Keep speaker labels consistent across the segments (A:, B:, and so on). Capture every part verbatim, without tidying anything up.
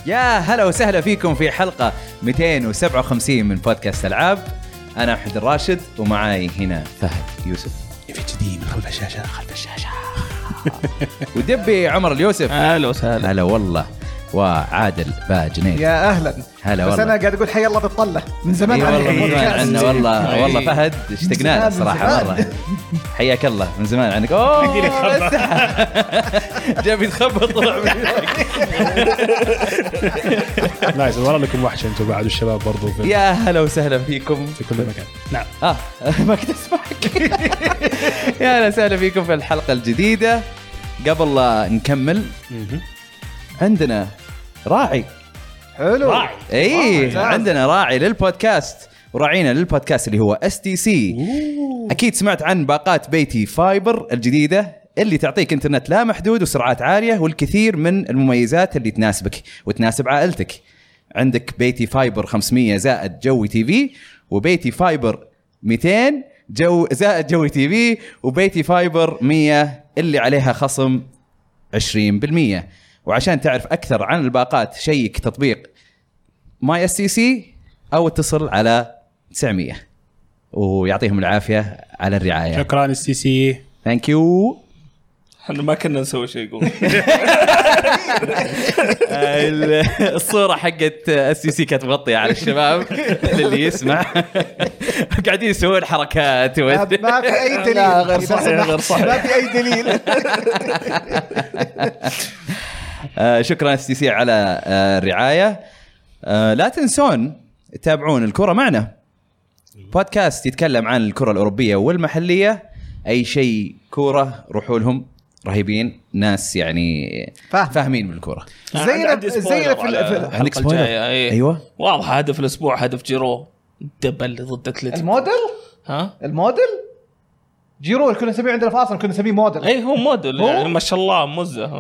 A: يا هلا وسهلا فيكم في حلقة مئتين وسبعة وخمسين من بودكاست ألعاب. أنا أحمد الراشد ومعاي هنا فهد يوسف
B: في جديد من خلف الشاشة خلف الشاشة
A: ودبي عمر اليوسف.
C: هلا وسهلا.
A: هلا والله. وعادل باجنيد.
D: يا أهلا.
A: هلا
D: بس
A: والله.
D: أنا قاعد أقول حي الله بالطلة من زمان.
A: أي والله من زمان عنا والله
C: أي.
A: والله فهد اشتقنا صراحة مرة. حياك الله من زمان عنك. أوه جاب يتخبط طلع منك.
B: نايس والله لكم وحشة أنتم بعد الشباب برضو في,
A: يا هلا وسهلا فيكم
B: في كل مكان. نعم
A: آه ما كنت أسمعك. يا هلا وسهلا فيكم في الحلقة الجديدة. قبل لا نكمل عندنا راعي.
D: حلو.
B: راعي.
A: اي عندنا راعي للبودكاست وراعينا للبودكاست اللي هو اس تي سي. اكيد سمعت عن باقات بيتي فايبر الجديده اللي تعطيك انترنت لا محدود وسرعات عاليه والكثير من المميزات اللي تناسبك وتناسب عائلتك. عندك بيتي فايبر خمسمية زائد جوي تي في وبيتي فايبر مئتين جو زائد جوي تي في وبيتي فايبر مية اللي عليها خصم عشرين بالمية. وعشان تعرف أكثر عن الباقات شيك تطبيق ماي اس سي سي أو اتصل على تسعمية. ويعطيهم العافية على الرعاية.
B: شكرا السي سي.
A: ثانك يو.
C: احنا ما كنا نسوي شيء يقول.
A: الصورة حقت اس سي سي كانت مغطية على الشباب اللي يسمع قاعدين يسوون حركات
D: ما ما في أي دليل.
C: لا، غير صحيح، غير صحيح.
D: ما في أي دليل.
A: آه شكرا اس تي سي على آه الرعاية. آه لا تنسون تتابعون الكرة معنا، بودكاست يتكلم عن الكرة الأوروبية والمحلية. أي شيء كرة روحوا لهم، رهيبين ناس يعني
D: فاهم.
A: فاهمين بالكرة.
D: زينا زينا في ال- في
A: عندك سبويلر؟
C: أيوة.
A: أيوة
C: واضح هدف الأسبوع هدف جيرو دبل ضد أتلتيكو.
D: الموديل.
C: ها
D: الموديل جيرو كنا نسميه عندنا في أصلا كنا نسميه موديل.
C: اي هو موديل
D: هو؟
C: يعني ما شاء الله مزه.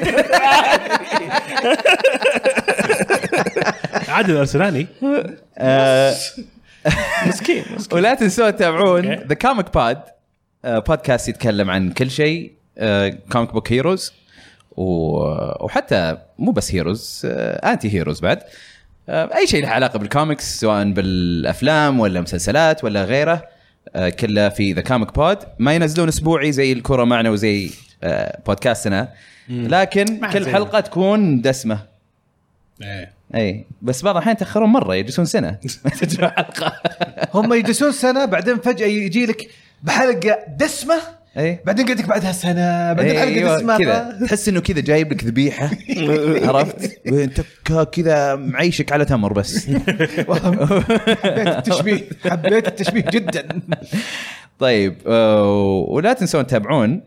B: عادل أرسنالي.
A: آه
C: مسكين مسكين.
A: ولا تنسون تتابعون
B: أوكي.
A: ذا كوميك بود، بودكاست يتكلم عن كل شيء كوميك بوك هيروز وحتى مو بس هيروز، انتي هيروز بعد. آه اي شيء له علاقه بالكوميكس سواء بالافلام ولا مسلسلات ولا غيره، آه كله في ذا كوميك بود. ما ينزلون اسبوعي زي الكره معنا وزي آه بودكاستنا، لكن كل
B: زي
A: حلقه تكون دسمه.
B: إيه.
A: اي بس بعض الأحيان يتاخرون مره، يجلسون سنه ما تجي حلقه.
D: هم يجلسون سنة بعدين فجأة يجي لك بحلقة دسمة،
A: اي
D: بعدين قلت لك بعدها سنة بعدين حلقة
A: أيوة
D: دسمة.
A: كذا تحس انه كذا جايب لك ذبيحه عرفت وانت كذا معيشك على تمر بس.
D: حبيت التشبيه حبيت التشبيه جدا.
A: طيب آه، ولا تنسون تتابعون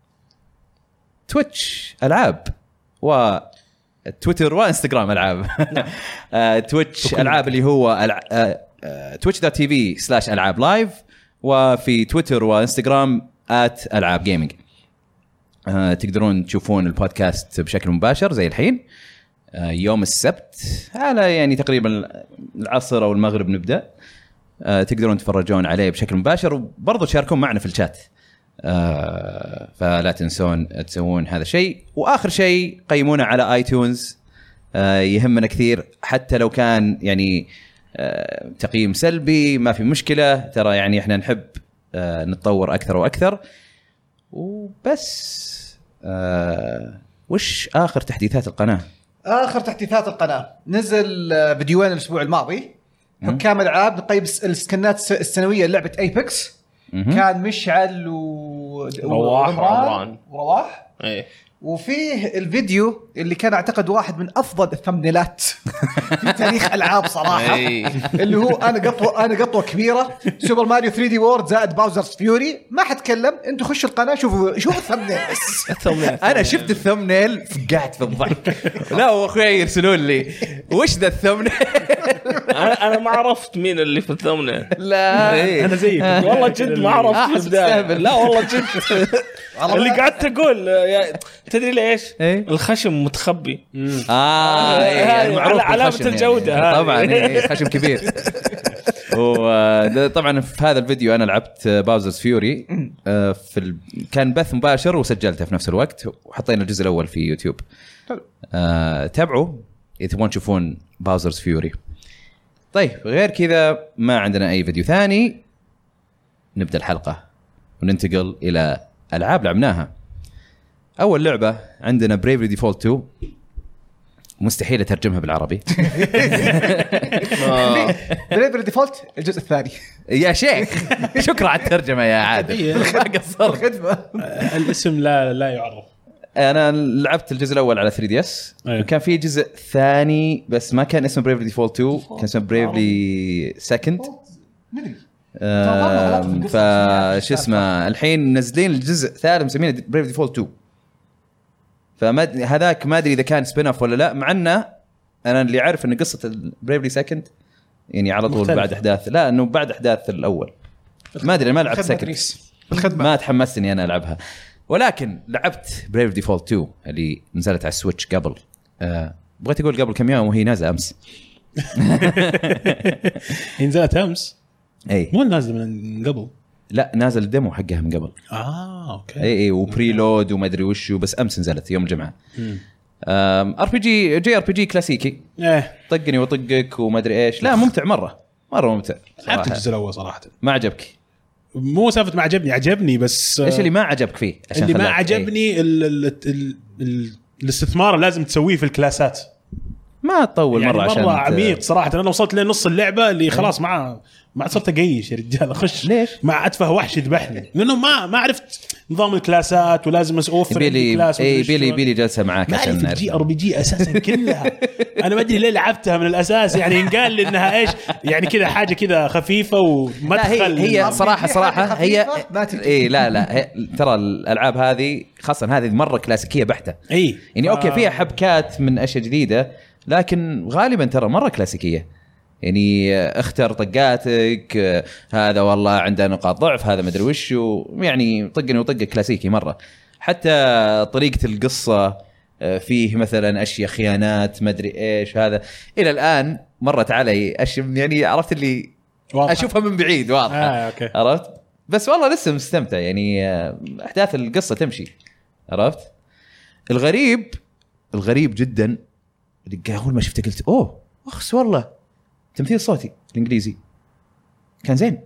A: تويتش العاب وتويتر وانستغرام العاب. آه، تويتش العاب اللي هو تويتش دوت تي في سلاش العاب لايف، وفي تويتر وانستغرام آت العاب جيمنج. آه، تقدرون تشوفون البودكاست بشكل مباشر زي الحين آه، يوم السبت على يعني تقريبا العصر او المغرب نبدا. آه، تقدرون تتفرجون عليه بشكل مباشر وبرضه تشاركون معنا في الشات. آه، فلا تنسون تسوون هذا الشيء. واخر شيء قيمونا على اي تيونز، آه، يهمنا كثير حتى لو كان يعني آه، تقييم سلبي ما في مشكله، ترى يعني احنا نحب آه، نتطور اكثر واكثر. وبس آه، وش اخر تحديثات القناه؟
D: آخر تحديثات القناة نزل آه، فيديوين الأسبوع الماضي. حكام العاب نقيم السكنات السنوية لعبة ايبكس. كان مشعل و...
C: رواح
D: وعمران ورواح.
C: اي
D: وفيه الفيديو اللي كان اعتقد واحد من افضل الثمنيلات في تاريخ العاب صراحه.
C: أي.
D: اللي هو انا قطوه انا قطوه كبيره سوبر ماريو ثري دي وورد زائد باوزرز فيوري. ما حتكلم، انتوا خشوا القناه شوفوا شوفوا الثمنيل بس.
A: انا شفت الثمنيل فقعت في الضحك. لا واخويا يرسلون لي وش ذا الثمنيل.
C: انا انا ما عرفت مين اللي في الثمنيل.
A: لا
B: أنا زيك
C: والله جد ما عرفت في البدايه. لا والله جد اللي قعدت اقول يا تدري ليش
A: إيه؟
C: الخشم متخبي.
A: اه
C: هاي
A: المعروف
C: علامة
A: بالخشم
C: الجودة
A: يعني.
C: هاي.
A: طبعا إيه، خشم كبير. وطبعا في هذا الفيديو انا لعبت باوزرز فيوري في ال... كان بث مباشر وسجلته في نفس الوقت وحطينا الجزء الاول في يوتيوب. آه، تابعوا اذا تبغون تشوفون باوزرز فيوري. طيب غير كذا ما عندنا اي فيديو ثاني. نبدا الحلقه وننتقل الى العاب لعبناها. اول لعبه عندنا بريفري ديفولت تو، مستحيل اترجمها بالعربي.
D: بريفري ديفولت الجزء الثاني.
A: يا شيخ شكرا على الترجمه يا عادل، ما قصرت.
B: الاسم لا لا يعرف.
A: انا لعبت الجزء الاول على ثري دي اس، وكان في جزء ثاني بس ما كان اسمه بريفري ديفولت تو، كان اسمه بريفري سكند. فش اسمه الحين منزلين الجزء الثالث مسمينه بريفري ديفولت تو. فما هذاك ما ادري اذا كان سبين اوف ولا لا، مع انه انا اللي عارف ان قصه البريفري سكند يعني على طول مختلف. بعد احداث، لا انه بعد احداث الاول. ما ادري ما لعبت سكند، ما تحمست اني انا العبها، ولكن لعبت بريفري ديفولت تو اللي نزلت على السويتش قبل أه بغيت اقول قبل كم يوم وهي نازله امس.
B: هي نزلت امس؟
A: اي
B: مو نازله من قبل؟
A: لا نازل الديمو حقها من قبل.
B: اه اوكي.
A: اي اي وبريلود وما ادري وشو، بس امس نزلت يوم الجمعه. ار بي جي جي ار بي جي كلاسيكي،
B: ايه
A: طقني وطقك وما ادري ايش. لا ممتع مره مره ممتع.
B: لعبت الجزء الاول صراحه.
A: ما عجبك؟
B: مو سالفه ما عجبني، عجبني بس
A: ايش اللي ما عجبك فيه؟
B: عشان اللي ما عجبني ال ال ال ال الاستثمار اللي لازم تسويه في الكلاسات.
A: ما تطول
B: يعني
A: مره عشان
B: مره عميق صراحه. انا وصلت لنص اللعبه اللي خلاص مع ما صرت اقيش يا رجال اخش
A: ليش
B: مع اتفه وحش يذبحني، لانه ما ما عرفت نظام الكلاسات ولازم اوفر
A: كلاس. اي بيلي بيلي جلسه معاك
B: عشان نعرف جي ار بي جي اساسا كلها. انا ما ادري ليه لعبتها من الاساس، يعني قال لي انها ايش يعني كذا حاجه كذا خفيفه ومدخل.
A: هي, هي صراحه صراحه هي اي لا لا ترى الالعاب هذه خاصه هذه مره كلاسيكيه بحته.
B: اي
A: يعني اوكي فيها حبكات من اشياء جديده، لكن غالبا ترى مره كلاسيكيه. يعني اختر طقاتك، هذا والله عنده نقاط ضعف، هذا مدري وش، يعني طقني وطقك كلاسيكي مره. حتى طريقه القصه فيه مثلا اشياء خيانات مدري ايش، هذا الى الان مرت علي اشياء يعني عرفت اللي واضح. اشوفها من بعيد واضحه.
B: آه، أوكي.
A: عرفت، بس والله لسه مستمتع. يعني احداث القصه تمشي. عرفت الغريب الغريب جدا اللي اول ما شفته قلت اوه اخس والله تمثيل صوتي الانجليزي كان زين.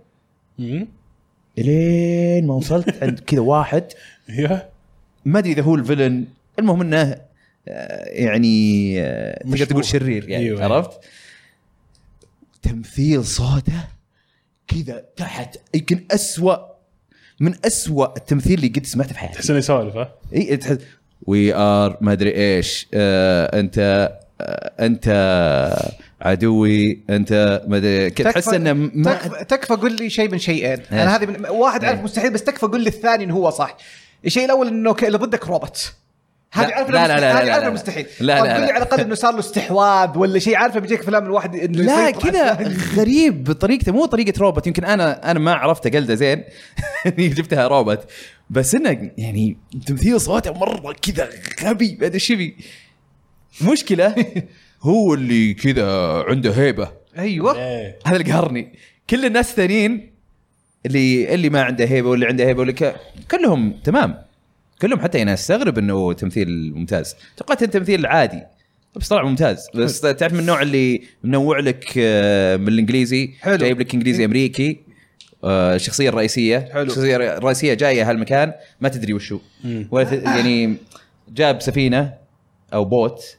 A: الين ما وصلت عند كذا واحد ما ادري اذا هو الفيلن، المهم انه يعني تقدر تقول شرير يعني. أيوة. عرفت تمثيل صوته كذا تحت، يمكن أسوأ من أسوأ التمثيل اللي قد سمعته في حياتي.
B: تحس انه يسولف ها
A: اي وي ار ما ادري ايش، آه انت آه انت عدوي، انت ما ادري، تحس انه ما
D: تكفى, تكفى قول لي شيء من شيئين. انا هذه من واحد عارف مستحيل، بس تكفى قول لي الثاني انه هو صح. الشيء الاول انه اللي ضدك روبوت، هذه عارف
A: لا لا لا لا, لا, لا
D: مستحيل.
A: لا لا, لا, لا
D: قول لي على الاقل انه صار له استحواذ ولا شيء، عارفه بيجيك فيلم الواحد
A: لا كذا غريب بطريقته، مو طريقه روبوت. يمكن انا انا ما عرفت قلده زين جبتها روبوت، بس انه يعني تمثيل صوته مره كذا غبي. هذا الشيء مشكله هو اللي كذا عنده هيبه.
D: ايوه
A: هذا اللي قهرني. كل الناس الثانيين اللي اللي ما عنده هيبه واللي عنده هيبه واللي ك... كلهم تمام، كلهم. حتى انا استغرب انه تمثيل ممتاز، توقعت انه تمثيل عادي بس طلع ممتاز. بس تعرف من النوع اللي منوع لك من الانجليزي، جايب لك انجليزي امريكي. الشخصيه الرئيسيه حلو. الشخصيه الرئيسيه جايه هالمكان ما تدري وشو، ولا يعني جاب سفينه او بوت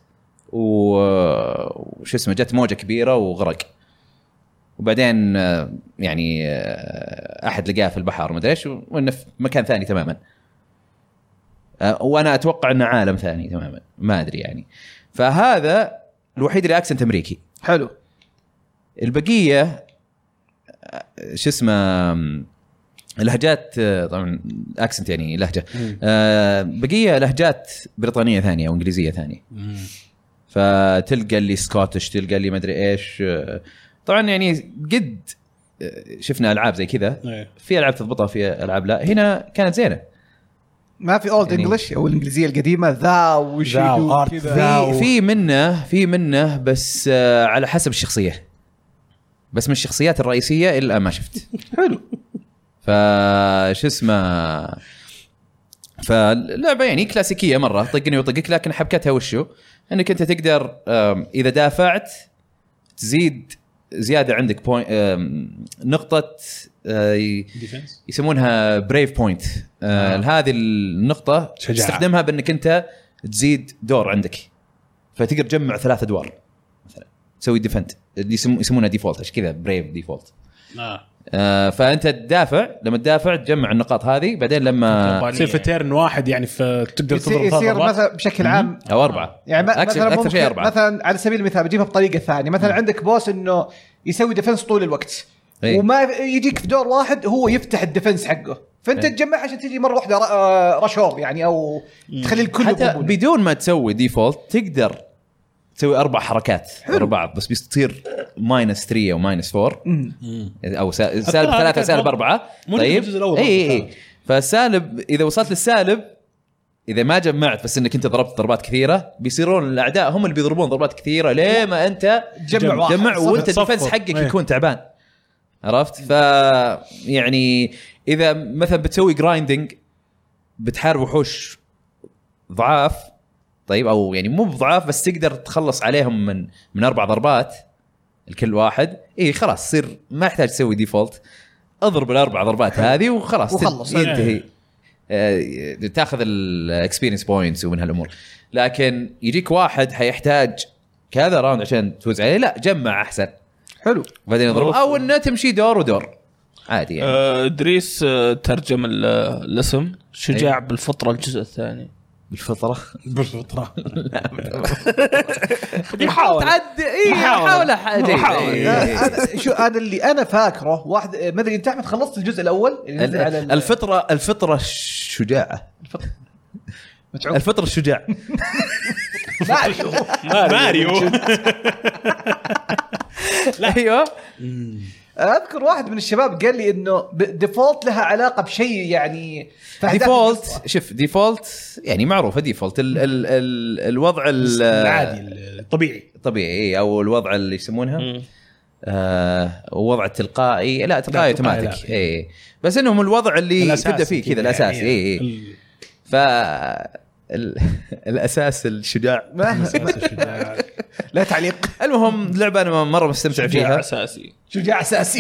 A: وش اسمه، جت موجه كبيره وغرق، وبعدين يعني احد لقاه في البحر ما ادري ايش، وانه في مكان ثاني تماما، وانا اتوقع انه عالم ثاني تماما ما ادري يعني. فهذا الوحيد اللي اكسنت امريكي
D: حلو.
A: البقيه شو اسمه لهجات، طبعا اكسنت يعني لهجه، بقيه لهجات بريطانيه ثانيه او انجليزيه ثانيه. فتلقى اللي سكوتش، تلقى اللي ما ادري ايش. طبعا يعني قد شفنا العاب زي كذا، في العاب تضبطها في العاب لا. هنا كانت زينه،
D: ما في اولد انجلش او الانجليزيه القديمه ذا وش
A: كذا. في منه في منه بس على حسب الشخصيه، بس من الشخصيات الرئيسيه الا ما شفت.
D: حلو.
A: فش اسمه فاللعبه يعني كلاسيكيه مره طقني وطقك، لكن حبكتها وشو انك انت تقدر اذا دافعت تزيد زياده عندك بوينت نقطه يسمونها بريف بوينت. هذه النقطه
B: شجاعة.
A: تستخدمها بانك انت تزيد دور عندك، فتقدر تجمع ثلاث ادوار مثلا تسوي ديفنت اللي يسمونها ديفولت عشان كذا بريف ديفولت.
B: آه.
A: آه فانت تدافع، لما تدافع تجمع النقاط هذه، بعدين لما
B: تصير في تيرن واحد يعني تقدر تضرب
D: يصير مثلا بشكل عام
A: او اربعه
D: يعني
A: أكثر,
D: مثلا
A: أكثر شيء أربعة.
D: مثلا على سبيل المثال بجيبها بطريقه ثانيه، مثلا م. عندك بوس انه يسوي ديفنس طول الوقت
A: أي.
D: وما يجيك في دور واحد هو يفتح الديفنس حقه، فانت تجمع عشان تجي مره واحده رشور يعني او تخلي الكل
A: حتى بدون ما تسوي ديفولت تقدر تسوي اربع حركات ورا بعض، بس بيصير ماينس ثلاثة او ماينس أربعة او سالب ثلاثة سالب أربعة. طيب اي اي فالسالب اذا وصلت للسالب اذا ما جمعت بس انك انت ضربت ضربات كثيره، بيصيرون الاعداء هم اللي بيضربون ضربات كثيره ليه ما انت
D: جمع,
A: جمع وانت الديفنس حقك يكون تعبان. عرفت؟ ف يعني اذا مثلا بتسوي جرايندنج بتحارب وحوش ضعاف، طيب او يعني مو بضعاف بس تقدر تخلص عليهم من من اربع ضربات الكل واحد، اي خلاص تصير ما يحتاج تسوي ديفولت، اضرب الاربع ضربات هذه وخلاص
D: وخلص
A: ينتهي. آه تاخذ الاكسبيرينس بوينتس ومن هالامور. لكن يجيك واحد حيحتاج كذا راوند عشان تفوز عليه، لا جمع احسن حلو بعدين يضرب، او انه تمشي دور ودور عادي يعني.
C: آه ادريس آه ترجم الاسم شجاع أيه. بالفطره الجزء الثاني
A: بالفطره
B: بالفطره
C: يحاول
A: تعدي اي يحاول
D: يحاول شو هذا اللي انا فاكره واحد ما ادري انت احمد خلصت الجزء الاول اللي نزل على
A: الفطره الفطره الشجاعه الفطره الشجاع
D: ماريو
B: ماريو
A: لا ايوه
D: اذكر واحد من الشباب قال لي انه ديفولت لها علاقه بشيء يعني
A: ديفولت. شوف ديفولت يعني معروفه ديفولت ال ال ال الوضع
B: العادي الطبيعي
A: طبيعي او الوضع اللي يسمونها آه وضع التلقائي لا تلقائي اوتوماتيك اي بس انهم الوضع اللي تبدا فيه كذا الاساسي اي اي ف الاساس الشجاع
D: لا تعليق.
A: المهم اللعبه انا مره مستمتع فيها.
C: شجاع اساسي
D: شجاع اساسي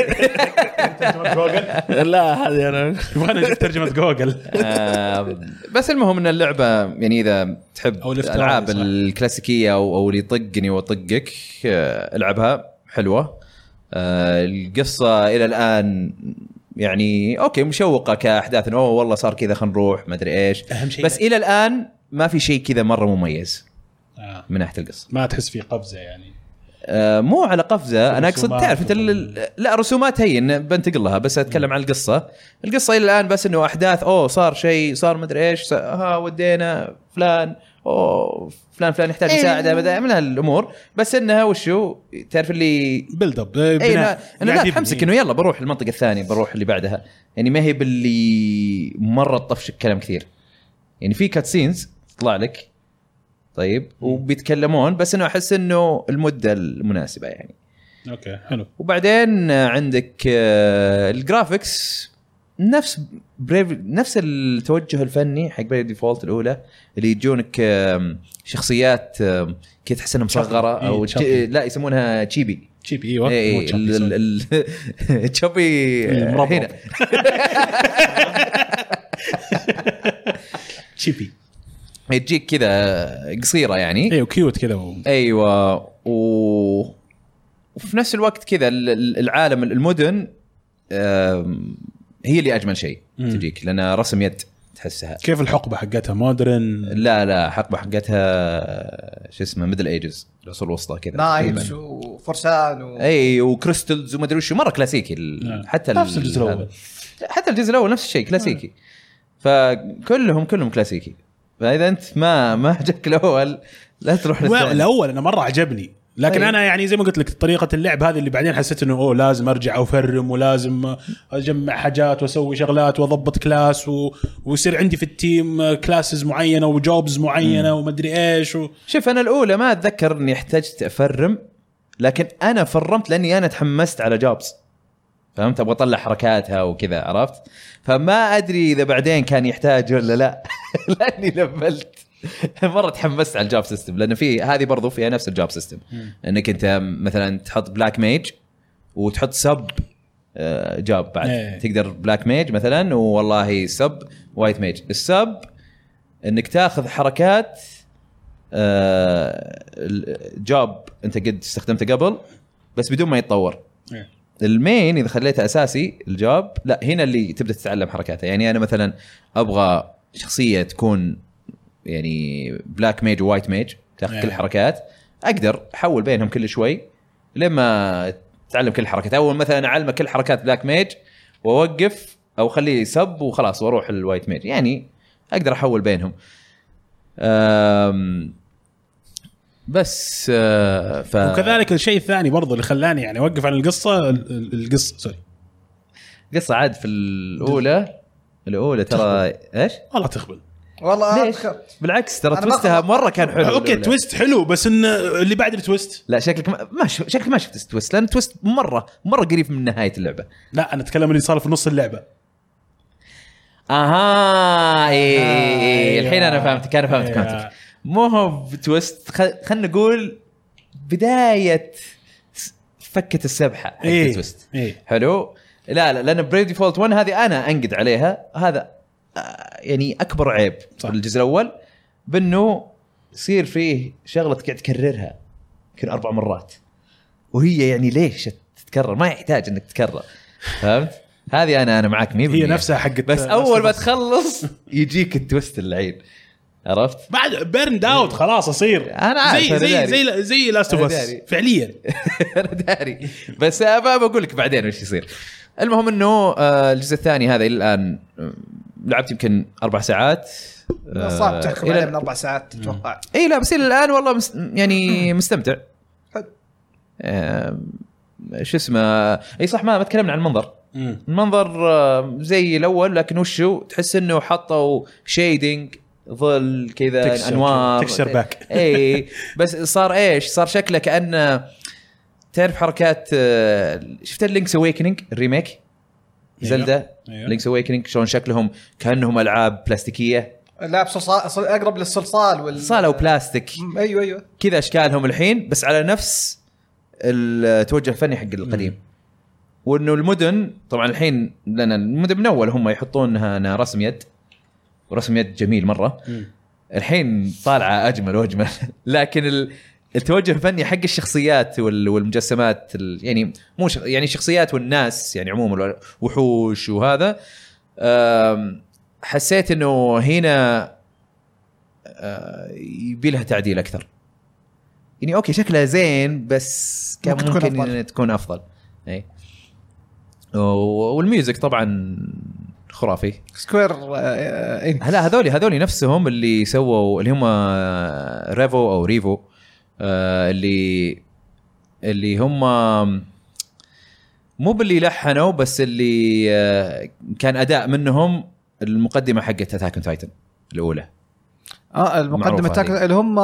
C: لا هذه انا
B: يبغى نشوف ترجمه جوجل.
A: بس المهم ان اللعبه يعني اذا تحب الالعاب الكلاسيكيه او او اللي يطقني واطقك العبها حلوه. القصه الى الان يعني اوكي مشوقه كاحداث اوه والله صار كذا خلينا نروح ما ادري ايش، بس الى الان ما في شيء كذا مره مميز
B: آه.
A: من ناحيه القصه
B: ما تحس في قفزه يعني
A: آه مو على قفزه انا اقصد تعرف انت لا رسومات هي بنتقل لها بس اتكلم عن القصه. القصه الى الان بس انه احداث اوه صار شيء صار ما ادري ايش ها ودينا فلان اوه فلان فلان يحتاج مساعده بدأ من هالامور، بس انها وشو تعرف اللي
B: بيلد اب
A: انا لا تحمسك انه يلا بروح المنطقه الثانيه بروح اللي بعدها، يعني ما هي باللي مره طفش الكلام كثير يعني في كاتسينز تطلع لك طيب وبيتكلمون بس انه احس انه المده المناسبه يعني
B: اوكي حلو.
A: وبعدين عندك الجرافيكس نفس بريف نفس التوجه الفني حق بريف ديفولت الاولى اللي يجونك شخصيات كذا تحس انها مصغره او
B: إيه
A: لا يسمونها تشيبي
B: تشيبي ايوه
A: تشيبي هنا
B: تشيبي
A: يجيك كذا قصيره يعني
B: ايوه كيوت كذا و...
A: ايوه و... وفي نفس الوقت كذا العالم المدن هي اللي اجمل شيء تجيك لان رسم يد تحسها.
B: كيف الحقبه حقتها مودرن؟
A: لا لا حقبه حقتها شو اسمه ميدل ايجز العصور الوسطى كذا
D: نايتس وفرسان و...
A: اي وكريستلز وما ادري وش مره كلاسيكي ال... حتى
B: نفس الجزء الاول
A: حتى الجزء الاول نفس الشيء كلاسيكي فكلهم كلهم كلاسيكي. فاذا انت ما ما جاك الاول لا تروح
B: للثاني. الاول انا مره عجبني لكن أيه. انا يعني زي ما قلت لك طريقه اللعب هذه اللي بعدين حسيت انه اوه لازم ارجع وافرم ولازم اجمع حاجات واسوي شغلات واضبط كلاس و... ويصير عندي في التيم كلاسز معينه وجوبز معينه وما ادري ايش و...
A: شوف انا الاولى ما اتذكر اني احتجت افرم لكن انا فرمت لاني انا تحمست على جوبز فهمت ابغى اطلع حركاتها وكذا عرفت. فما ادري اذا بعدين كان يحتاج ولا لا لاني لملت مره تحمست على الجوب سيستم لان في هذه برضو فيها نفس الجوب سيستم انك انت مثلا تحط بلاك ميج وتحط سب جاب بعد
B: ايه.
A: تقدر بلاك ميج مثلا والله سب وايت ميج. السب انك تاخذ حركات جاب انت قد استخدمته قبل بس بدون ما يتطور.
B: ايه.
A: المين اذا خليته اساسي الجاب لا هنا اللي تبدا تتعلم حركاته. يعني انا مثلا ابغى شخصيه تكون يعني بلاك ميج ووايت ميج تاخذ
B: ايه.
A: كل الحركات اقدر احول بينهم كل شوي لما تعلم كل الحركات. اول مثلا اعلمك كل حركات بلاك ميج واوقف او اخليه سب وخلاص واروح الوايت ميج يعني اقدر احول بينهم. بس ف...
B: وكذلك الشيء الثاني برضو اللي خلاني يعني اوقف عن القصه القصه سوري
A: قصه عاد في الاولى الاولى ترى ايش
B: والله تخبل
D: والله
A: ليش؟ بالعكس ترى تويستها مره كان حلو.
B: اوكي تويست حلو بس ان اللي بعد التويست
A: لا شكلك ما, ما ش... شكلك ما شفت تويست لان تويست مره مره قريب من نهايه اللعبه.
B: لا انا اتكلم اللي صار في نص اللعبه.
A: اها اي آه الحين انا فهمتك انا فهمت كونتك مو هو بتويست خلينا نقول بدايه فكه السبحه حق
B: إيه.
A: التويست
B: إيه.
A: حلو. لا لا لان بريف ديفولت واحد هذه انا انقد عليها هذا يعني اكبر عيب في الجزء الاول بانه يصير فيه شغله قاعد تكررها يمكن اربع مرات وهي يعني ليش تتكرر ما يحتاج انك تكرر فهمت. هذه انا انا معاك مية
B: هي نفسها حقت
A: بس اول ما تخلص يجيك التويست اللعين عرفت
B: بعد بيرن داوت خلاص اصير
A: انا
B: زي زي زي زي لاست اوف اس فعليا
A: انا داري بس بقول لك بعدين وش يصير. المهم انه الجزء الثاني هذا الى الان لعبت يمكن اربع ساعات
D: صعب تحكم عليه من اربع ساعات تتوقع.
A: اي لا بس الى الان والله مس يعني مستمتع. شو اسمه اي صح ما تكلمنا عن المنظر. المنظر زي الاول لكن وشو تحس انه حطوا شيدنج ظل كذا انوار
B: تكسر باك.
A: اي بس صار ايش صار شكله كأنه تعرف حركات شفت اللينكس اويكنينج الريميك زلدا لينكس اويكنينج شلون شكلهم كأنهم العاب بلاستيكيه
D: لا صلصال اقرب للصلصال
A: والصال او بلاستيك.
D: ايوه ايوه
A: كذا اشكالهم الحين بس على نفس التوجه الفني حق القديم. وانه المدن طبعا الحين لنا المدن من اول هم يحطونها رسم يد ورسم يد جميل مره م. الحين طالعه اجمل واجمل لكن التوجه الفني حق الشخصيات والمجسمات يعني مو يعني شخصيات والناس يعني عموما وحوش وهذا حسيت انه هنا يبي لها تعديل اكثر. يعني اوكي شكلها زين بس كان ممكن, ممكن تكون, تكون افضل. اي والميوزك طبعا خرافي.
D: سكوير
A: هلا هذولي هذولي نفسهم اللي سووا اللي هم ريفو او ريفو اللي اللي هم مو باللي لحنوا بس اللي كان اداء منهم المقدمه حقت اتاك اون تايتن الاولى.
D: اه المقدمه اتاك اللي هم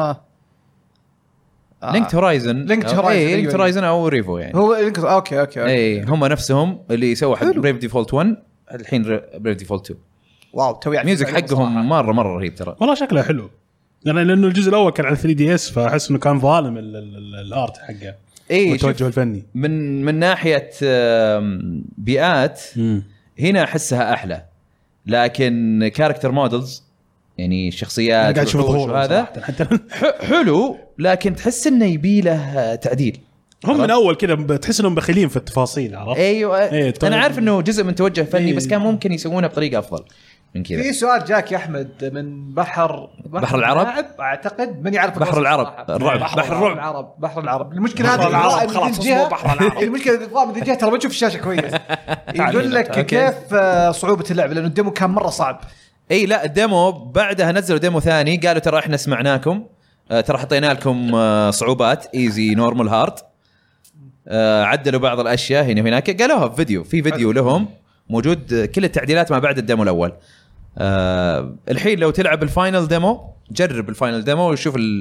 A: لينكد هورايزن
D: لينكد هورايزن
A: اي لينكد هورايزن او ريفو يعني
D: هو لينكد اوكي اوكي
A: اي هم نفسهم اللي سووا حق بريف ديفولت واحد الحين بريف ديفولت اثنين.
D: واو توي
A: ميوزك حقهم مره مره رهيب ترى
B: والله شكله حلو يعني لانه الجزء الاول كان على ثري دي اس فاحس انه كان ظالم الارت حقه
A: اي
B: التوجه الفني
A: من من ناحيه بيئات م. هنا احسها احلى لكن كاركتر مودلز يعني شخصيات
B: قاعد اشوف
A: هذا حلو لكن تحس انه يبي له تعديل.
B: هم من اول كذا تحس انهم بخيلين في التفاصيل عرفت.
A: ايوه ايه انا عارف انه جزء من توجه فني ايه بس كان ممكن يسوونه بطريقه افضل من كذا.
D: في سؤال جاك يا احمد من بحر
A: بحر, بحر العرب
D: اعتقد من يعرف
A: بحر العرب الرعب
D: بحر العرب بحر العرب المشكله هذه
B: العرب خلاص اسمه بحر العرب
D: المشكله النظام من جهه ترى ما تشوف الشاشه كويس يقول لك كيف صعوبه اللعبه لانه الديمو كان مره صعب.
A: اي لا الديمو بعدها نزلوا ديمو ثاني قالوا ترى احنا سمعناكم ترى حطينا لكم صعوبات ايزي نورمال هارد عدلوا بعض الاشياء هنا وهناك قالوها في فيديو في فيديو لهم موجود كل التعديلات ما بعد الديمو الاول. أه الحين لو تلعب الفاينل ديمو جرب الفاينل ديمو وشوف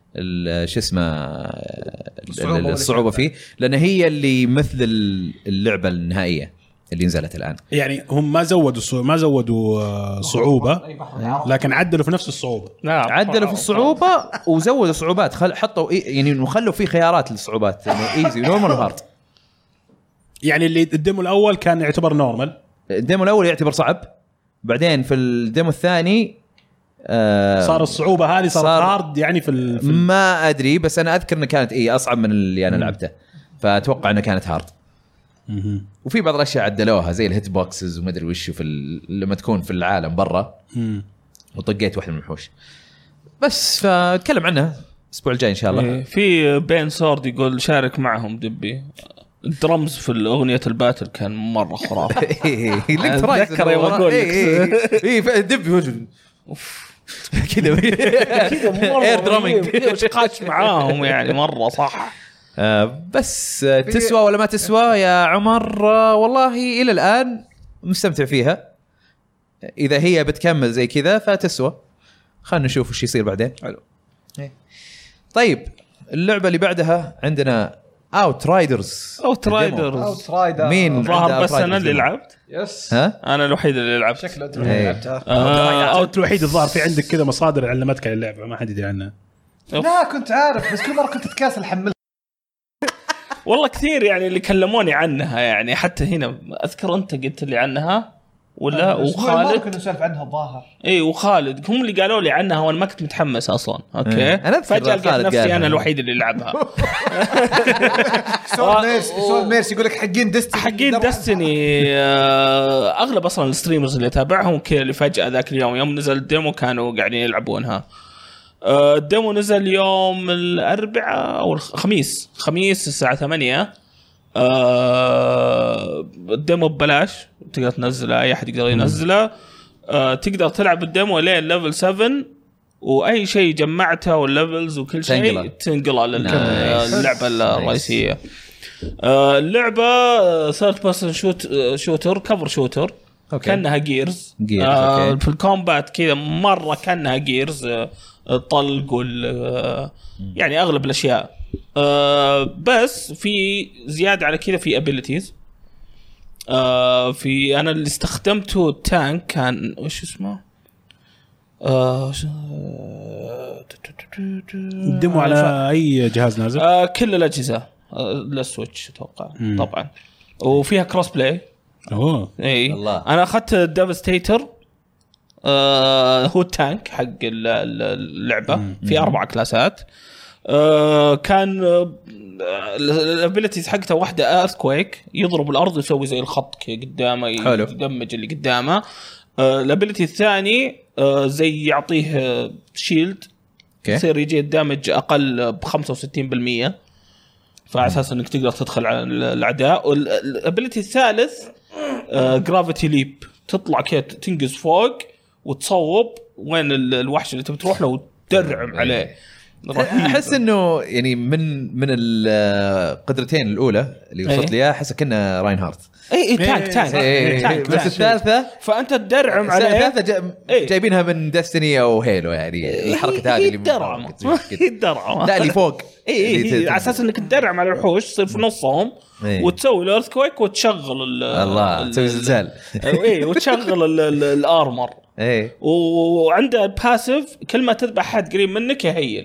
A: شو اسمه الصعوبة, الصعوبة فيه لأن هي اللي مثل اللعبة النهائية اللي نزلت الآن.
B: يعني هم ما زودوا ما زودوا صعوبة لكن عدلوا في نفس الصعوبة.
A: نعم عدلوا في الصعوبة وزودوا صعوبات خل حطوا يعني وخلوا فيه خيارات للصعوبات يعني ايزي نورمال وهارد.
B: يعني اللي الديمو الأول كان يعتبر نورمال.
A: الديمو الأول يعتبر صعب بعدين في الديمو الثاني
B: آه صار الصعوبة هذه صارت صار هارد يعني في, ال... في ال...
A: ما أدري بس أنا أذكر إنها كانت إيه أصعب من اللي أنا لعبته فأتوقع إنها كانت هارد. وفي بعض الاشياء عدلوها زي الهيت بوكسز وما ادري وش في ال... لما تكون في العالم برا وطقيت واحد من الوحوش بس فاتكلم عنها الاسبوع الجاي ان شاء الله.
C: إيه في بين سورد يقول شارك معهم دبي الدرمز في الاغنيه الباتل كان مره خرافي.
A: اتذكر يوم اقول لك اي دبي وجد كذا
C: كذا مره درامينج شقاش معاهم يعني مره صح.
A: آه بس آه تسوى ولا ما تسوى يا عمر؟ آه والله إلى الآن مستمتع فيها. إذا هي بتكمل زي كذا فتسوى. خلنا نشوف وش يصير بعدين. حلو. طيب اللعبة اللي بعدها عندنا اوت رايدرز.
C: اوت رايدرز
A: مين
C: ظهر بس انا اللي لعبت.
D: يس
C: ها انا الوحيد اللي لعبت.
D: شكله انت اللي لعبتها.
B: اوت الوحيد الظاهر في عندك كذا مصادر علمتك اللعبة ما حد يدري عنها.
D: لا كنت عارف بس كل مرة كنت تكاسل حمل.
C: والله كثير يعني اللي كلموني عنها يعني حتى هنا اذكر انت قلت لي عنها ولا وخالد
D: كنا نسولف عنها الظاهر.
C: اي وخالد هم اللي قالوا لي عنها وانا ما كنت متحمس اصلا. اوكي
A: انا
C: فجاه لقيت نفسي انا الوحيد اللي لعبها.
D: سول ميرس سول ميرس يقول لك حقين دستني
C: حقين دستني اغلب اصلا الستريمرز اللي تابعهم كذا اللي فجاه ذاك اليوم يوم نزل الديمو كانوا قاعدين يلعبونها. الديمو نزل يوم الأربعاء أو الخميس خميس الساعة ثمانية. الديمو ببلاش تقدر تنزله أي أحد يقدر ينزله. تقدر تلعب الديمو لين ليفل سبعة وأي شيء جمعته والليفلز وكل شيء تنقله للعبة الرئيسية. اللعبة ثيرد بيرسون شوت شوتر كفر شوتر كأنها جيرز. آه في الكومبات كذا مرة كأنها جيرز طلق وال يعني اغلب الاشياء. أه بس في زياده على كذا في ابيليتيز. أه في انا اللي استخدمته تانك كان وش اسمه أه
B: الدمو على اي جهاز نازل.
C: أه كل الاجهزه أه للسويتش اتوقع طبعا وفيها كروس بلاي.
B: اوه
C: اي انا اخذت ديفستيتر. آه هو التانك حق اللعبة مم. في أربع كلاسات. آه كان الابيليتيز حقته واحدة ايرثكويك يضرب الأرض يسوي زي الخط قدامه يدمج اللي قدامه. آه الابيليتي الثاني آه زي يعطيه شيلد يصير يجي الدامج أقل بخمسة وستين بالمية فعلى أساس أنك تقدر تدخل على الأعداء. والابيليتي الثالث آه جرافيتي ليب تطلع كده تنقز فوق وتصوب وين الوحش اللي تبي تروح له وتدرعم عليه.
A: احس انه يعني من من القدرتين الاولى اللي وصلت لي احس كنا راين هارت.
C: اي اي تانك تانك,
A: ايه تانك بس الثالثه
C: فانت تدرعم عليه.
A: الثالثه جايبينها من دستني او هيلو يعني الحركه هذه اللي
C: يدرعم يدرعم
A: لا اللي فوق
C: اي على اساس انك تدرعم على الوحوش تصير في نصهم وتسوي الارثكويك وتشغل
A: الله تسوي زلزال
C: اي وتشغل الارمر.
A: اي
C: وعنده باسيف كل ما تذبح حد قريب منك يهيل.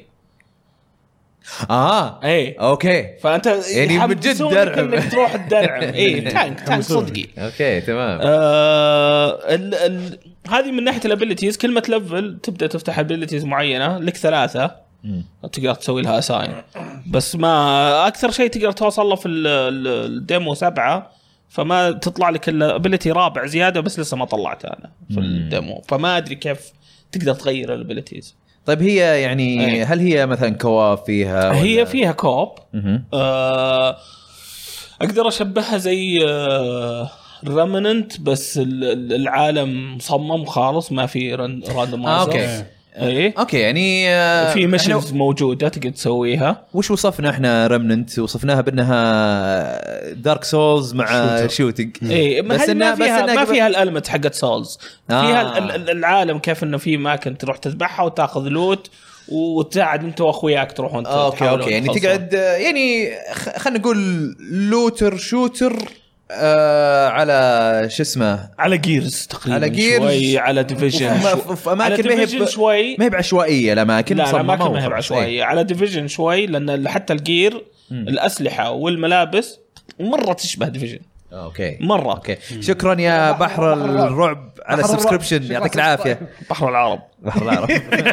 A: اه
C: اي
A: اوكي
C: فانت
A: يعني بجد درعم
C: انك تروح تدرعم. اي تانك تانك صدقي.
A: اوكي تمام.
C: آه ال ال هذه من ناحيه الابيليتيز. كلمه ليفل تبدا تفتح ابيليتيز معينه لك ثلاثه مم. تقدر تسوي لها اساين بس ما اكثر شيء تقدر توصل له في الديمو سبعة فما تطلع لك الا ابيليتي رابع زياده بس لسه ما طلعته انا في مم. الديمو فما ادري كيف تقدر تغير الابيليتيز.
A: طيب هي يعني أيه. هل هي مثلا كواب فيها ولا؟
C: هي فيها كوب. آه اقدر اشبهها زي آه ريمننت بس العالم مصمم خالص ما في راندومايزر.
A: آه اوكي
C: ايه
A: اوكي يعني آه
C: في ميشنز موجوده تقدر تسويها.
A: وش وصفنا احنا ريمننت؟ وصفناها بانها دارك سولز مع شوتينج.
C: ايه بس انها فيها بس ما فيها الالمنت حقت سولز. آه. فيها العالم كيف انه في اماكن تروح تذبحها وتاخذ لوت وتقعد انت واخوياك تروحون
A: اوكي اوكي يعني تقعد يعني خلينا نقول لوتر شوتر آه على شو اسمه
C: على جيرز تقريبا
A: على جيرز
C: شوي على ديفيجن
A: شو في اماكن ما هي
C: شوي
A: ما هي بعشوائيه الاماكن
C: لا الاماكن ما هي بعشوائيه
A: ايه.
C: على ديفيجن شوي لان حتى الجير م. الاسلحه والملابس مره تشبه ديفيجن
A: اوكي
C: مره
A: اوكي شكرا يا بحر الرعب على السبسكريبشن يعطيك العافيه
C: بحر العرب
A: بحر العرب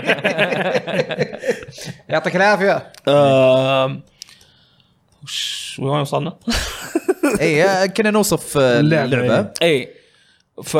D: يعطيك العافيه.
C: وش وين وصلنا؟
A: اي كنا نوصف اللعبه
C: اي ف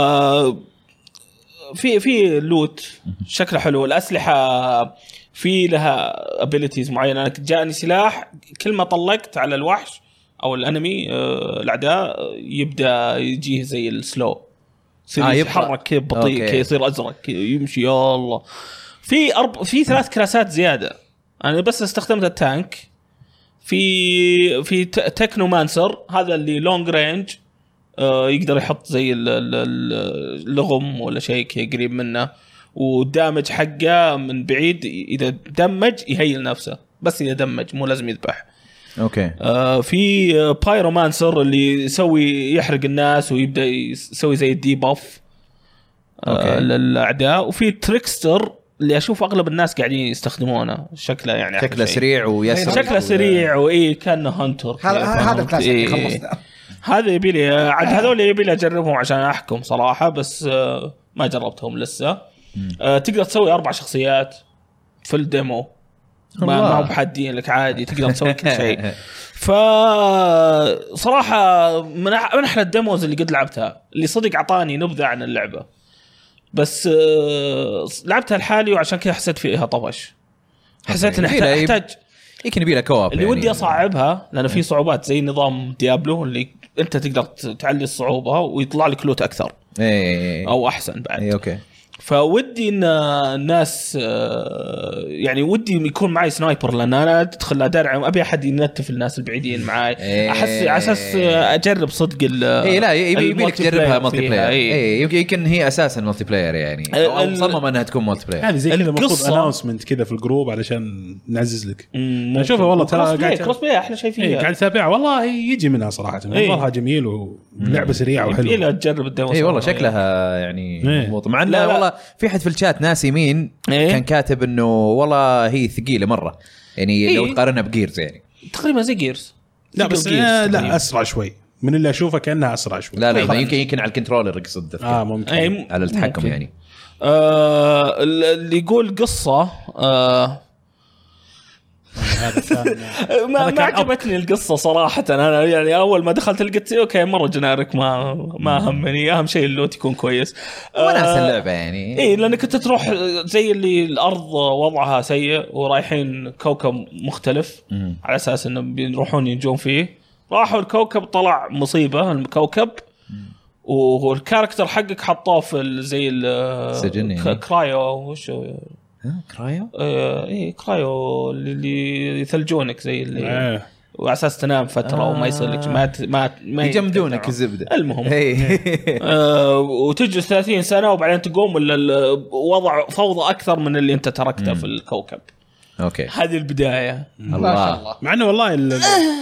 C: في في لوت شكله حلو الاسلحه في لها ابيليتيز معينه. انا جاني سلاح كل ما طلقت على الوحش او الانمي الاعداء يبدا يجيه زي السلو يصير آه يتحرك كيف بطيء كيف يصير ازرق يمشي يا الله. في أرب... في ثلاث كلاسات زياده. انا بس استخدمت التانك. في في تكنومانسر هذا اللي لونج رينج آه يقدر يحط زي اللغم ولا شيء قريب منه ودامج حقه من بعيد اذا دمج يهيل نفسه بس اذا دمج مو لازم يذبح.
A: اوكي
C: آه في بايرومانسر اللي يسوي يحرق الناس ويبدا يسوي زي الدي باف آه للاعداء. وفي تريكستر اللي اشوف اغلب الناس قاعدين يستخدمونه شكله يعني
A: شكله سريع ويسرع
C: شكله سريع واي كان هانتر
D: هذا الكلاسيك إيه. خلصنا
C: هذا يبي لي عاد هذول يبي لي اجربهم عشان احكم صراحه بس آه ما جربتهم لسه. آه تقدر تسوي اربع شخصيات في الديمو ما ما هو بحدين لك عادي تقدر تسوي كل شيء. فصراحه من احلى الديموز اللي قد لعبتها اللي صدق اعطاني نبذه عن اللعبه بس لعبتها الحالي وعشان كذا حسيت فيها طفش. حسيت اني احتاج
A: يمكن يبي لها كواب
C: اللي
A: يعني.
C: ودي اصعبها لانه في صعوبات زي نظام ديابلو اللي انت تقدر تعلي الصعوبه ويطلع لك لوت اكثر
A: ايه
C: او احسن بعد
A: ايه اوكي.
C: فودي ان الناس يعني ودي يكون معي سنايبر لان انا ادخل ادرع ابي احد ينتف الناس البعيدين معي
A: إيه
C: احس على اساس اجرب صدق ال
A: اي لا يبي يبي لك تجربها مالتي بلاير
C: اي
A: يمكن يمكن هي اساسا مالتي بلاير يعني او مصممه انها تكون مالتي بلاير.
B: هذه زي كذا المفروض اناونسمنت كذا في الجروب علشان نعزز لك. انا اشوفها والله ترى
C: قاعد كروس بلاي احلى شيء فيها
B: قاعد اتابعها والله يجي منها صراحه منظرها جميل ولعبه سريعه وحلوه.
C: يبي تجرب الديمو
A: اي والله شكلها يعني مضبوط مع انه والله في حد في الشات ناس يمين إيه؟ كان كاتب انه والله هي ثقيله مره يعني إيه؟ لو تقارنها بجيرز يعني
C: تقريبا زي جيرز
B: لا بس آه لا اسرع شوي من اللي اشوفه كانها اسرع شوي.
A: لا لا يمكن يمكن على الكنترولر يقصد
B: اه ممكن
C: أي
A: على التحكم
C: ممكن.
A: يعني
C: آه اللي يقول قصه آه
B: هذا كان
C: ما, ما عجبتني القصه صراحه. انا يعني اول ما دخلت لقيت اوكي مره جنارك ما ما همني اهم شيء اللوت يكون كويس
A: وناس اللعبه يعني
C: اي لانك كنت تروح زي اللي الارض وضعها سيء ورايحين كوكب مختلف م. على اساس انه بيروحون ينجون فيه. راحوا الكوكب طلع مصيبه الكوكب والكاركتر حقك حطوه في زي
A: السجن يعني.
C: كرايو وش
A: كرايو
C: آه ايه كرايو اللي يثلجونك زي اللي آه. وعلى اساس تنام فتره آه. وما يصير لك ما ما ما
A: يجمدونك الزبده
C: المهم آه وتجلس ثلاثين سنه وبعدين تقوم الوضع فوضى اكثر من اللي انت تركته في الكوكب.
A: اوكي
C: هذه البدايه
A: الله.
D: ما شاء الله
B: مع انه والله ال...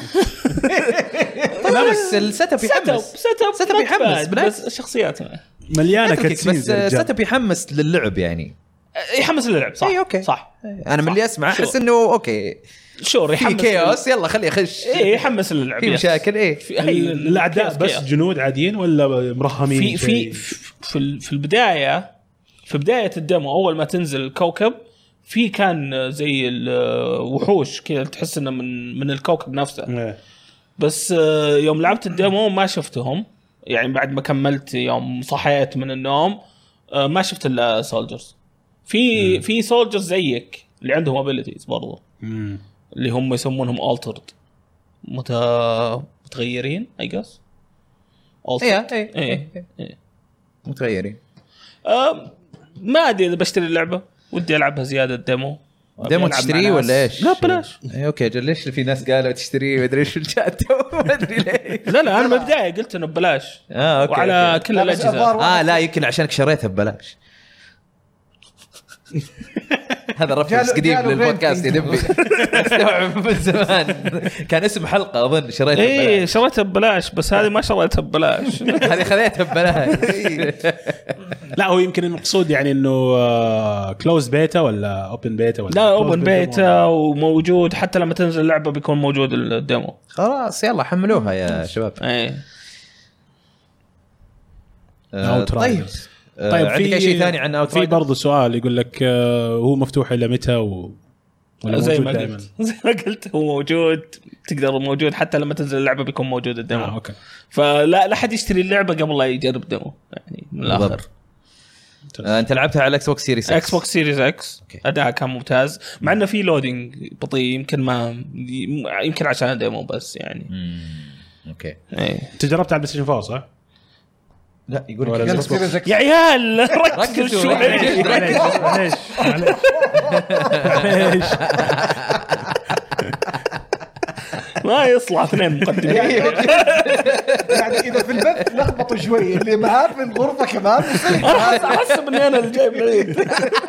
A: لا بس السيت اب يحمس
C: سيت اب يحمس بس الشخصيات
B: مليانه كتسين
A: بس السيت اب يحمس للعب يعني
C: يحمس اللعب صح.
A: اي اوكي
C: صح
A: انا من اللي اسمع احس انه اوكي
C: شور
A: يحمس كيوس يلا خليه يخش
C: ايه يحمس اللعب
A: في مشاكل ايه
B: الاعداء بس كيوس. جنود عاديين ولا مرهمين
C: في في في في البدايه في بدايه الديمو اول ما تنزل الكوكب في كان زي الوحوش كذا تحس انه من من الكوكب نفسه بس يوم لعبت الديمو ما شفتهم يعني بعد ما كملت يوم صحيت من النوم ما شفت الا سولجرز. في في سولجرز زيك اللي عندهم ابيليتيز برضو مم. اللي هم يسمونهم altered مت... متغيرين اي جاس
A: ايه ايه ايه متغيرين.
C: أه ما ادري اذا بشتري اللعبه ودي العبها زياده ديمو
A: ديمو تشتريه ولا ايش؟
C: لا بلاش.
A: ايه اوكي ليش في ناس قالوا تشتريه ما ادري ايش الشات ما ادري ليه.
C: لا لا انا من البدايه قلت انه ببلاش
A: اه اوكي
C: وعلى
A: أوكي.
C: كل الاجهزه
A: اه لا يمكن عشانك شريتها ببلاش. هذا رفرنس قديم للبودكاست يا دبي استوعب من زمان كان اسم حلقه اظن شريتها
C: ايه شريتها ببلاش بس هذه ما شريتها ببلاش
A: هذه خذيتها ببلاش
B: لا هو يمكن المقصود يعني انه كلوز بيتا ولا اوبن بيتا ولا
C: لا اوبن بيتا وموجود حتى لما تنزل اللعبه بيكون موجود الديمو.
A: خلاص يلا حملوها يا شباب.
C: ايه
A: آه طيب
B: طيب
A: عندك شيء ثاني عن اوت
B: في برضه سؤال يقول لك آه هو مفتوح الى متى و...
C: ولا زي ما قلت زي ما قلت هو موجود تقدر موجود حتى لما تنزل اللعبه بيكون موجود الديمو.
B: آه، أوكي.
C: فلا لا حد يشتري اللعبه قبل لا يجرب ديمو يعني من الاخر.
A: آه انت لعبتها على اكس بوكس سيريس
C: اكس بوكس سيريز اكس اداء كان ممتاز مع انه في لودينج بطيء يمكن ما يمكن عشان الديمو بس يعني.
A: مم. اوكي
C: ايه.
B: انت جربت على البلاي ستيشن فور صح؟
A: لا يقول
B: ولا
A: لك
C: يا عيال ركزوا شوي
B: معليش معليش معليش
C: ما يصلح اثنين مقدمين
D: يعني اذا في البث لخبطوا شوي اللي معاه في الغرفه كمان
C: احسب اني انا اللي جاي بعيد.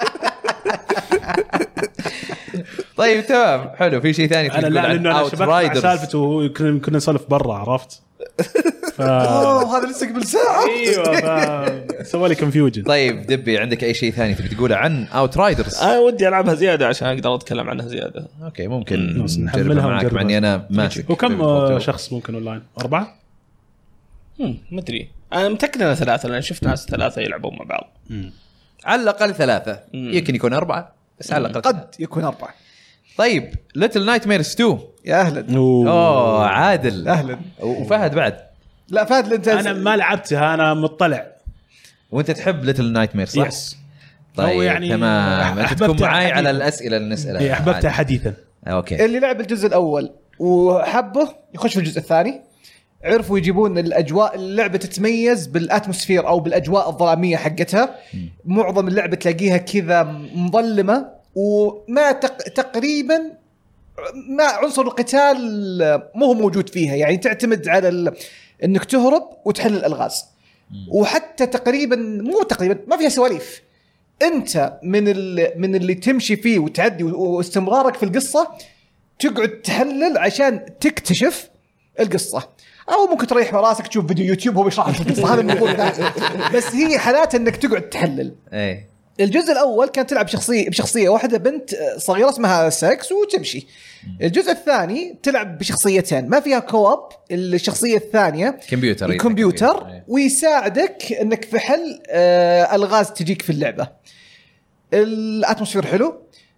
A: طيب تمام حلو. في شيء ثاني
B: انا لا لانه انا شبكت سالفته وهو كنا نسولف برا عرفت ف
D: اوه هذا لسه قبل ساعه.
B: ايوه سوى لي كونفيوجن.
A: طيب دبي عندك اي شيء ثاني تبي تقوله عن اوت رايدرز؟
C: انا ودي العبها زياده عشان اقدر اتكلم عنها زياده.
A: اوكي ممكن
B: نحملها
A: معك مع اني انا ماشي.
B: وكم شخص ممكن اونلاين؟ اربعه؟
C: امم ما ادري انا متاكد انها ثلاثه لان شفت ناس ثلاثه يلعبون مع بعض.
B: امم
A: على الاقل ثلاثه يمكن يكون اربعه بس على الاقل
D: قد يكون اربعه.
A: طيب ليتل نايت ميرز اثنين
D: يا اهلا.
A: اوه عادل
D: اهلا.
A: وفهد بعد.
D: لا فهد انت
B: انا ما لعبتها انا مطلع.
A: وانت تحب ليتل نايت ميرز صح؟
B: يس.
A: طيب
B: يعني
A: تمام انت تكون معي على الاسئله اللي نسالها.
B: اي احببتها حديثا.
A: اوكي
D: اللي لعب الجزء الاول وحبه يخش في الجزء الثاني. عرفوا يجيبون الاجواء اللعبه تتميز بالاتموسفير او بالاجواء الظلاميه حقتها. معظم اللعبه تلاقيها كذا مظلمه وما تق... تقريبا ما عنصر القتال مو هو موجود فيها يعني تعتمد على ال... انك تهرب وتحل الالغاز. وحتى تقريبا مو تقريبا ما فيها سواليف. انت من ال... من اللي تمشي فيه وتعدي واستمرارك في القصه تقعد تحلل عشان تكتشف القصه او ممكن تريح براسك تشوف فيديو يوتيوب هو بيشرح لك القصه. هذا الموضوع بس هي حالات انك تقعد تحلل.
A: اي
D: الجزء الاول كانت تلعب شخصيه بشخصيه واحده بنت صغيره اسمها ساكس وتمشي. الجزء الثاني تلعب بشخصيتين ما فيها كواب. الشخصيه الثانيه
A: كمبيوتر
D: الكمبيوتر ويساعدك انك في حل آه الغاز تجيك في اللعبه. الاتموسفير حلو.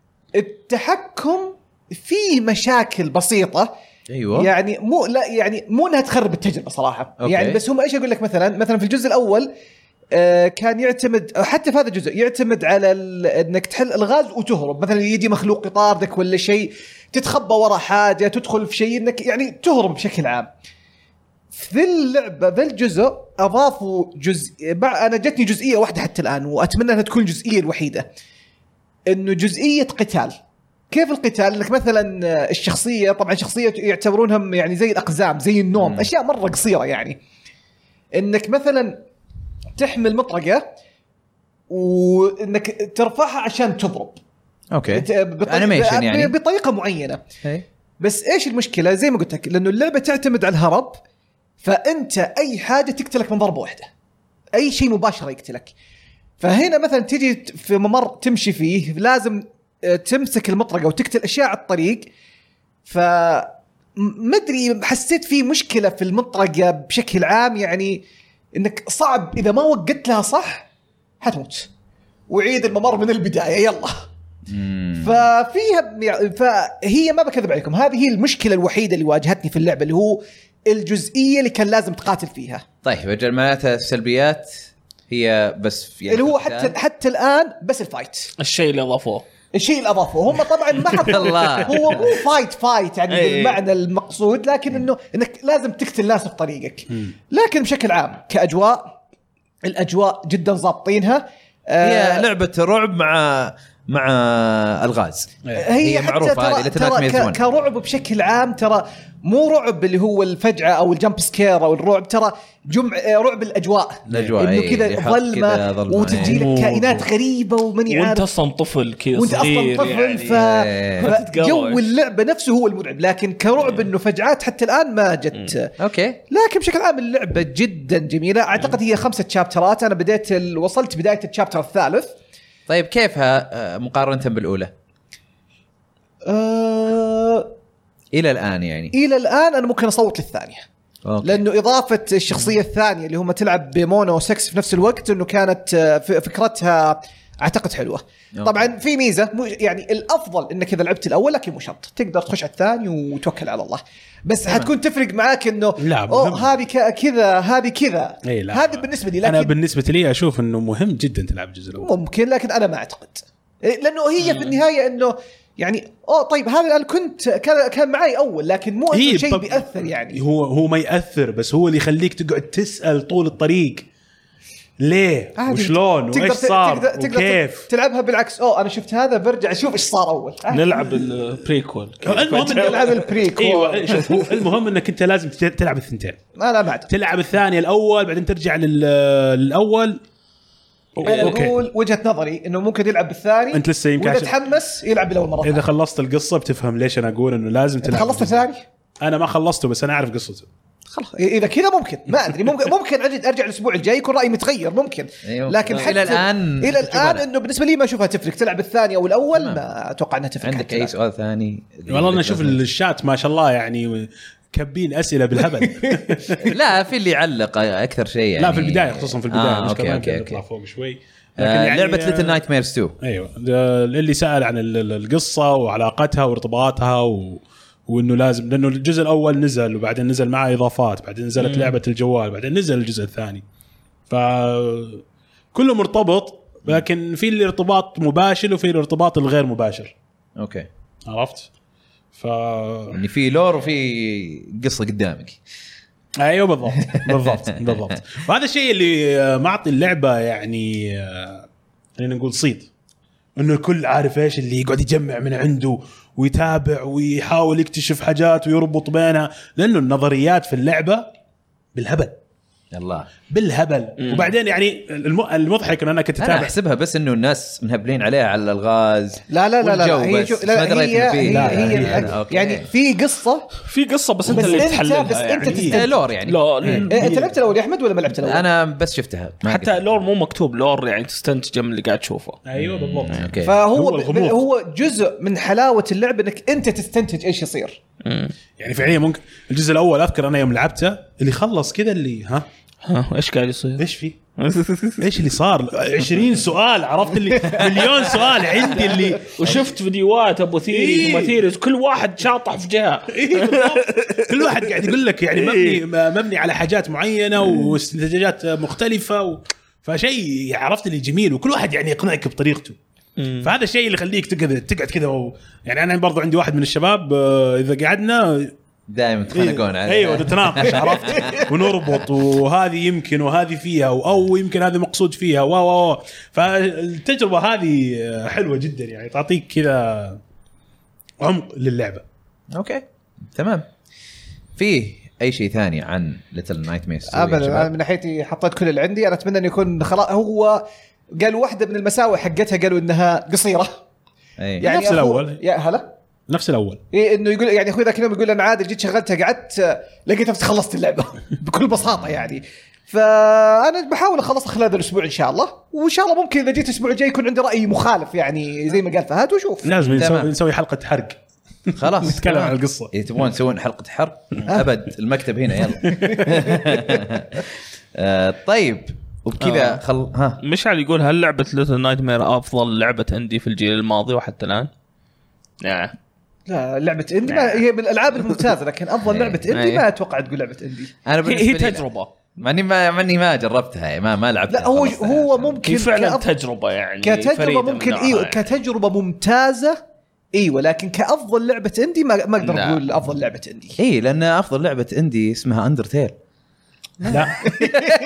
D: التحكم في مشاكل بسيطه
A: ايوه
D: يعني مو لا يعني مو انها تخرب التجربه صراحه.
A: أوكي.
D: يعني بس هم ايش اقول لك مثلا مثلا في الجزء الاول آه كان يعتمد حتى في هذا الجزء يعتمد على انك تحل الغاز وتهرب. مثلا يجي مخلوق يطاردك ولا شيء تتخبى وراء حاجه تدخل في شيء انك يعني تهرب بشكل عام. في اللعبه ذا الجزء اضافوا جزء انا جتني جزئيه واحده حتى الان واتمنى انها تكون الجزئيه الوحيده انه جزئيه قتال. كيف القتال؟ انك مثلا الشخصيه طبعا شخصيه يعتبرونهم يعني زي الاقزام زي النوم م. اشياء مره قصيره يعني انك مثلا تحمل مطرقه وانك ترفعها عشان تضرب.
A: اوكي
D: بطريقة
A: انيميشن يعني
D: بطريقه معينه.
A: هي.
D: بس ايش المشكله زي ما قلت لك لانه اللعبه تعتمد على الهرب. فانت اي حاجه تقتلك من ضربه واحده اي شيء مباشره يقتلك. فهنا مثلا تيجي في ممر تمشي فيه لازم تمسك المطرقه وتقتل اشياء على الطريق. ف مدري حسيت في مشكله في المطرقه بشكل عام يعني انك صعب اذا ما وقت لها صح حتموت وعيد الممر من البدايه يلا. ففيها فهي ما بكذب عليكم هذه هي المشكله الوحيده اللي واجهتني في اللعبه اللي هو الجزئيه اللي كان لازم تقاتل فيها.
A: طيب اجل معناتها السلبيات هي بس
D: يعني اللي هو حتى حتى الان بس الفايت
C: الشيء اللي اضافوه
D: الشيء اللي اضافوه هم طبعا ما
A: الله
D: هو مو فايت فايت يعني بالمعنى المقصود لكن انه انك لازم تقتل ناس في طريقك. لكن بشكل عام كاجواء الاجواء جدا ضابطينها.
A: هي لعبه رعب مع مع الغاز.
D: هي, هي معروفه هذه ترى ك... كرعب بشكل عام. ترى مو رعب اللي هو الفجعه او الجمب سكير او الرعب، ترى جمع رعب الاجواء,
A: الأجواء
D: انه كذا ظلمه وتجي لك كائنات غريبه وماني عارف،
C: وانت اصلا طفل كذا
D: وانت اصلا طفل
C: يعني
D: ف... فجو اللعبه نفسه هو المرعب، لكن كرعب انه فجعات حتى الان ما جت.
A: اوكي،
D: لكن بشكل عام اللعبه جدا جميله. اعتقد هي خمسة شابترات، انا بديت ال... وصلت بدايه الشابتر الثالث.
A: طيب كيفها مقارنه بالاولى؟
D: أه...
A: الى الان يعني
D: الى الان انا ممكن اصوت للثانيه.
A: أوكي.
D: لانه اضافه الشخصيه الثانيه اللي هم تلعب بمونو وسكس في نفس الوقت، انه كانت فكرتها اعتقد حلوه. أوكي. طبعا في ميزه يعني الافضل انك اذا لعبت الاول لكن مو شرط تقدر تخش على الثاني وتوكل على الله، بس طبعا. حتكون تفرق معاك انه اوه هذه كذا هذه كذا. هذا بالنسبه لي، لكن
B: انا بالنسبه لي اشوف انه مهم جدا تلعب الجزء الاول.
D: ممكن، لكن انا ما اعتقد، لانه هي في النهايه انه يعني اوه طيب هذا انا كنت كان كان معي اول، لكن مو انه شيء بيأثر يعني.
B: هو هو ما يأثر، بس هو اللي يخليك تقعد تسأل طول الطريق ليه وشلون وايش صار
D: تقدر
B: وكيف.
D: تلعبها بالعكس، اوه انا شفت هذا برجع اشوف ايش صار اول.
C: نلعب البريكول.
B: المهم
D: نلعب البريكول.
B: ايوه شوف، المهم انك انت لازم تلعب الثنتين.
D: ما لا بعد
B: تلعب الثاني الاول بعدين ترجع للاول.
D: أقول وجهة نظري إنه ممكن يلعب بالثاني،
B: أنت لسه يمكن
D: إذا تحمس يلعب بالأول مرة.
B: إذا خلصت القصة بتفهم ليش أنا أقول إنه لازم تلعب.
D: خلصت الثاني؟
B: أنا ما خلصته بس أنا أعرف قصته.
D: خلاص إذا كذا ممكن، ما أدري، ممكن ممكن أرجع الأسبوع الجاي يكون رأيي متغير ممكن. لكن
A: إلى الآن
D: إلى الآن إنه بالنسبة لي ما أشوفها تفرق تلعب الثاني أو الأول، ما أتوقع أنها تفرق.
A: عندك أي سؤال ثاني؟
B: والله أنا أشوف الشات ما شاء الله يعني كبين أسئلة بالهبل.
A: لا في اللي يعلق أكثر شيء يعني.
B: لا في البداية خصوصا في البداية.
A: آه أوكي أوكي أوكي.
B: فوق شوي.
A: يعني لعبة ليتل نايت ميرز تو.
B: ايوه اللي سأل عن القصة وعلاقتها وارتباطها و... وانه لازم، لانه الجزء الاول نزل وبعدين نزل معه اضافات، بعدين نزلت مم. لعبة الجوال، بعدين نزل الجزء الثاني، فكله مرتبط، لكن في الارتباط مباشر وفي الارتباط الغير مباشر.
A: اوكي
B: عرفت؟ ف
A: يعني في لور وفي قصة قدامك.
B: ايوه بالضبط بالضبط بالضبط. وهذا الشيء اللي معطي اللعبه يعني خلينا نقول صيد، انه الكل عارف ايش اللي يقعد يجمع من عنده ويتابع ويحاول يكتشف حاجات ويربط بينها، لانه النظريات في اللعبه بالهبل.
A: الله
B: بالهبل. مم. وبعدين يعني المضحك ان انا كنت اتابع،
A: انا احسبها بس انه الناس منهبلين عليها على الالغاز.
D: لا لا لا لا هي جو... لا هي, هي, هي,
B: لا
D: هي, هي يعني, يعني في قصه
C: في قصه بس انت اللي تحللها،
D: بس
C: يعني
D: انت تستنتج
C: لور يعني.
D: لا انت لعبت الاول يا احمد ولا ما لعبت الاول؟
A: انا بس شفتها
C: حتى لور مو مكتوب لور، يعني تستنتج من اللي قاعد تشوفه.
B: ايوه بالضبط.
D: فهو هو, هو جزء من حلاوه اللعبه انك انت تستنتج ايش يصير.
C: مم.
B: يعني فعليا ممكن الجزء الاول اذكر انا يوم لعبته اللي خلص كذا اللي ها
C: ها ايش قاعد يصير؟
B: ايش في؟ ايش اللي صار؟ عشرين سؤال، عرفت اللي مليون سؤال عندي اللي
C: وشفت فيديوهات ابو ثيريز وما ثيريز، كل واحد شاطح في جهه.
B: كل واحد قاعد يقول لك يعني مبني مبني على حاجات معينه واستنتاجات مختلفه و... فشيء عرفت اللي جميل، وكل واحد يعني يقنعك بطريقته. فهذا الشيء اللي يخليك تقعد تقعد كذا و... يعني انا برضو عندي واحد من الشباب اذا قعدنا
A: دائما تخانقون عليه.
B: ايوه نتناقش عرفت ونربط، وهذه يمكن وهذه فيها او يمكن هذا مقصود فيها و و فالتجربه هذه حلوه جدا، يعني تعطيك كذا عمق للعبه.
A: اوكي تمام. في اي شيء ثاني عن ليتل نايت ميرز؟
D: ابدا انا من ناحيتي حطيت كل اللي عندي. انا اتمنى انه يكون خلاص. هو قالوا واحده من المساوئ حقتها قالوا انها قصيره.
B: أي. يعني نفس الاول.
D: يا هلا
B: نفس الاول.
D: إيه انه يقول يعني اخوي ذا كلام يقول انا عادي جيت شغلتها قعدت لقيتها خلصت اللعبه بكل بساطه يعني. فانا بحاول اخلصها خلال هذا الاسبوع ان شاء الله، وان شاء الله ممكن اذا جيت الاسبوع الجاي يكون عندي راي مخالف يعني زي ما قال فهد وشوف.
B: لازم نسوي نسوي حلقه حرق
A: خلاص
B: نتكلم عن القصه.
A: إيه تبغون تسوون حلقه حرق؟ ابد المكتب هنا يلا. آه طيب وبكذا
C: آه.
A: خل ها
C: مشعل يقول هل لعبه ليتل نايت مير افضل لعبه اندي في الجيل الماضي وحتى الان؟
D: نعم. لا لعبة اندي ما هي من الالعاب الممتازه، لكن افضل لعبه اندي ما اتوقع تقول لعبه اندي.
A: انا
C: هي تجربه
A: ماني ما ماني ما جربتها ما ما لعبتها.
D: لا هو هو ممكن
C: فعلا تجربه يعني
D: كتجربه ممكن ايوه يعني. كتجربه ممتازه ايوه، لكن كافضل لعبه اندي ما ما اقدر اقول افضل لعبه اندي.
A: اي لان افضل لعبه اندي اسمها اندرتيل.
B: لا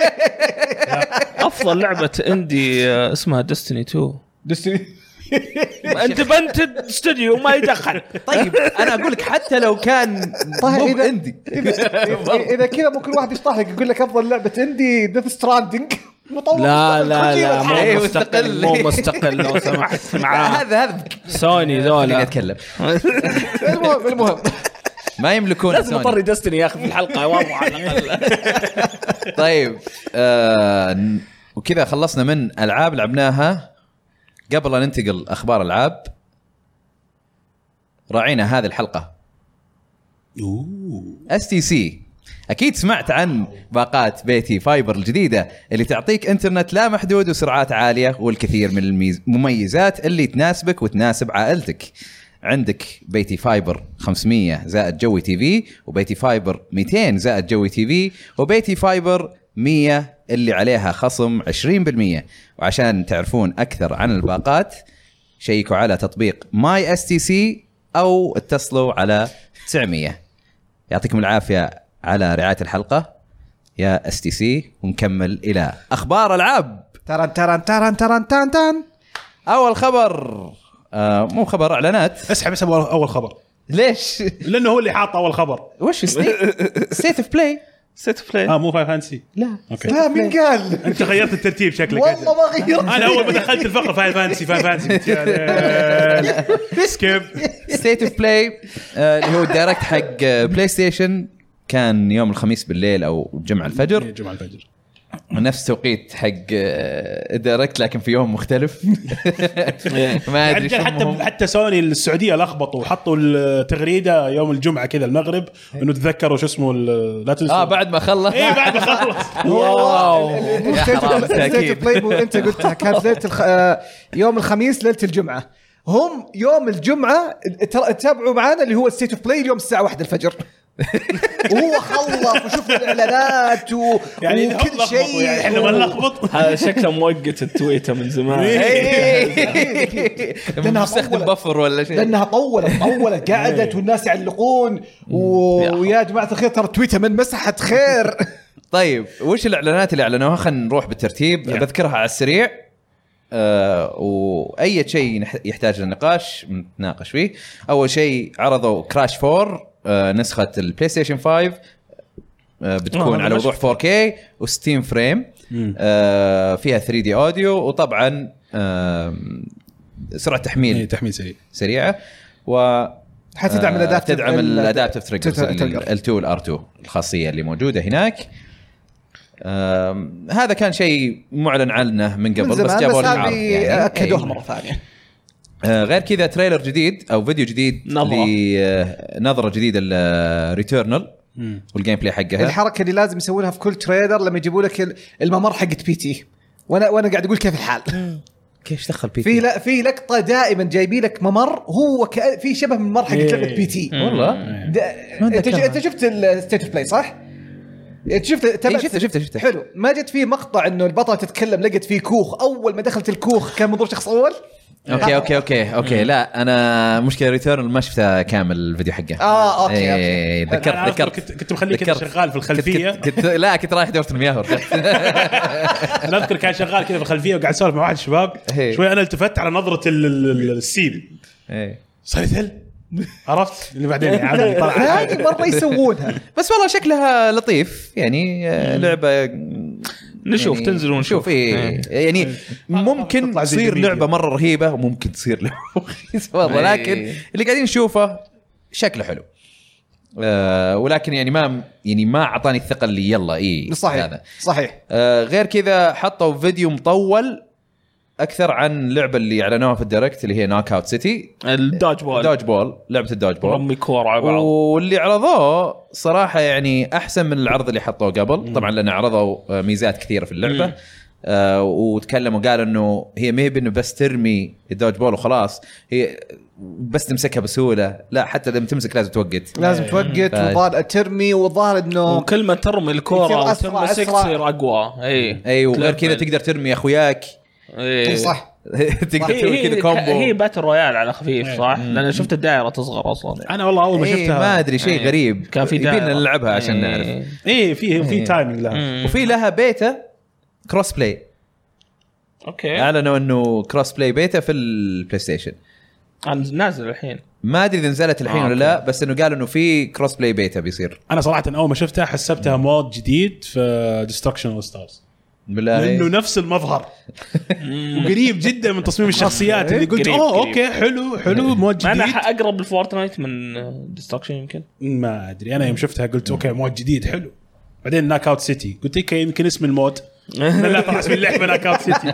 C: افضل لعبه اندي اسمها ديستني تو.
D: ديستني
C: انت بنت استوديو ما يدخل.
A: طيب انا اقول لك حتى لو كان
D: طيب
A: مو
D: إذا-
A: عندي
D: اذا إذا كذا ممكن واحد يشطح لك يقول لك افضل لعبه عندي ديث ستراندنج مطور
C: لا
D: مستقل،
C: لا
D: كوجيما
C: لا
D: الحين.
A: إيه،
C: مو مستقل
A: مستقل.
C: مو مستقل لو سمحت معاه.
A: هذا هذا
C: سوني
A: خليني
C: ذولا
A: اتكلم.
D: المهم المهم
A: ما يملكون
C: لازم
A: سوني.
C: اضطر دستني يا اخي في الحلقه واضح على الاقل.
A: طيب آه ن- وكذا خلصنا من العاب لعبناها. قبل ان ننتقل اخبار العاب، راعينا هذه الحلقه اس تي سي. اكيد سمعت عن باقات بيتي فايبر الجديده اللي تعطيك انترنت لا محدود وسرعات عاليه والكثير من المميزات اللي تناسبك وتناسب عائلتك. عندك بيتي فايبر خمسمية زائد جوي تي في، وبيتي فايبر مئتين زائد جوي تي في، وبيتي فايبر مية اللي عليها خصم عشرين بالمية. وعشان تعرفون اكثر عن الباقات شيكوا على تطبيق ماي اس تي سي او اتصلوا على تسعمية. يعطيكم العافيه على رعايه الحلقه يا اس تي سي، ونكمل الى اخبار العاب.
D: تران تران تران تران تران تران.
A: اول خبر آه مو خبر، اعلانات.
B: اسحب اسحب اول خبر
A: ليش؟
B: لانه هو اللي حاط اول خبر.
A: وش ستيت اوف بلاي؟
C: ست بلاي.
B: اه مو فاين فانسي.
A: لا
B: اوكي
D: لا مين قال؟
B: انت غيرت الترتيب شكلك.
D: والله ما غيرت.
B: انا اول ما دخلت الفقره فاين فانسي فاين فانسي سكيب.
A: ستيت اوف بلاي اللي هو الدايركت حق بلاي ستيشن كان يوم الخميس بالليل او جمعة الفجر،
B: جمعة الفجر
A: نفس توقيت حق الدايركت لكن في يوم مختلف. ما ادري
B: يعني حتى
A: شو
B: حتى سوني السعوديه لخبطوا وحطوا التغريده يوم الجمعه كذا المغرب انه تذكروا شو اسمه ال- لا تنسوا.
A: اه بعد ما خلص.
B: ايه بعد ما خلص.
C: واو.
A: يا حرام، بالتأكيد.
D: بلاي انت قلتها كانت ليله الخ... آه، يوم الخميس ليله الجمعه. هم يوم الجمعه ترى تتابعوا معانا اللي هو ستيت اوف بلاي اليوم الساعه واحدة الفجر. وهو خلص وشوف الاعلانات و...
B: يعني هم
D: وكل
B: لخبطوا،
D: شيء
B: يعني احنا ما نلخبط.
C: هذا شكله موقت التويتر من زمان.
D: لأنها
A: مستخدم
D: طولت.
A: بفر ولا شيء.
D: لانها طولت طولت قعدت والناس يعلقون و- ويا جماعه الخير ترى تويتر من مسحت خير.
A: طيب وش الاعلانات اللي اعلنوها؟ خلينا نروح بالترتيب.
B: يلا.
A: بذكرها على السريع. آه واي شيء نح- يحتاج للنقاش نتناقش فيه. اول شيء عرضوا كراش فور آه نسخه البلاي ستيشن خمسة. آه بتكون
C: آه،
A: على
C: ما
A: وضوح فور كي وستيم فريم. آه فيها ثري دي اوديو، وطبعا آه سرعه تحميل
B: إيه، تحميل سريع.
A: سريعه، و
D: حتدعم
A: آه،
D: الادابتيف
A: تدعم الادابتيف تريجرز
D: تريجر.
A: ال اثنين والار اثنين الخاصيه اللي موجوده هناك. آم، هذا كان شيء معلن عنه من قبل، بس جابوا
D: هذه
A: العرض يعني.
D: اكدوها
A: أي.
D: مره ثانيه.
A: آه، غير كذا تريلر جديد او فيديو جديد
C: نظرة.
A: لنظره جديده لريتيرنال والجيم بلاي حقها.
D: الحركه اللي لازم يسوونها في كل تريلر لما يجيبوا لك ال- الممر حق بي تي. وانا وانا قاعد اقول كيف الحال.
A: كيف دخل بي
D: في لا في لقطه دائما جايبين لك ممر هو ك... في شبه من ممر حق
B: إيه.
D: لعبه بي تي.
A: والله
D: ده- انت ش- انت شفت الستيت اوف بلاي صح؟ انت شفت تابعت-
A: إيه، شفته- شفته- شفته.
D: حلو. ما جت فيه مقطع انه البطله تتكلم لقت فيه كوخ، اول ما دخلت الكوخ كان منظور شخص اول.
A: اوكي اوكي اوكي اوكي لا انا مشكله ريتيرنال ما شفتها كامل الفيديو حقه.
D: اه اوكي
A: إيه،
D: اوكي.
A: ذكرت
B: أنا أذكر
A: ذكرت
B: كنت كنت مخليه كذا
A: ذكرت.
B: شغال في الخلفيه.
A: كنت, كنت لا كنت رايح دورة المياه ورجعت.
B: انا اذكر كان شغال كذا في الخلفيه وقاعد اسولف مع واحد الشباب.
A: إيه.
B: شوي انا التفت على نظره ال- ال- ال- السيل
A: إيه.
B: صار يثل. عرفت اللي بعدين يعني طلع
D: هذه مره يسوونها.
A: بس والله شكلها لطيف يعني. آه، لعبه
C: نشوف
A: يعني
C: تنزل ونشوف.
A: إيه. يعني ممكن
B: تطلع زي
A: تصير
B: الفيديو.
A: لعبه مره رهيبه وممكن تصير لعبه رخيصة والله، لكن
C: إيه.
A: اللي قاعدين نشوفه شكله حلو. آه ولكن يعني ما يعني ما اعطاني الثقه اللي يلا اي
D: صحيح
A: هذا.
D: صحيح.
A: آه غير كذا حطوا فيديو مطول اكثر عن اللعبه اللي اعلنوها في الدايركت اللي هي نوك اوت سيتي.
C: الدوج بول.
A: دوج بول، لعبه الدوج بول.
C: رمي كور على بعض.
A: واللي عرضوه صراحه يعني احسن من العرض اللي حطوه قبل. طبعا لان عرضوا آه، ميزات كثيره في اللعبه. آه وتكلموا قالوا انه هي ما هي انه بس ترمي الدوج بول وخلاص، هي بس تمسكها بسهوله، لا حتى لما تمسك لازم توقت.
D: لازم توقت
A: ف-
D: وظهر ترمي والظاهر انه
C: وكل ما ترمي
D: يصير
C: الكوره
D: أسرع-
C: وتمسك
D: أسرع.
C: تصير اقوى. اي
A: اي وغير كذا
C: تلفل.
A: تقدر ترمي اخوياك.
C: إيه.
D: صح.
A: تقدر
C: هي
A: تسوي
C: هي,
A: كذا كومبو.
C: هي باتل رويال على خفيف
B: إيه.
C: صح؟ لان أنا شفت الدائره تصغر اصلا.
B: انا والله اول ما
A: إيه
B: شفتها
A: ما ادري شيء
C: إيه.
A: غريب.
C: كان في
A: يبينا
C: دائرة.
A: نلعبها عشان
C: إيه.
A: نعرف.
B: ايه في في
A: إيه.
B: تايمينج لها.
C: مم.
A: وفي لها بيتا كروس بلاي
C: اوكي
A: اعلنوا انه كروس بلاي بيتا في البلاي ستيشن.
C: انا نازل الحين
A: ما ادري اذا نزلت الحين
C: آه
A: ولا لا، بس انه قالوا انه في كروس بلاي بيتا بيصير.
B: انا صراحه اول ما شفتها حسبتها مود جديد في ديستركشن اول ستارز،
A: بالله
B: لانه نفس المظهر وقريب جدا من تصميم الشخصيات اللي قلت
C: قريب
B: اوه
C: قريب.
B: اوكي حلو حلو مود
C: ما
B: جديد.
C: انا اقرب الفورتنايت من ديستركشن يمكن.
B: ما ادري انا يوم شفتها قلت اوكي مود جديد حلو. بعدين ناك اوت سيتي قلت اوكي يمكن اسم المود لا طلع اسم اللعبه ناك اوت سيتي.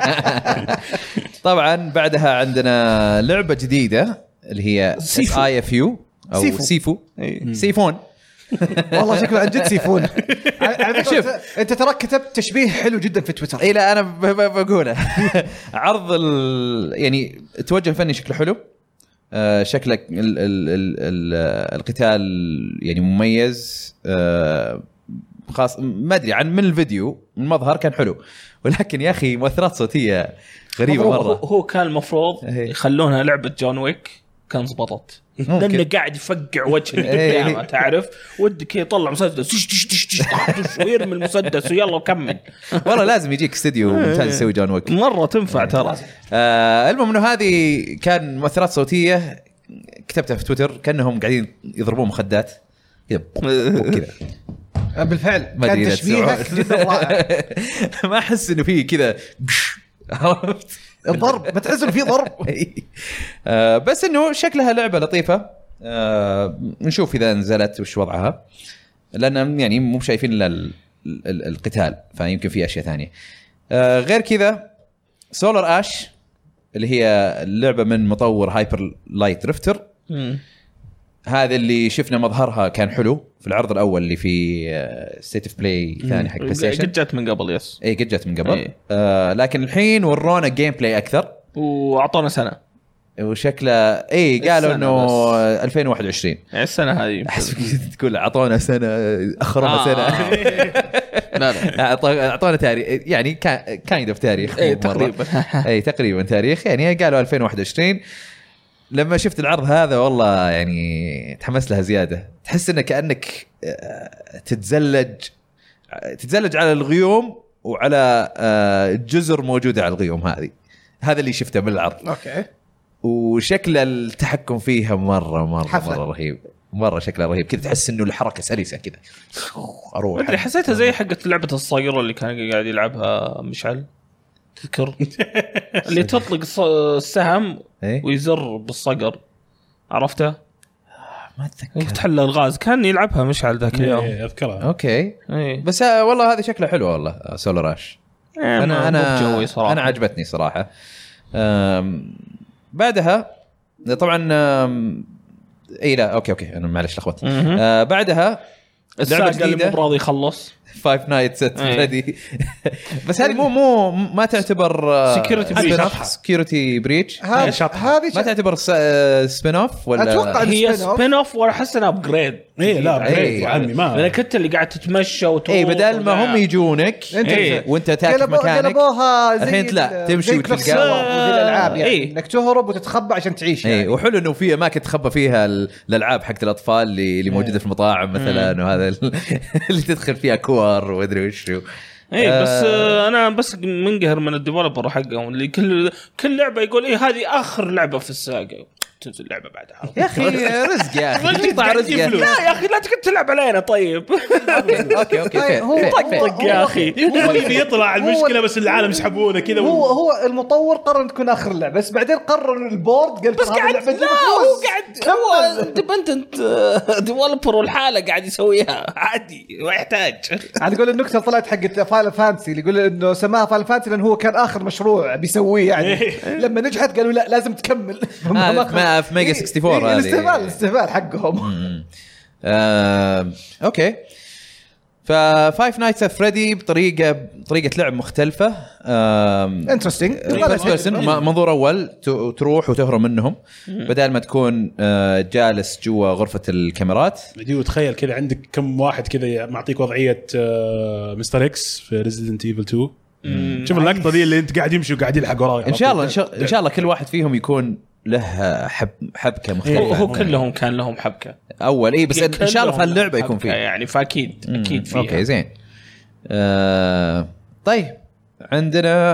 A: طبعا بعدها عندنا لعبه جديده اللي هي
C: سيفو.
A: اي اف يو او
D: سيفو.
A: سيفو,
C: إيه.
A: سيفون.
D: والله شكله عن جد سيفون. على فكرة
A: شوف.
D: أنت- انت ترى كتبت تشبيه حلو جدا في تويتر.
A: اي لا انا ب- ب- بقوله. عرض ال... يعني التوجه الفني شكله حلو. آه شكلك ال... ال... ال... ال... القتال يعني مميز. آه خاص ما ادري عن من الفيديو من المظهر كان حلو، ولكن يا اخي مؤثرات صوتيه غريبه
C: هو,
A: مره.
C: هو كان المفروض
A: إيه.
C: يخلونها لعبه جون ويك، كان زبطت
A: ممكن.
C: لانه قاعد يفقع وجه اللي
A: إيه.
C: قدامه تعرف، ودك يطلع مسدس تش تش تش تش تش ويرمي المسدس ويلا وكمل.
A: والله لازم يجيك استديو ممتاز يسوي جون ويك.
C: مره تنفع ترى.
A: آه المهم انه هذه كان مؤثرات صوتيه كتبتها في تويتر كانهم قاعدين يضربون مخدات كذا كذا.
D: بالفعل
A: ما أدري
D: كان
A: إذا
D: تشبيهك
A: تسمعون.
D: جدا رائع.
A: ما احس انه في كذا عرفت
D: الضرب ما تحس انه في ضرب.
A: آه بس انه شكلها لعبه لطيفه. آه نشوف اذا نزلت وش وضعها، لان يعني مو شايفين الا ال- ال- القتال، فيمكن في اشياء ثانيه. آه غير كذا سولار اش اللي هي اللعبه من مطور هايبر لايت ريفتر،
C: مم.
A: هذا اللي شفنا مظهرها كان حلو في العرض الاول اللي في ستيت اوف بلاي ثاني حق بلاي ستيشن.
C: قد جت من قبل يس،
A: اي قد جت من قبل.
C: إيه.
A: آه لكن الحين ورونا جيم بلاي اكثر
C: واعطونا سنه
A: وشكله اي قالوا
C: السنة
A: انه
C: بس.
A: ألفين وواحد وعشرين.
C: يعني السنه هذه
A: احسبك تقول اعطونا سنه اخرونا
C: آه.
A: سنه.
C: لا لا
A: أعطوا- اعطونا تاريخ يعني كايند اوف تاريخ.
C: اي
A: مو مرة.
C: تقريبا.
A: اي تقريبا تاريخ يعني قالوا ألفين وواحد وعشرين. لما شفت العرض هذا والله يعني تحمست لها زياده، تحس انك كانك آه، تتزلج تتزلج على الغيوم وعلى آه، جزر موجوده على الغيوم هذه. هذا اللي شفته بالعرض،
D: اوكي
A: وشكل التحكم فيها مره مره
D: حفلة.
A: مره رهيب، مره شكله رهيب كذا، تحس انه الحركه سلسه كذا. اروح
C: ادري حسيتها زي حقه لعبه الصقر اللي كان قاعد يلعبها مشعل، تذكر اللي تطلق الص- السهم
A: إيه؟
C: ويزر بالصقر، عرفته؟
A: ما اتذكر.
C: وتحل الغاز، كان يلعبها مشعل ذاك اليوم.
B: إيه، اذكرها.
A: اوكي
C: ايه
A: بس آه، والله هذا شكله حلو والله. سولراش
C: انا
A: انا انا
C: جوي صراحه.
A: انا عجبتني صراحه. أم، بعدها طبعا أم، اي لا اوكي اوكي انا معلش لخبطت.
C: مهم.
A: آه بعدها
C: الساق اللي
A: جديدة.
C: مو براضي يخلص
A: فايف نايتس ات
C: إيه.
A: فريدي. بس هذه مو مو ما تعتبر
C: Security breach.
A: سكيورتي بريتش،
D: هذه
B: شطحة.
D: هذه
A: ما
D: ش-
A: تعتبر سبين اوف ولا
D: أتوقع إن
C: هي
D: spin off.
C: سبين اوف ولا احس انها ابجريد.
B: ايه لا
A: إيه.
B: بريد يا عمي ما
C: لانك انت اللي قاعد تتمشى وتروح
A: اي بدل ما هم
C: وذا.
A: يجونك
D: انت
C: إيه.
A: وانت تاكل
D: قلبوا-
A: مكانك
D: قلبوها زي
A: الحين لا،
D: ال-
A: تمشي
D: زي
A: وتلقاها.
D: كلوك سيرفر وزي الالعاب يعني
C: إيه.
D: انك تهرب وتتخبى عشان تعيش
A: اي
D: يعني.
A: وحلو انه في اماكن تخبى فيها ال- الالعاب حقت الاطفال اللي اللي موجوده في المطاعم مثلا، وهذا ال- اللي تدخل فيها كور وادري وش.
C: اي بس
A: آه.
C: آه انا بس منقهر من الديفلوبر حقهم اللي كل كل لعبه يقول ايه هذه اخر لعبه في الساقه، تنزل لعبه بعدها.
A: يا اخي رزق يا اخي تقطع رزق يا أخي.
C: لا يا اخي لا تقعد تلعب علينا طيب.
A: اوكي اوكي
D: طيب،
A: فير
D: هو-
A: فير
D: هو-
A: فير.
C: طق يا اخي.
B: هو يبي يطلع المشكله بس العالم يسحبونه كذا
D: هو
B: و...
D: هو المطور قرر ان تكون اخر اللعبه، بس بعدين قرر البورد قال
C: بس
D: ترى هذه
C: قاعد
D: اللعبة
C: لا
D: تجيب
C: هو
D: فلوس.
C: قاعد هو اندبندنت ديفلوبر والحاله قاعد يسويها عادي ما يحتاج.
D: على قول النكته طلعت حقت فاينل فانتسي اللي يقول انه سماها فاينل فانتسي لانه هو كان اخر مشروع بيسويه يعني. لما نجحت قالوا لا لازم تكمل.
A: آه، ما- في ميجا أربعة وستين
D: إيه،
A: هذه.
D: الاستهبال الاستهبال حقهم.
A: آه، اوكي. ففايف نايتس ات فريدي بطريقه بطريقه لعب مختلفه.
D: انترستنج.
A: بس بس منظور اول ت- تروح وتهرب منهم بدل ما تكون آه، جالس جوا غرفه الكاميرات.
B: دي تخيل كذا عندك كم واحد كذا معطيك وضعيه آه، مستر اكس في ريزيدنت ايفل تو. شوف اللقطه دي اللي انت قاعد يمشي وقاعد يلحق وراك.
A: ان شاء الله ان شاء, إن شاء الله كل واحد فيهم يكون له حب حبكه
C: هو,
A: مختلفه.
C: هو كلهم كان لهم حبكه
A: اول اي بس ان شاء الله في
C: كلهم
A: هاللعبه يكون
C: حبكة
A: فيه.
C: يعني فاكيد اكيد فيها.
A: اوكي زين. آه طيب عندنا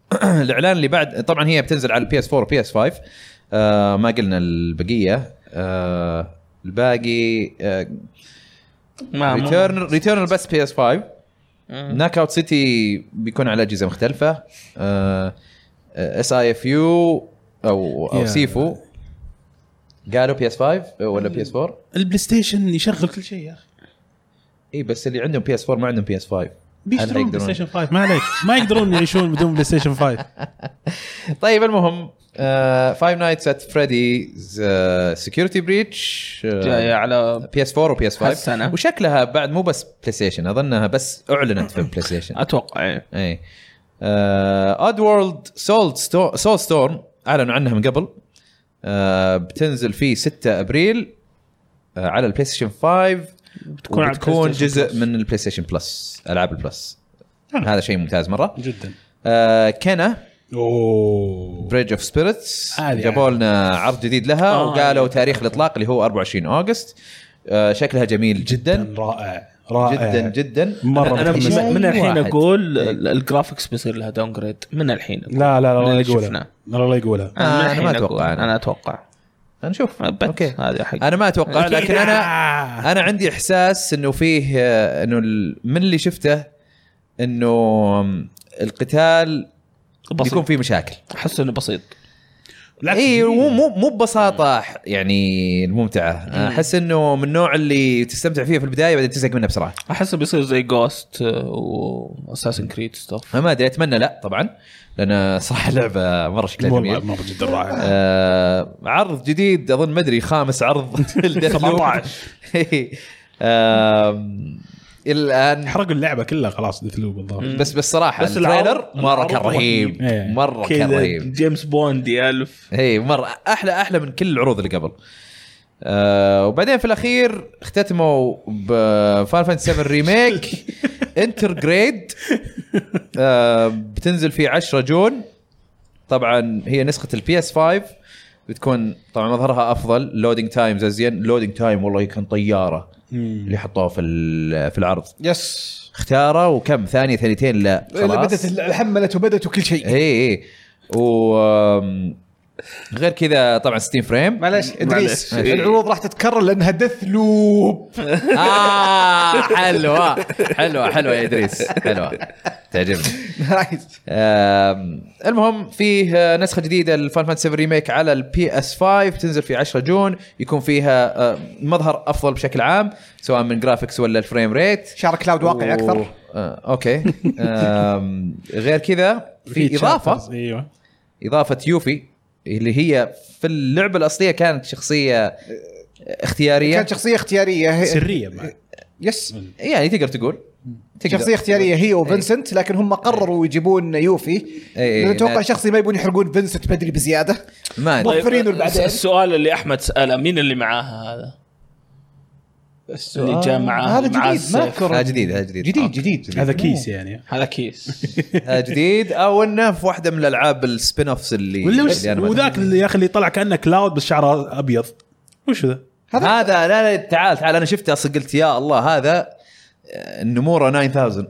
A: الاعلان اللي بعد طبعا هي بتنزل على البي اس فور وبي اس فايف. آه ما قلنا البقيه. آه الباقي آه ريتيرن ريتيرن بس بي اس فايف. ناك اوت سيتي بيكون على اجهزه مختلفه. اس اي اف يو او او
B: Yeah.
A: سيفو قالوا بي اس فايف ولا بي اس فور.
B: البلاي ستيشن يشغل كل شيء يا اخي.
A: اي بس اللي عندهم بي اس فور ما عندهم بي اس فايف.
B: بيشترون بلاي ستيشن فايف ما عليك ما يقدرون يعيشون بدون بلاي ستيشن فايف.
A: طيب المهم فايف نايتس ات فريديز سكيورتي بريتش
C: جايه على
A: بي اس فور وبي اس فايف
C: هالسنة.
A: وشكلها بعد مو بس بلاي ستيشن اظنها بس اعلنت في بلاي ستيشن
C: اتوقع ايه.
A: اي اود وورلد سول سول ستورم اعلنوا عنها من قبل. uh, بتنزل في ستة ابريل uh, على البلاي ستيشن فايف.
C: بتكون على
A: بتكون
C: البلاي ستيشن
A: جزء
C: بلس.
A: من البلاي ستيشن بلس العاب البلس. هذا شيء ممتاز مره
B: جدا.
A: uh, كنا
B: اوه
A: بريدج اوف سبيريتس
B: هذه
A: جابوا لنا عرض جديد لها
C: آه
A: وقالوا تاريخ الاطلاق اللي هو أربعة وعشرين أغسطس. آه شكلها جميل جدا
B: رائع رائع
A: جدا جدا.
B: مرة
C: انا
B: متحمس.
C: من, من الحين
A: واحد.
C: اقول ال- الجرافيكس بيصير لها داون جريد من الحين.
B: لا لا لا
C: من
B: لا
C: اللي
B: يقولها
C: شفناه.
B: لا لا يقولها.
A: آه، أنا
C: من
A: ما
C: الحين
A: أتوقع
C: أقول.
A: أنا.
C: انا اتوقع
A: نشوف
C: اوكي هذا حق.
A: انا ما اتوقع لكن انا انا عندي احساس انه فيه آه، انه ال- من اللي شفته انه القتال بيكون فيه مشاكل.
C: احس انه بسيط.
A: اي مو مو مو ببساطه يعني الممتعه. احس انه من النوع اللي تستمتع فيه في البدايه بعدين تزهق منه بسرعه.
C: احس بيصير زي جوست واساسن كريد ستاف.
A: ما ادري اتمنى لا طبعا لان صراحه لعبه مره شكلها
B: والله
A: جميل.
B: مرة جدا رائع.
A: آه عرض جديد اظن ما ادري خامس عرض
C: سبعة عشر.
A: الان
B: حرقوا اللعبة كلها خلاص ديث لوب بالضبط.
A: بس بس صراحه
C: بس
A: التريلر
C: العرض-
A: مره كان
C: العرض
A: رهيب
B: رهيب.
A: مره كان
C: كذا
A: رهيب.
C: جيمس بوندي ألف.
A: اي مره احلى احلى من كل العروض اللي قبل. آه وبعدين في الاخير اختتموا بفاينل فانتسي سبعة ريميك انتر جريد. آه بتنزل في عشرة جون. طبعا هي نسخه البي اس فايف بتكون طبعا مظهرها افضل. لودينج تايمز ازين. لودينج تايم والله كان طياره اللي حطوه في في العرض.
D: يس
A: اختاره وكم ثانيه ثانيتين لا
D: بدت حملت وبدت وكل شيء.
A: اي اي و آم، غير كذا طبعا ستين فريم.
D: معلش ادريس
C: معلش.
D: العروض راح تتكرر لانها دث لوب.
A: اه حلوه حلوه حلوه يا ادريس حلوه تعجبني.
D: نايس.
A: آم، المهم فيه نسخه جديده للفاينل فانتسي سبعة ريميك على البي اس فايف تنزل في عشرة جون. يكون فيها آه، مظهر افضل بشكل عام سواء من جرافيكس ولا الفريم ريت.
D: شارك كلاود واقعي اكثر.
A: آه، اوكي. آم، غير كذا في اضافه
B: ايوه
A: اضافه يوفي اللي هي في اللعبه الاصليه كانت شخصيه اختياريه.
D: كانت شخصيه اختياريه هي...
B: سرية بعد.
D: يس
A: يعني تقدر تقول تقدر.
D: شخصيه اختياريه هي وفينسنت لكن هم قرروا يجيبون يوفي.
A: إيه.
D: لأن اتوقع
A: لا.
D: شخصي ما يبون يحرقون فينسنت بدري بزياده.
A: ما أدري.
D: موفرينه بعدين.
C: السؤال اللي احمد ساله مين اللي معاها هذا اللي جاء معاه
D: هذا
C: مع
D: جديد ما
C: السيف؟
D: اذكر.
A: هذا جديد هذا جديد
D: جديد
A: أوكي.
D: جديد
B: هذا كيس يعني.
C: هذا كيس.
A: هذا جديد او انه في واحده من الالعاب السبين اوفس اللي,
B: ولا وش
A: اللي أنا ما
B: وذاك
A: أدري.
B: اللي يا اخي اللي طلع كانه كلاود بس شعره ابيض وش ذا؟
A: هذا لا لا تعال تعال انا شفته اصلا قلت يا الله هذا النمورة تسعة آلاف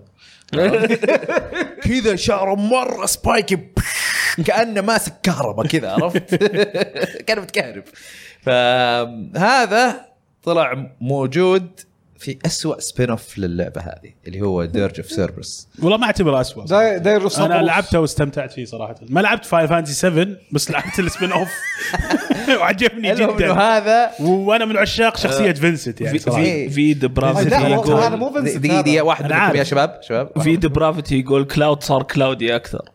A: كذا شعره مره سبايكي كانه ماسك كهرباء كذا عرفت. كان متكهرب. فهذا طلع موجود في أسوأ سبين اوف للعبه هذه اللي هو ديرج اوف سيربرس.
B: والله ما اعتبره اسوء.
D: داير داير
B: انا
D: الصبر.
B: لعبته واستمتعت فيه صراحه. ما لعبت فاينل فانتسي سبعة بس لعبت السبين اوف وعجبني
A: المهم إنه
B: جدا.
A: هذا
B: وانا من عشاق شخصيه فينسنت يعني صراحه.
C: في في دبرافيتي
D: لا، هو-
C: يقول
D: هذا مو فينسنت
A: دقيقه دقيقه
D: هذا.
A: واحد
B: أنا
A: منكم
B: عارف.
A: يا شباب شباب
C: في دبرافيتي يقول كلاود صار كلاودي اكثر.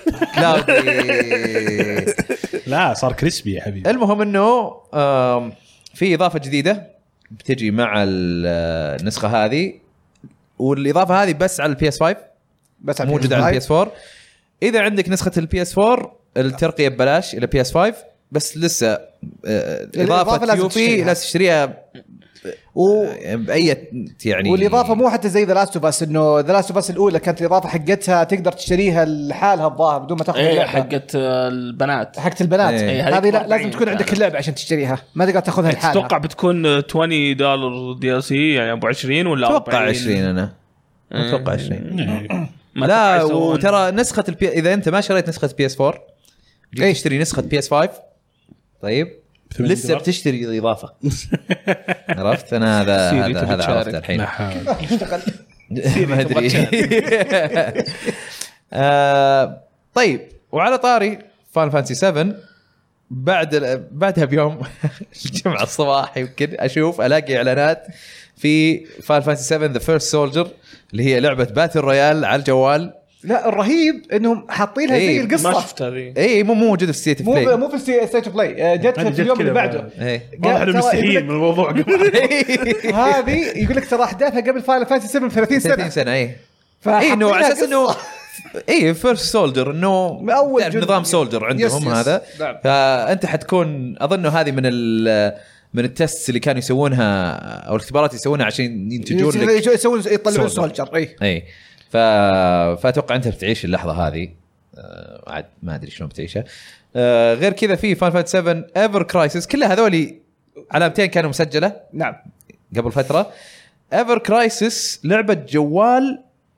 A: كلاودي.
B: لا صار كريسبي يا حبيبي.
A: المهم انه آم، في اضافه جديده بتجي مع ال- النسخه هذه والاضافه هذه بس على البي اس فايف
D: بس على
A: موجوده على البي اس فور. اذا عندك نسخه البي اس فور الترقيه ببلاش الى بي اس فايف بس لسه آه،
D: الإضافة
A: اضافه
D: لازم
A: يوفي
D: تشتريها.
A: لازم تشتريها
D: و...
A: باي يعني.
D: والاضافه مو حتى زي ذا لاست اوف اس انه ذا لاست اوف اس الاولى كانت الاضافه حقتها تقدر تشتريها لحالها الظاهر بدون ما تاخذ
C: ايه
D: اللعبة.
C: حقت البنات.
D: حقت البنات.
A: إيه.
C: هذيك
D: هذه لا
C: أربعين
D: لازم تكون عندك اللعبه عشان تشتريها ما تقدر تاخذها لحالها.
C: تتوقع بتكون عشرين دولار دي ال سي يعني ابو عشرين ولا
A: اتوقع
C: أربعين؟
A: عشرين انا اتوقع عشرين.
C: ما
A: لا
C: توقع يسوون.
A: وترى نسخه البي... اذا انت ما شريت نسخه بي اس فور جيت تشتري نسخه بي اس فايف طيب لسه بتشتري اضافه عرفت انا هذا
C: سيري
A: هذا
C: تبي
A: هذا
C: تشارك.
A: عرفت الحين
D: اشتغل
A: ما ادري آه، طيب وعلى طاري فان فانسي سبعة بعد بعدها بيوم الجمعه الصباح يمكن اشوف الاقي اعلانات في فان فانسي سبعة ذا فيرست سولجر اللي هي لعبه باتل رويال على الجوال.
D: لا الرهيب انهم حاطينها زي
A: إيه،
C: ما
D: القصه
C: شفت هذه.
A: اي مو مو موجود في ستيت اوف
D: مو
A: بلاي.
D: مو في ستيت اوف بلاي جت في اليوم اللي بعده
A: اي
B: واضح انه
D: ترى
B: مستحيل
D: يقول
B: من الموضوع قبل
D: لك- هذه يقول لك ترى احداثها قبل فاينل فانتسي سبعة ب ثلاثين
A: ثلاثين
D: سنه
A: سنه اي
D: فحاطين
A: اي انه
D: لها
A: على اساس
D: قصة.
A: انه اي فيرست سولجر انه
D: من أول
A: تعرف
D: جزء.
A: نظام سولجر عندهم
D: يس، يس.
A: هذا
D: نعم.
A: فانت حتكون اظن هه هذه من ال من التست اللي كانوا يسوونها او الاختبارات يسوونها عشان ينتجون لك
D: يسوون يطلعون
A: سولجر.
D: سولجر اي
A: اي ف... فاتوقع انت بتعيش اللحظه هذه آه، عاد ما ادري شلون بتعيشها. آه، غير كذا في فان فانتسي سبعة ايفر كرايسيس كلها هذولي علامتين كانوا مسجله
D: نعم
A: قبل فتره. ايفر كرايسيس لعبه جوال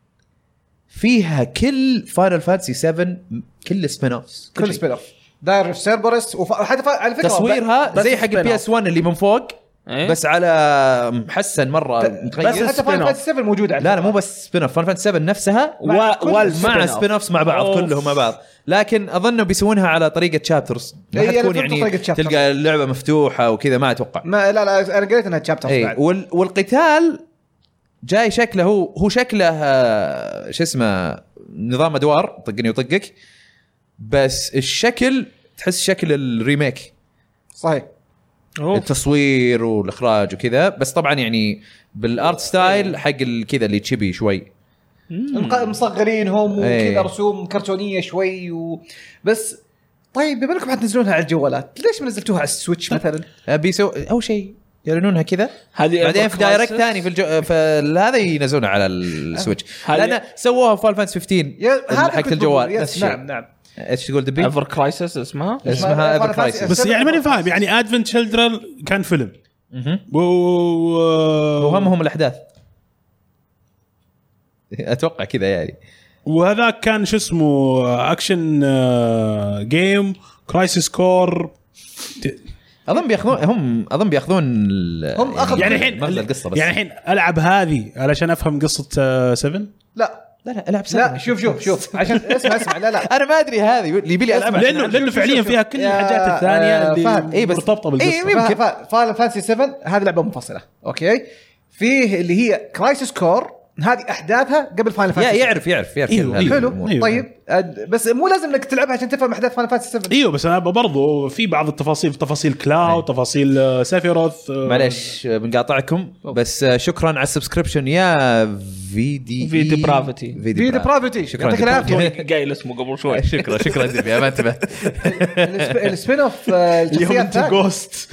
A: فيها كل فاينل فانتسي سبعة كل سبين اوفز
D: كل سبين اوف داير في سيربرس وحتى ف... على فكره
A: تصويرها
C: بس
A: زي حق
C: spin-off.
A: البي اس واحد اللي من فوق
C: إيه؟
A: بس على محسن مره
D: بس
A: متغير.
D: حتى فاينل
C: spin-off.
D: فانتسي سبعة موجود على
A: لا لا مو بس سبين اوف فان فانتسي سبعة نفسها
C: و...
D: كل-
C: والspin-off.
A: مع سبين اوفز مع بعض
C: أوف.
A: كلهم مع بعض لكن اظن بيسوونها على طريقه شابترز ما
D: إيه، أنا
A: حتكون
D: فهمت
A: يعني
D: طريقة chapter.
A: تلقى اللعبه مفتوحه وكذا ما اتوقع.
D: ما لا لا انا قريت انها تشابتر
A: اي
D: بعد
A: وال والقتال جاي شكله هو هو شكله آه، شو اسمه نظام ادوار طقني وطقك بس الشكل تحس شكل الريميك
D: صحيح
C: أوف.
A: التصوير والاخراج وكذا بس طبعا يعني بالارت ستايل حق ال- كذا اللي تشبي شوي
D: مق- مصغرينهم
A: إيه.
D: وكذا رسوم كرتونيه شوي و... بس طيب بما انكم حتنزلونها على الجوالات ليش ما نزلتوها على السويتش مثلا؟
A: بيسو اول شيء يعلنونها كذا
C: هذه
A: بعدين
C: Ever
A: في دايركت
C: Crisis.
A: ثاني في الجو... فهذا ينزلونها على السويتش
C: هذه-
A: لان سووها في فال فانتسي خمسة عشر
D: يا- هذا
A: حق
D: كنت
A: الجوال
D: بقول.
A: نفس
D: يس
A: الشيء.
D: نعم نعم
A: ايش تقول دبي؟
C: ايفر كرايسيس اسمها
A: اسمها ايفر
D: Final
A: كرايسيس
D: Fantasy.
B: بس يعني ماني فاهم يعني ادفنت شيلدرن كان فيلم و...
A: وهمهم الاحداث اتوقع كذا يعني
B: وهذاك كان شو اسمه اكشن جيم كرايسيس كور
A: اظن بياخذون هم اظن بياخذون ال-
D: هم أخذوا-
B: يعني الحين
A: مغزى القصه بس
B: يعني الحين العب هذه علشان افهم قصه سبعة
D: لا
A: لا لا العب
D: لا
A: سبعة.
D: شوف شوف شوف عشان اسمع اسمع لا لا
A: انا ما ادري هذه اللي يبي لي العبها
B: لانه
A: عشان
B: لانه فعليا فيها كل
D: يا-
B: الحاجات الثانيه
D: آه،
B: اللي
D: فهد.
A: إيه بس-
B: مرتبطه
A: إيه
B: بالقصه
A: يمكن.
D: فاينل فانتسي سبعة هذه لعبه منفصله اوكي فيه اللي هي كرايسيس كور هذه احداثها قبل فاينل
A: يا
D: فانتسي
A: يعرف يعرف يعرف
B: أيوه،
A: كل هذه
D: حلو
A: الأمور.
B: أيوه.
D: طيب أد- بس مو لازم انك تلعبها عشان تفهم احداث فاينل فانتسي سبعة
B: ايوه بس انا برضو في بعض التفاصيل تفاصيل كلاود تفاصيل آه، سيفيروث آه،
A: معليش بنقاطعكم بس شكرا على السبسكريبشن يا في دي
C: في ديبرافيتي.
A: في
D: في
A: ديبرافيتي
D: ديبرافيتي
A: شكرا
D: يعطيك العافيه
C: قايل اسمه قبل شوي.
A: شكرا شكرا دبي ما انتبه
D: السب- السبين اوف آه،
B: اليوم
D: الشخصيات
B: انت
D: ثانية.
B: جوست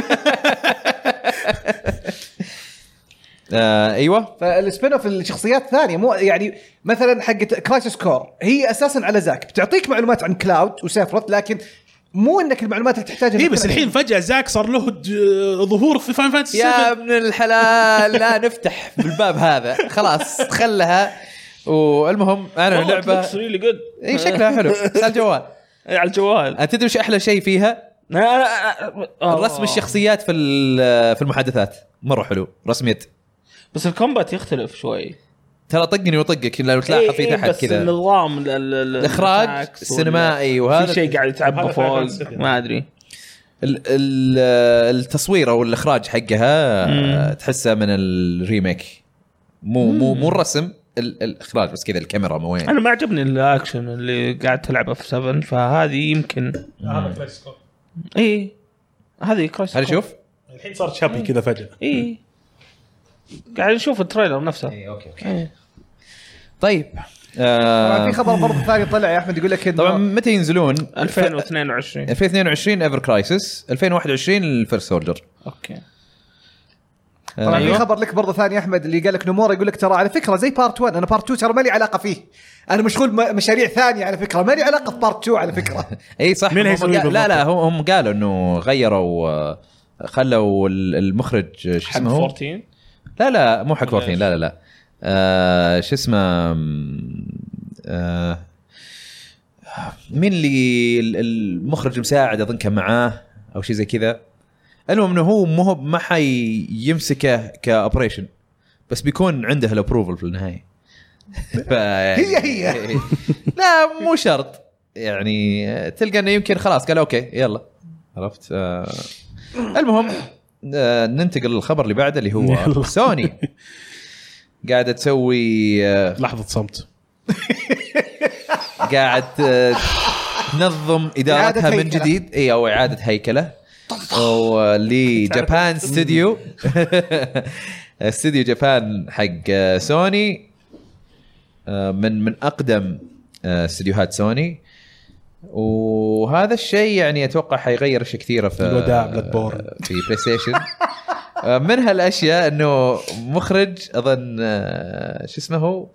A: آه ايوه
D: فالسبين اوف الشخصيات ثانيه مو يعني مثلا حقت كرايسيس كور هي اساسا على زاك بتعطيك معلومات عن كلاود وسيفروث لكن مو انك المعلومات اللي تحتاجها
B: اي بس الحين فجاه زاك صار له د- ظهور في فان فانتسي
A: يا
B: سبعة
A: ابن الحلال لا نفتح بالباب هذا خلاص خلها والمهم انا لعبه
C: ريلي جود.
A: اي شكلها حلو بس على الجوال
C: على الجوال.
A: انت تدري وش احلى شيء فيها؟ رسم الشخصيات في ال- في المحادثات مره حلو رسم يد
C: بس الكومبات يختلف شوي.
A: ترى طقني وطقك لو تلاحظ في تحت
C: بس
A: كذا
C: النظام ال- ال- ال-
A: الاخراج
C: التاكس
A: السينمائي
C: ولا-
A: وهذا
C: في شيء قاعد يتعبى
B: هذا
C: فوق
B: Final Fantasy.
C: ما ادري.
A: ال- ال- التصوير او الاخراج حقها
C: مم.
A: تحسها من الريميك مو مو مو الرسم ال- الاخراج بس كذا الكاميرا مو وين
C: انا ما عجبني الاكشن اللي قاعد تلعبه في سبعة فهذه يمكن
B: هذا كرايسيس كور
C: اي هذه كرايس.
A: هل شوف
B: الحين صار شابي كذا فجاه
C: اي قاعد نشوف التريلر نفسه.
A: اي اوكي اوكي
C: إيه.
A: طيب
D: طبعا
A: آه
D: في خبر برضه ثاني طلع يا احمد يقول لك انه
A: طبعا متى ينزلون؟
C: ألفين واثنين وعشرين.
A: ألفين واثنين وعشرين ايفر كرايسيس ألفين وواحد وعشرين الفيرست سولجر
C: اوكي.
D: طبعا
C: أيوة.
D: في خبر لك برضه ثاني يا احمد اللي قال لك نمورا يقول لك ترى على فكره زي بارت واحد انا بارت اثنين ترى ما لي علاقه فيه انا مشغول م- مشاريع ثانيه على فكره ما لي علاقه في بارت اثنين على فكره
A: اي صح
B: مين
A: هم
B: هيسوي
A: قال- لا
B: بالضبط؟
A: لا هم هم قالوا انه غيروا آه، خلوا ال- المخرج شو
C: حق
A: اسمه هو؟
C: أربعتاشر.
A: لا لا مو حق أربعتاشر لا لا لا آه شو اسمه م، آه مين اللي المخرج المساعد اظن كان معاه او شيء زي كذا. المهم انه هو مو ما حي يمسكه كاوبريشن بس بيكون عنده الابروفل في النهايه.
D: هي هي
A: لا مو شرط يعني تلقى انه يمكن خلاص قال اوكي يلا عرفت. آه المهم آه ننتقل للخبر اللي بعده اللي هو سوني قاعده تسوي آه
B: لحظه صمت
A: قاعد آه تنظم ادارتها من
D: هيكلة.
A: جديد اي او اعاده هيكله او لجابان ستوديو استوديو جابان حق سوني من من اقدم استديوهات سوني. وهذا الشيء يعني اتوقع حيغير اشياء كثيره في
B: الوداع بلاد بورن
A: في بلاي ستيشن. من هالاشياء انه مخرج اظن شو اسمه هو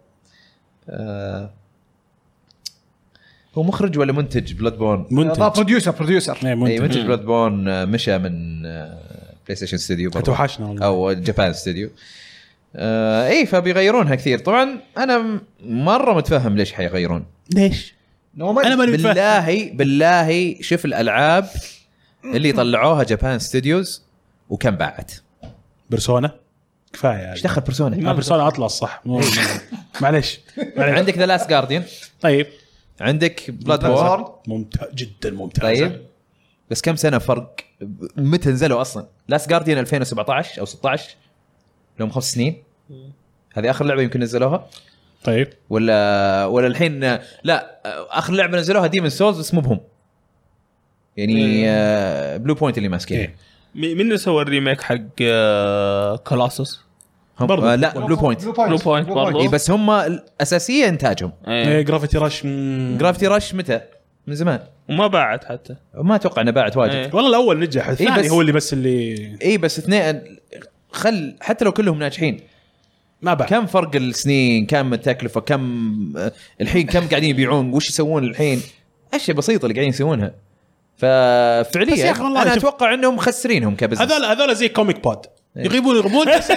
A: هو مخرج ولا منتج بلاد بورن؟
B: منتج
D: بروديوسر بروديوسر
B: اي
A: اي
B: منتج
A: منتج بلاد بورن مشى من بلاي ستيشن ستوديو
B: توحشنا والله
A: او جابان ستوديو. آه اي فبيغيرونها كثير. طبعا انا م- مره متفهم ليش حيغيرون.
B: ليش
D: نوماد.
B: انا ماني متفهم
A: بالله بالله شوف الالعاب اللي طلعوها جابان ستوديوز وكم باعت.
B: بيرسونا كفايه
A: ايش دخل بيرسونا؟
B: ما بيرسونا اطلع صح مو- معليش معليش.
A: عندك ذا لاست جارديان
B: طيب
A: عندك بلاد بورن
B: ممتاز جدا ممتاز
A: طيب بس كم سنه فرق متى نزلوا اصلا؟ لاست جارديان ألفين وسبعة عشر او ستة عشر لهم خمس سنين. هذه اخر لعبه يمكن نزلوها
B: طيب
A: ولا ولا الحين لا اخر لعبه نزلوها ديمون سولز بس مو بهم يعني آه بلو بوينت اللي ماسكين.
B: إيه.
C: مين اللي سوى الريميك حق كولاسوس؟
A: هم
B: برضو.
A: آه لا بلو بوينت
C: بلو بوينت برضو.
A: اي بس هم الاساسيه انتاجهم.
B: ايه جرافيتي رش مم.
A: جرافتي رش متى من زمان
C: وما باعت حتى.
A: ما اتوقع انه باعت واجد.
C: إيه.
B: والله الاول نجح الثاني
A: بس-
B: هو اللي بس اللي
A: اي بس اثنين خل حتى لو كلهم ناجحين
B: ما باع
A: كم فرق السنين كم التكلفه كم آه، الحين كم قاعدين يبيعون وش يسوون الحين اشياء بسيطه اللي قاعدين يسوونها.
B: بس
A: ففعليا
B: يا أخي والله
A: انا
B: شوف-
A: اتوقع انهم مخسرينهم كبزنس.
B: هذول هذول زي كوميك بود يغيبون يغيبون بس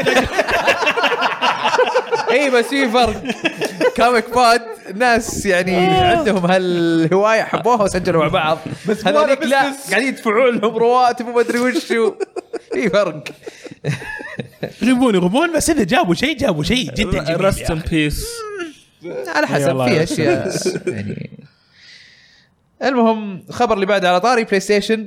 A: اي بس في فرق. كوميك بود ناس يعني عندهم هالهوايه حبوها وسجلوا مع بعض بس هذوليك لا قاعدين يدفعون لهم رواتب وما ادري وش في فرق.
B: يغيبون يغيبون بس اذا جابوا شيء جابوا شيء جدا جميل
C: رست ان
B: يا أخي.
C: بيس.
A: على حسب
B: يلا.
A: في اشياء يعني. المهم الخبر اللي بعده على طاري بلاي ستيشن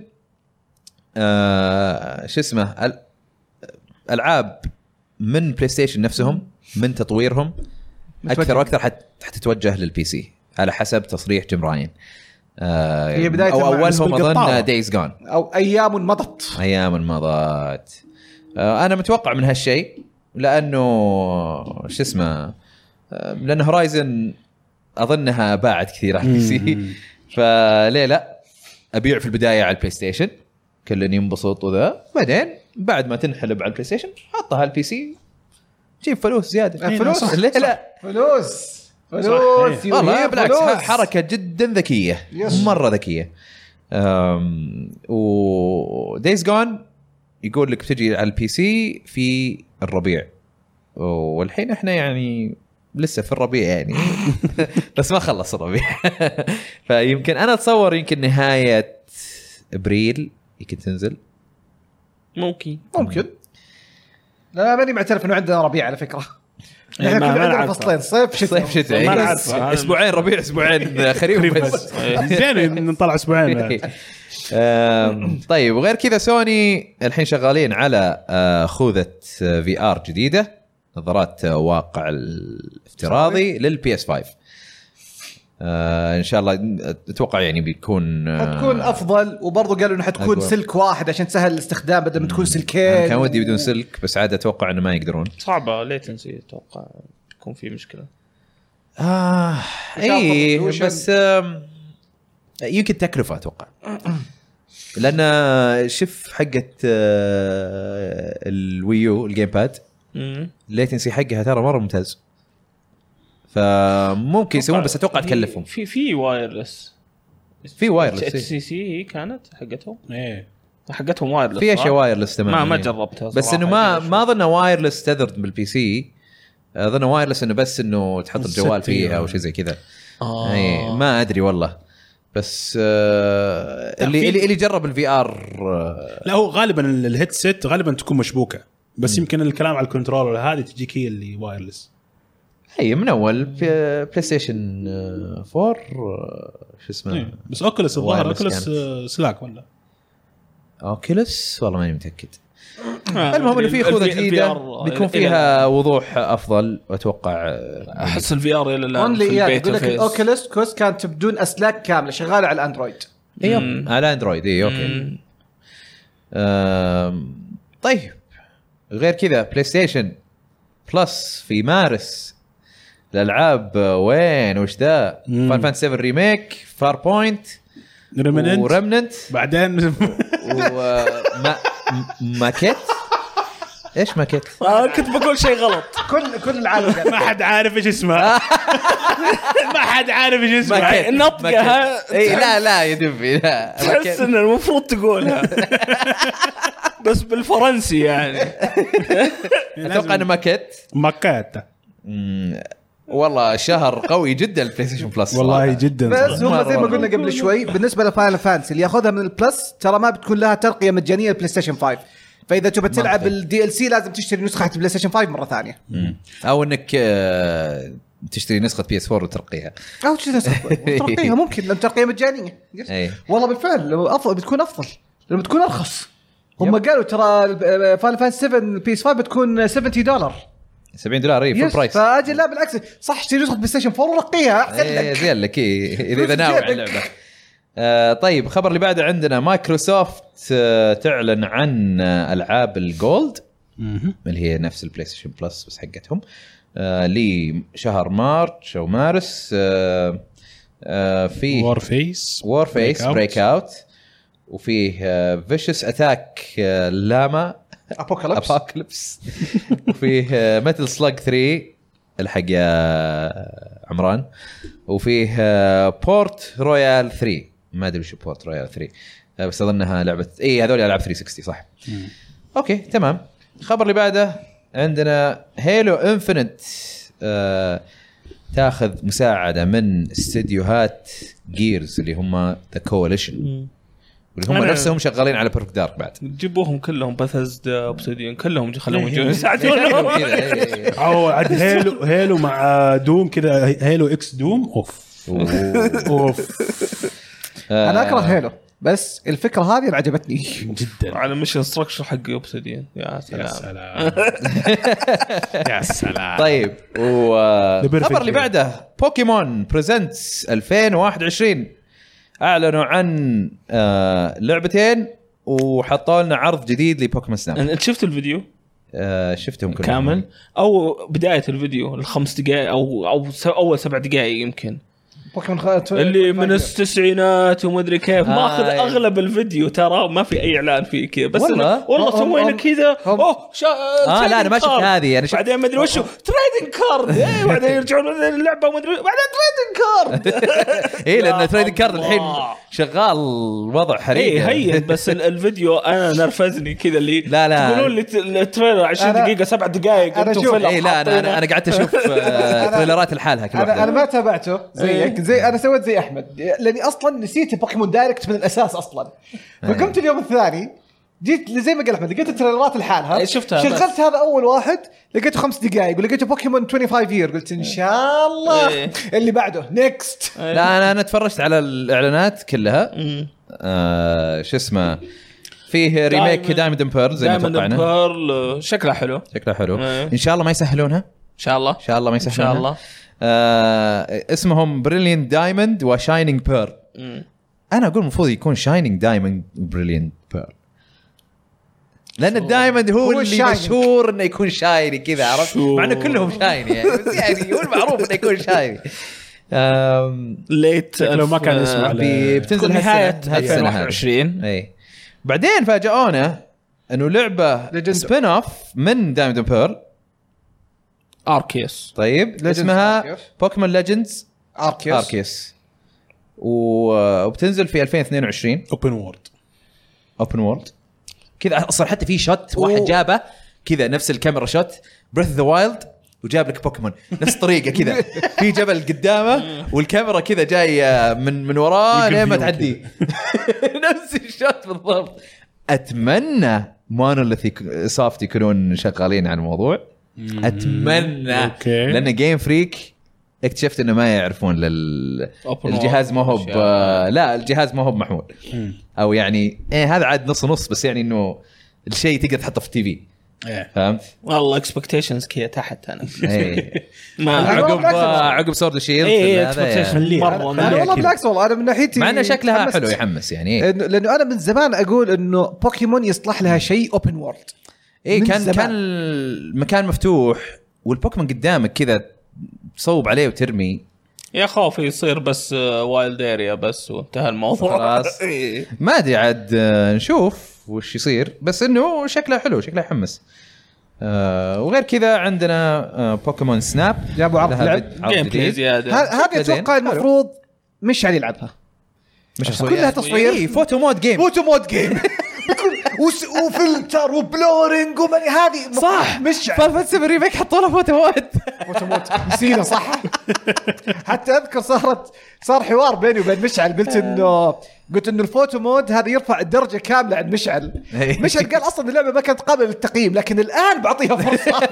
A: آه شو اسمه ال- العاب من بلاي ستيشن نفسهم من تطويرهم اكثر واكثر حت حتتوجه للبي سي على حسب تصريح جيم راين. آه
D: هي بداية
A: او
D: مع-
A: اولهم
B: بالقطارة.
A: اظن دايز جون
D: او ايام مضت.
A: ايام مضت. آه انا متوقع من هالشيء لانه شو اسمه آه لان هورايزن اظنها باعت كثير على البي سي فليه لا ابيع في البدايه على البلاي ستيشن كلن ينبسط وذا بعدين بعد ما تنحلب على البلاي ستيشن حطها على البي سي جيب فلوس زياده.
D: إيه، فلوس.
A: ليه لا
D: فلوس فلوس
B: إيه.
A: والله
D: يجيب
A: بالعكس
D: فلوس.
A: حركه جدا ذكيه
D: يس.
A: مره ذكيه. أم، و دايز جون يقول لك بتجي على البي سي في الربيع والحين احنا يعني لسه في الربيع يعني بس ما خلص الربيع فيمكن انا اتصور يمكن نهايه ابريل يمكن تنزل
C: ممكن.
D: ممكن. لا ماني معترف انه عندنا ربيع على فكره.
C: إيه،
D: احنا
C: ما-
D: كل
C: ما
D: عندنا
C: نعرفها.
D: فصلين صيف شتاء.
A: صيف شتاء
C: ما
A: إيه.
C: نعرف.
A: اسبوعين ربيع اسبوعين خريف بس.
B: زين نطلع اسبوعين
A: آم، طيب وغير كذا سوني الحين شغالين على آه، خوذة في ار جديدة نظارات آه، واقع الافتراضي للبي اس خمسة. آه، ان شاء الله اتوقع يعني بيكون آه،
D: حتكون افضل وبرضه قالوا انه حتكون
A: أقوى.
D: سلك واحد عشان تسهل الاستخدام بدل ما تكون سلكين.
A: أنا كان ودي بدون سلك بس عاد اتوقع انه ما يقدرون.
C: صعبه ليتنسي اتوقع تكون في مشكله.
A: آه اي
D: resolution.
A: بس آم، يمكن تكلفة اتوقع لان شوف حقت آه، الويو الجيم باد
C: امم
A: الليتنسي حقها ترى مره ممتاز فممكن يسوون بس اتوقع تكلفهم.
C: في في وايرلس.
A: في وايرلس
C: اتش
A: إيه.
C: سي سي هي كانت حقتهم
B: ايه
C: حقتهم وايرلس.
A: في اشياء وايرلس تماما
C: ما ما
A: يعني.
C: جربتها
A: بس
C: صراحة.
A: انه ما ما اظن وايرلس تذر بالبي سي اظن وايرلس انه بس انه تحط الجوال
B: الستي
A: فيها او
B: يعني.
A: شيء زي كذا
C: آه.
A: اي ما ادري والله، بس آه اللي اللي اللي جرب الفي ار آه
B: لا هو غالبا الهيدسيت غالبا تكون مشبوكه، بس م. يمكن الكلام على الكنترولر هذه تجيك هي اللي وايرلس.
A: هي من اول بلاي ستيشن فور شو اسمه،
B: بس اوكيلس الظاهر اوكيلس سلاك ولا
A: اوكيلس والله ماني متاكد. المهم انه في خوذه جديده بيكون فيها وضوح افضل، واتوقع
C: احس الفي ار الى الان
D: في البيت يقول لك الاوكيلس كوست كانت بدون اسلاك كامله شغاله على الاندرويد.
A: ايوه على اندرويد اي اوكي. طيب غير كذا بلاي ستيشن بلس في مارس الالعاب وين وش ذا؟ فاين فانتسي سفن ريميك، فار بوينت،
B: ريمننت
A: ورمننت،
B: بعدين
A: وما ماكيت. ايش ماكيت؟
C: آه كنت بقول شيء غلط.
D: كل كل العالم
B: ما حد عارف ايش اسمها. ما حد عارف ايش اسمها
C: نطقها.
A: اي لا لا يا دبي لا،
C: تحس ان المفروض تقولها بس بالفرنسي يعني.
A: اتوقع انه ماكيت
B: ماكيت.
A: والله شهر قوي جدا البلاي ستيشن بلس
B: والله جدا.
D: بس هم زي ما قلنا قبل شوي بالنسبه لفاينل فانسي اللي ياخذها من البلس ترى ما بتكون لها ترقيه مجانيه البلاي ستيشن فايف، فاذا تبغى تلعب الدي ال سي لازم تشتري نسخه البلاي ستيشن فايف مره ثانيه،
A: او انك تشتري نسخه بي اس فور وترقيها،
D: او تشتري نسخه ترقيها ممكن لان ترقيه مجانيه. والله بالفعل افضل بتكون افضل لما تكون ارخص. هم قالوا ترى فاينل فانسي سفن البي اس فايف بتكون سبعين دولار
A: سبعين دولار اي فول برايس.
D: فاجل لا بالعكس صح اشتري نسخه بلاي ستيشن فور ورقيها احسن لك
A: زين لك اذا اذا ناوي على اللعبه. آه طيب الخبر اللي بعده عندنا مايكروسوفت آه تعلن عن آه العاب الجولد اللي هي نفس البلاي ستيشن بلس بس حقتهم آه لشهر مارس او مارس. آه آه فيه
B: وور فيس
A: وور فيس بريك اوت، وفيه فيشس اتاك لاما
D: ابوكاليبس
A: ابوكاليبس وفيه ميتل سلاج ثري الحق يا عمران، وفيه بورت رويال ثري ما ادري وش بورت رويال ثري بس اظنها لعبه اي هذول العاب ثلاثمية وستين صح. مم. اوكي تمام. الخبر اللي بعده عندنا هيلو انفينيت آه تاخذ مساعده من استديوهات جيرز اللي هم ذا كواليشن هم نفسهم شغالين على بيرفكت دارك. بعد
C: جيبوهم كلهم بثزدا اوبسيديان كلهم خلوهم يجون يساعدون
B: او عاد هيلو هيلو مع دوم كذا هيلو اكس دوم اوف اوف.
D: انا اكره هيلو بس الفكره هذه عجبتني
B: جدا
C: على مش انستراكشر حق اوبسيديان. يا سلام
B: يا سلام.
A: طيب والخبر اللي بعده بوكيمون بريزنتس ألفين وواحد وعشرين اعلنوا عن آه لعبتين وحطوا لنا عرض جديد لبوكيمون سناب.
C: انت شفت الفيديو؟
A: آه شفتهم كلهم
C: كامل او بدايه الفيديو الخمس دقائق او او اول سبع دقائق يمكن اللي من التسعينات وما ادري كيف. ماخذ آه اغلب الفيديو ترى ما في اي اعلان فيه كذا بس والله, والله سوينا كذا اوه شا...
A: اه لا انا ما شفت هذه انا شفت
C: بعدين ما ادري وشو تريدنج كارد ايه بعدين يرجعون اللعبه وما ادري بعدين تريدنج كارد ايه لان تريدنج كارد الحين شغال وضع حريق ايه هي بس الفيديو انا نرفزني كذا اللي
A: لا لا
C: تقولون لي التريلر عشرين دقيقه سبع دقائق
A: انتم في ايه لا انا انا, أنا قعدت اشوف تريلرات لحالها كذا.
D: انا انا ما تابعته زيك زي انا سويت زي احمد لاني اصلا نسيت بوكيمون دايركت من الاساس اصلا. فقمت اليوم الثاني جيت زي ما قال احمد لقيت التريلرات لحالها شغلت هذا اول واحد لقيته خمس دقائق ولقيته بوكيمون خمسة وعشرين يير قلت ان شاء الله إيه. اللي بعده نيكست.
A: لا انا انا تفرجت على الاعلانات كلها. آه شو اسمه فيه ريميك دايموند اند بيرل زي ما توقعنا.
C: دايموند اند بيرل شكلها حلو
A: شكلها حلو ايه. ان شاء الله ما يسهلونها ان
C: شاء الله
A: ان شاء الله ما يسهلونها
C: ان شاء الله.
A: آه اسمهم بريليانت دايموند وشاينينج بيرل. انا اقول المفروض يكون شاينينج دايموند وبريليانت بيرل لان الدايموند هو, هو اللي مشهور انه يكون شايني كذا عرفت مع انه كلهم شايني يعني بس يعني هو المعروف انه يكون شايني.
C: ليت
B: لو ما كان اسمه
A: بتنزل
C: نهاية ألفين وواحد وعشرين.
A: اي بعدين فاجئونا انه لعبه سبين اوف من دايموند بيرل
C: اركيوس.
A: طيب اسمها بوكيمون ليجندز
D: اركيوس
A: اركيوس وبتنزل في ألفين واثنين وعشرين
B: اوبن وورد
A: اوبن وورد كذا اصلا حتى في شوت واحد جابه كذا نفس الكاميرا شوت بريث ذا وايلد وجاب لك بوكيمون نفس طريقه كذا في جبل قدامه والكاميرا كذا جايه من من وراه لين ما تعدي نفس الشوت بالضبط. اتمنى مونوليث سوفت يكونون شغالين على الموضوع اتمنى
B: أوكي.
A: لان جيم فريك اكتشفت انه ما يعرفون لل الجهاز ما هو ب... لا الجهاز ما هو بمحمول او يعني ايه هذا عاد نص نص بس يعني انه الشيء تقدر تحطه في تي في
B: إيه.
A: فهمت
C: والله اكسبكتيشنز كذا تحت انا
A: ايه
C: ما
A: عقب عقب سورد شيلد
C: ايه
A: هذا
C: اكسبكتيشن
B: خليه.
C: مره
B: خليه.
D: انا والله
B: أكيد.
D: بالعكس والله انا من ناحيتي
A: مع انه شكلها
D: تحمست.
A: حلو يحمس يعني إيه.
D: إنه- لانه انا من زمان اقول انه بوكيمون يصلح لها شيء اوبن وورلد.
A: ايه
D: من
A: كان
D: زمان.
A: كان المكان مفتوح والبوكيمون قدامك كذا تصوب عليه وترمي
C: يا خوف يصير بس وايلد اريا بس وانتهى الموضوع
A: خلاص. ما ادري عاد آه، نشوف وش يصير بس انه شكله حلو شكله يحمس. آه وغير كذا عندنا آه بوكيمون سناب
D: جابوا عرض
A: لها
D: لعب.
A: فيد- عرض
C: جيم بلاي
A: جديد.
C: زياده
D: ه- هذه
A: شكله زين.
D: اتوقع المفروض مش علي يلعبها
A: مش تصوير
D: كلها تصوير.
A: إيه فوتو مود جيم
D: موتو مود جيم وس- وفلتر وبلورينج ومن هذه
A: صح
D: مش
A: فالفت سبعة ريميك حطوا له فوتو مود
D: موتو مود نسينا صح. حتى اذكر صارت صار حوار بيني وبين مشعل قلت انه قلت انه الفوتو مود هذا يرفع الدرجه كامله عند مشعل. مشعل قال اصلا اللعبه ما كانت قابله للتقييم لكن الان بعطيها فرصه.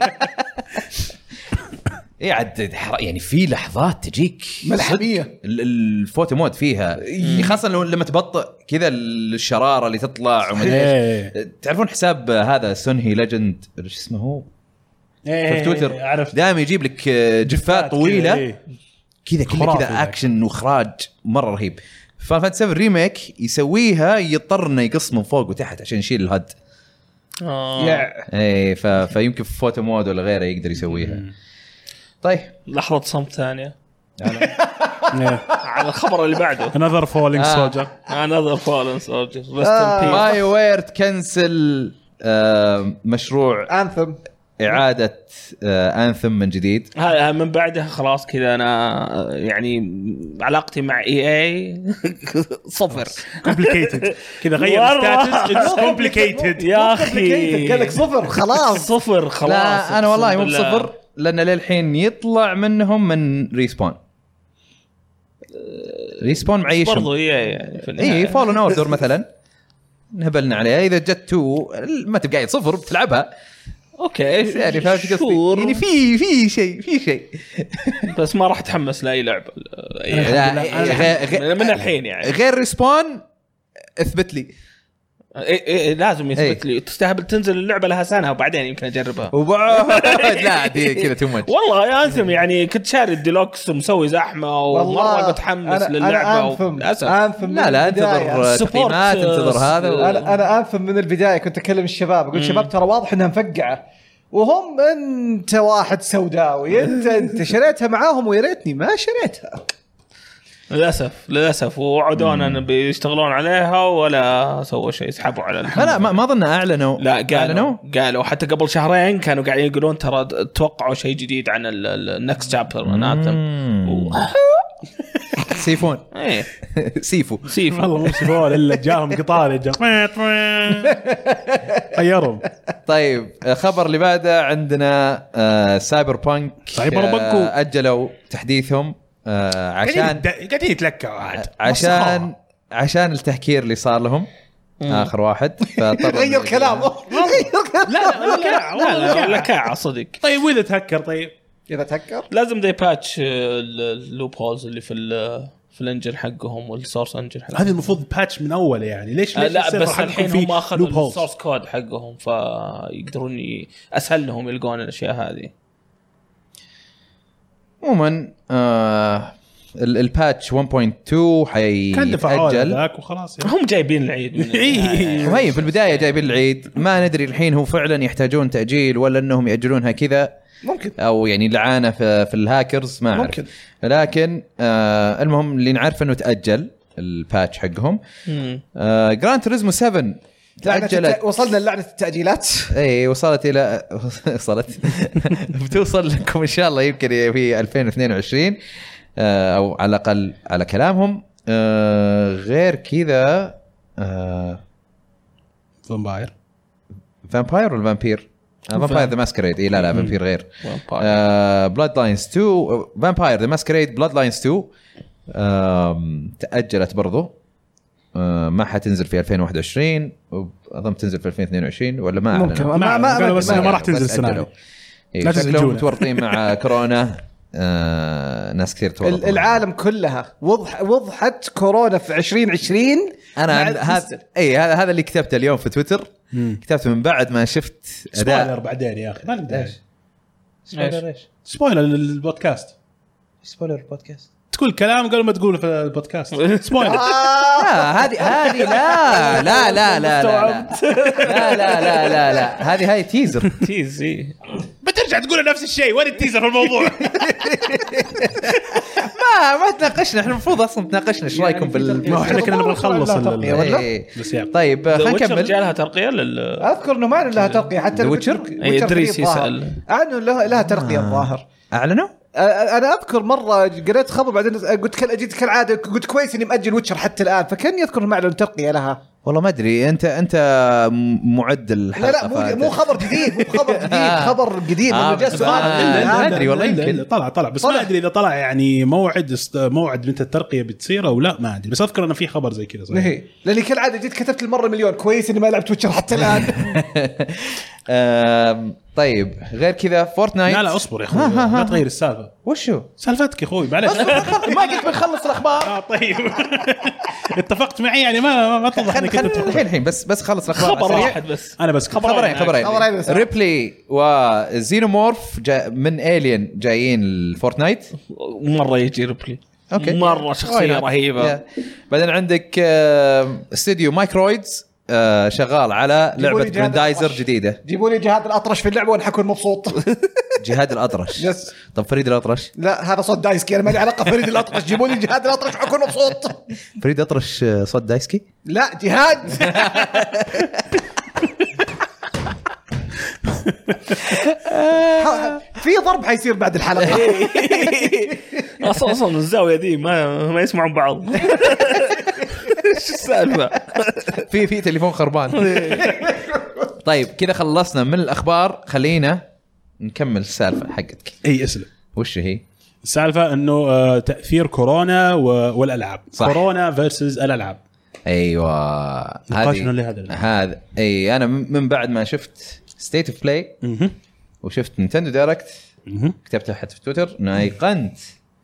A: ايه عاد يعني في لحظات تجيك
D: ملحمية.
A: ال- الفوتو مود فيها خاصه لو لما تبطئ كذا الشراره اللي تطلع وما ادري
B: إيه.
A: ايش. تعرفون حساب هذا سونهي ليجند ايش اسمه هو في تويتر
B: عرفت
A: دائما يجيب لك جفات طويله
B: إيه.
A: كذا كذا
B: خرافي
A: كذا
B: ذاك.
A: اكشن واخراج مره رهيب. فاينل سبعة ريميك يسويها يضطر انه يقص من فوق وتحت عشان يشيل الهد.
C: آه.
D: يا
A: ايه ف... فيمكن في فوتو مود ولا غيره يقدر يسويها. طيب
C: لحظه صمت ثانيه
B: إيه.
C: على الخبر اللي بعده
B: another falling
A: آه.
B: soldier
C: another fallen soldier rest in
D: آه.
C: peace.
A: باي وير تكنسل آه مشروع
D: انثم
A: اعاده آه انثم من جديد.
C: هذا من بعدها خلاص كذا انا يعني علاقتي مع اي اي صفر
B: complicated كذا غير
C: مرة.
B: ستاتس complicated
C: يا اخي
D: قال لك صفر خلاص.
C: صفر خلاص
A: لا انا والله
C: أقسم
A: مو
C: بالله.
A: بصفر لان للحين يطلع منهم من ريسبون. ريسبون معيشهم
C: برضو اي يعني في النهاية.
A: اي فولن اوردر مثلا نهبلنا عليها اذا جت تو ما تبقى قاعد صفر بتلعبها
C: اوكي
A: يعني فهمت قصدي
C: شور.
A: يعني في في شيء في شيء
C: بس ما راح اتحمس لاي لعبه أي
A: لا
C: لعبة.
A: غير- غير-
C: من الحين يعني
A: غير ريسبون اثبت لي
C: إيه إيه لازم يثبت
A: إيه.
C: لي تستهبل تنزل اللعبه لها سنه وبعدين يمكن اجربها
A: وبعد لا دي كذا تو ماتش.
C: والله يا انثم يعني كنت شاري الديلوكس ومسوي زحمه ومره متحمس
D: أنا-
C: للعبه
D: أنا أنثم
C: للاسف
D: أنثم من
A: لا لا
D: البداية.
A: انتظر
C: سبورت،
A: تقييمات انتظر هذا و...
D: انا انا انثم من البدايه كنت اكلم الشباب اقول شباب ترى واضح انها مفقعه وهم انت واحد سوداوي انت انت شريتها معاهم ويا ريتني ما شريتها.
C: للاسف للاسف ووعدونا ان بيشتغلون عليها ولا سووا شيء سحبوا على
A: لا لا ما ما ظن اعلنوا
C: لا قالوا
A: اعلنوا
C: قالوا حتى قبل شهرين كانوا قاعدين يقولون ترى توقعوا شيء جديد عن النكست شابتر من انثم
A: مم. سيفون
C: ايه
A: سيفو
C: سيف
B: والله مو سيفون الا جاهم قطار جا غيرهم
A: طيب خبر اللي بعده عندنا آه سايبر بانك
B: سايبر بانك.
A: آه اجلوا تحديثهم آه عشان
B: قاعدين يتلكعوا عاد
A: عشان عشان التهكير اللي صار لهم اخر واحد فاضطر
D: غير كلامه
B: لا لا
C: لا لا لا كاعة صدق
B: طيب واذا تهكر طيب
D: اذا تهكر
C: لازم دي باتش اللوب هولز اللي في ال في الانجن حقهم والسورس انجن حقهم
B: هذه المفروض باتش من اول يعني ليش
C: آه
B: ليش
C: لا
B: السيرفر
C: بس
B: حقكم
C: الحين
B: فيه
C: هم اخذوا
B: loop holes؟
C: السورس كود حقهم فيقدرون ي... اسهل لهم يلقون الاشياء هذه.
A: عموما آه الباتش واحد نقطة اثنين
B: كان دفعوا
A: حيتاجل.
B: ذاك وخلاص يعني.
C: هم جايبين العيد من
B: إيه.
A: وهي في البدايه جايبين العيد ما ندري الحين هو فعلا يحتاجون تاجيل ولا انهم ياجلونها كذا
D: ممكن
A: او يعني لعانه في, في الهاكرز ما اعرف
D: ممكن.
A: لكن آه المهم اللي نعرف انه تاجل الباتش حقهم.
C: مم.
A: آه جراند توريزمو سبعة
D: لعنة
A: تاجلت
D: الت... وصلنا للعنة التأجيلات.
A: اي وصلت الى وصلت بتوصل لكم ان شاء الله يمكن في ألفين واثنين وعشرين آه او على الاقل على كلامهم. آه غير كذا آه
B: فامباير
A: فامباير ولا فامبير فامباير ذا ماسكريد اي لا لا فامبير غير
C: Vampire.
A: بلاد لاينز تو فامباير ذا ماسكريد بلاد لاينز تو تأجلت برضو آه ما حتنزل في ألفين وواحد وعشرين واظن تنزل في ألفين واثنين وعشرين ولا ما
D: ممكن
A: أعلنوا.
D: ما ما
B: قالوا بس
D: ما,
B: إنه ما راح
A: بس
B: تنزل السنه
A: أجلوا.
B: هذه.
A: إيه،
B: لا
A: شكلهم
B: تزعجونا.
A: متورطين مع كورونا آه ناس كثير تورطوا.
D: ال- العالم كلها وضح وضحت كورونا في عشرين عشرين.
A: انا هذا اي هذا هذا اللي كتبته اليوم في تويتر كتبته من بعد ما شفت
B: سبويلر بعدين يا اخي ما نقدر.
A: ايش سبويلر ايش
B: سبويلر للبودكاست
A: سبويلر بودكاست
B: تقول كلام قبل ما تقوله في البودكاست سبويلر.
A: لا هذه هذه لا لا لا لا لا لا لا لا لا لا هذه هاي تيزر
C: تيزي
B: بترجع تقول نفس الشيء وين التيزر في الموضوع؟
A: ما ما تناقشنا احنا المفروض اصلا تناقشنا ايش رايكم بال
B: ما هو احنا كنا نبغى نخلص ال-
D: ولا؟
A: إيه.
B: بس يعني.
A: طيب خلينا
C: نكمل
A: نكمل
C: جالها ترقيه لل
D: اذكر انه ما لها ترقيه حتى
A: The Witcher؟
C: أي إدريس يسأل.
D: عنه لها لها ترقيه الظاهر.
A: اعلنوا
D: أ- انا اذكر مره قريت خبر بعدين قلت كل اجيت كالعاده قلت كويس اني ماجل ويتشر حتى الان فكان يذكر معلن ترقيه لها.
A: والله ما ادري انت انت معد الحلقه
D: لا لا مو,
A: فأنت-
D: مو خبر جديد مو خبر جديد خبر قديم
A: آه،
D: انه جاء
A: بس
D: سؤال
A: ما-
D: لا،
A: ما
D: لا،
A: أدري والله
B: لا، لا،
A: يمكن.
B: لا، طلع طلع بس
D: طلع.
B: ما ادري اذا طلع يعني موعد است- موعد متى الترقيه بتصير او لا ما ادري بس اذكر انه في خبر زي كذا صحيح.
D: إيه. لاني كالعاده جيت كتبت المره مليون كويس اني ما لعبت ويتشر حتى الان.
A: آم، طيب غير كذا فورتنايت
B: لا لا اصبر يا اخوي لا تغير السالفه
A: وشو
B: سالفتك يا اخوي معلش.
D: ما قلت بنخلص الاخبار.
B: اه طيب اتفقت معي يعني ما ما- ما توضح
A: خل
B: انك
A: خل
B: انت
A: الحين الحين بس بس خلص الاخبار
C: خبر
A: سريع.
C: واحد بس
B: انا بس
A: خبرين خبرين
D: خبرين بس.
A: ريبلي وزينومورف جا من الين جايين الفورتنايت
C: مره يجي ريبلي
A: اوكي
C: مره شخصيه رهيبه.
A: يا. بعدين عندك آه، استديو مايكرويدز آه، شغال على لعبه
D: لي جهاد
A: جراندايزر
D: الأطرش.
A: جديده.
D: جيبوا لي جهاد الاطرش في اللعبه وانا حكون مبسوط.
A: جهاد الاطرش
D: يس.
A: طب فريد الاطرش
D: لا هذا صوت دايسكي انا ما لي علاقه فريد الاطرش جيبوا لي جهاد الاطرش وحكون مبسوط.
A: فريد الاطرش آه، صوت دايسكي
D: لا جهاد. في ضرب حيصير بعد الحلقه.
C: اصلا اصلا الزاويه دي ما ما يسمعون بعض. ايش السالفه؟
A: في في تليفون خربان. طيب كذا خلصنا من الاخبار خلينا نكمل السالفه حقتك.
B: اي اسلم.
A: وش هي
B: السالفه انه آه، تاثير كورونا و- والالعاب
A: صح.
B: كورونا فيرسز الالعاب.
A: ايوه
B: نقاشنا لهذا الآن.
A: هذا اي انا من من بعد ما شفت ستيت اوف بلاي
B: مهم.
A: وشفت نينتندو دايركت
B: مهم.
A: كتبتها حتى في تويتر انه ايقنت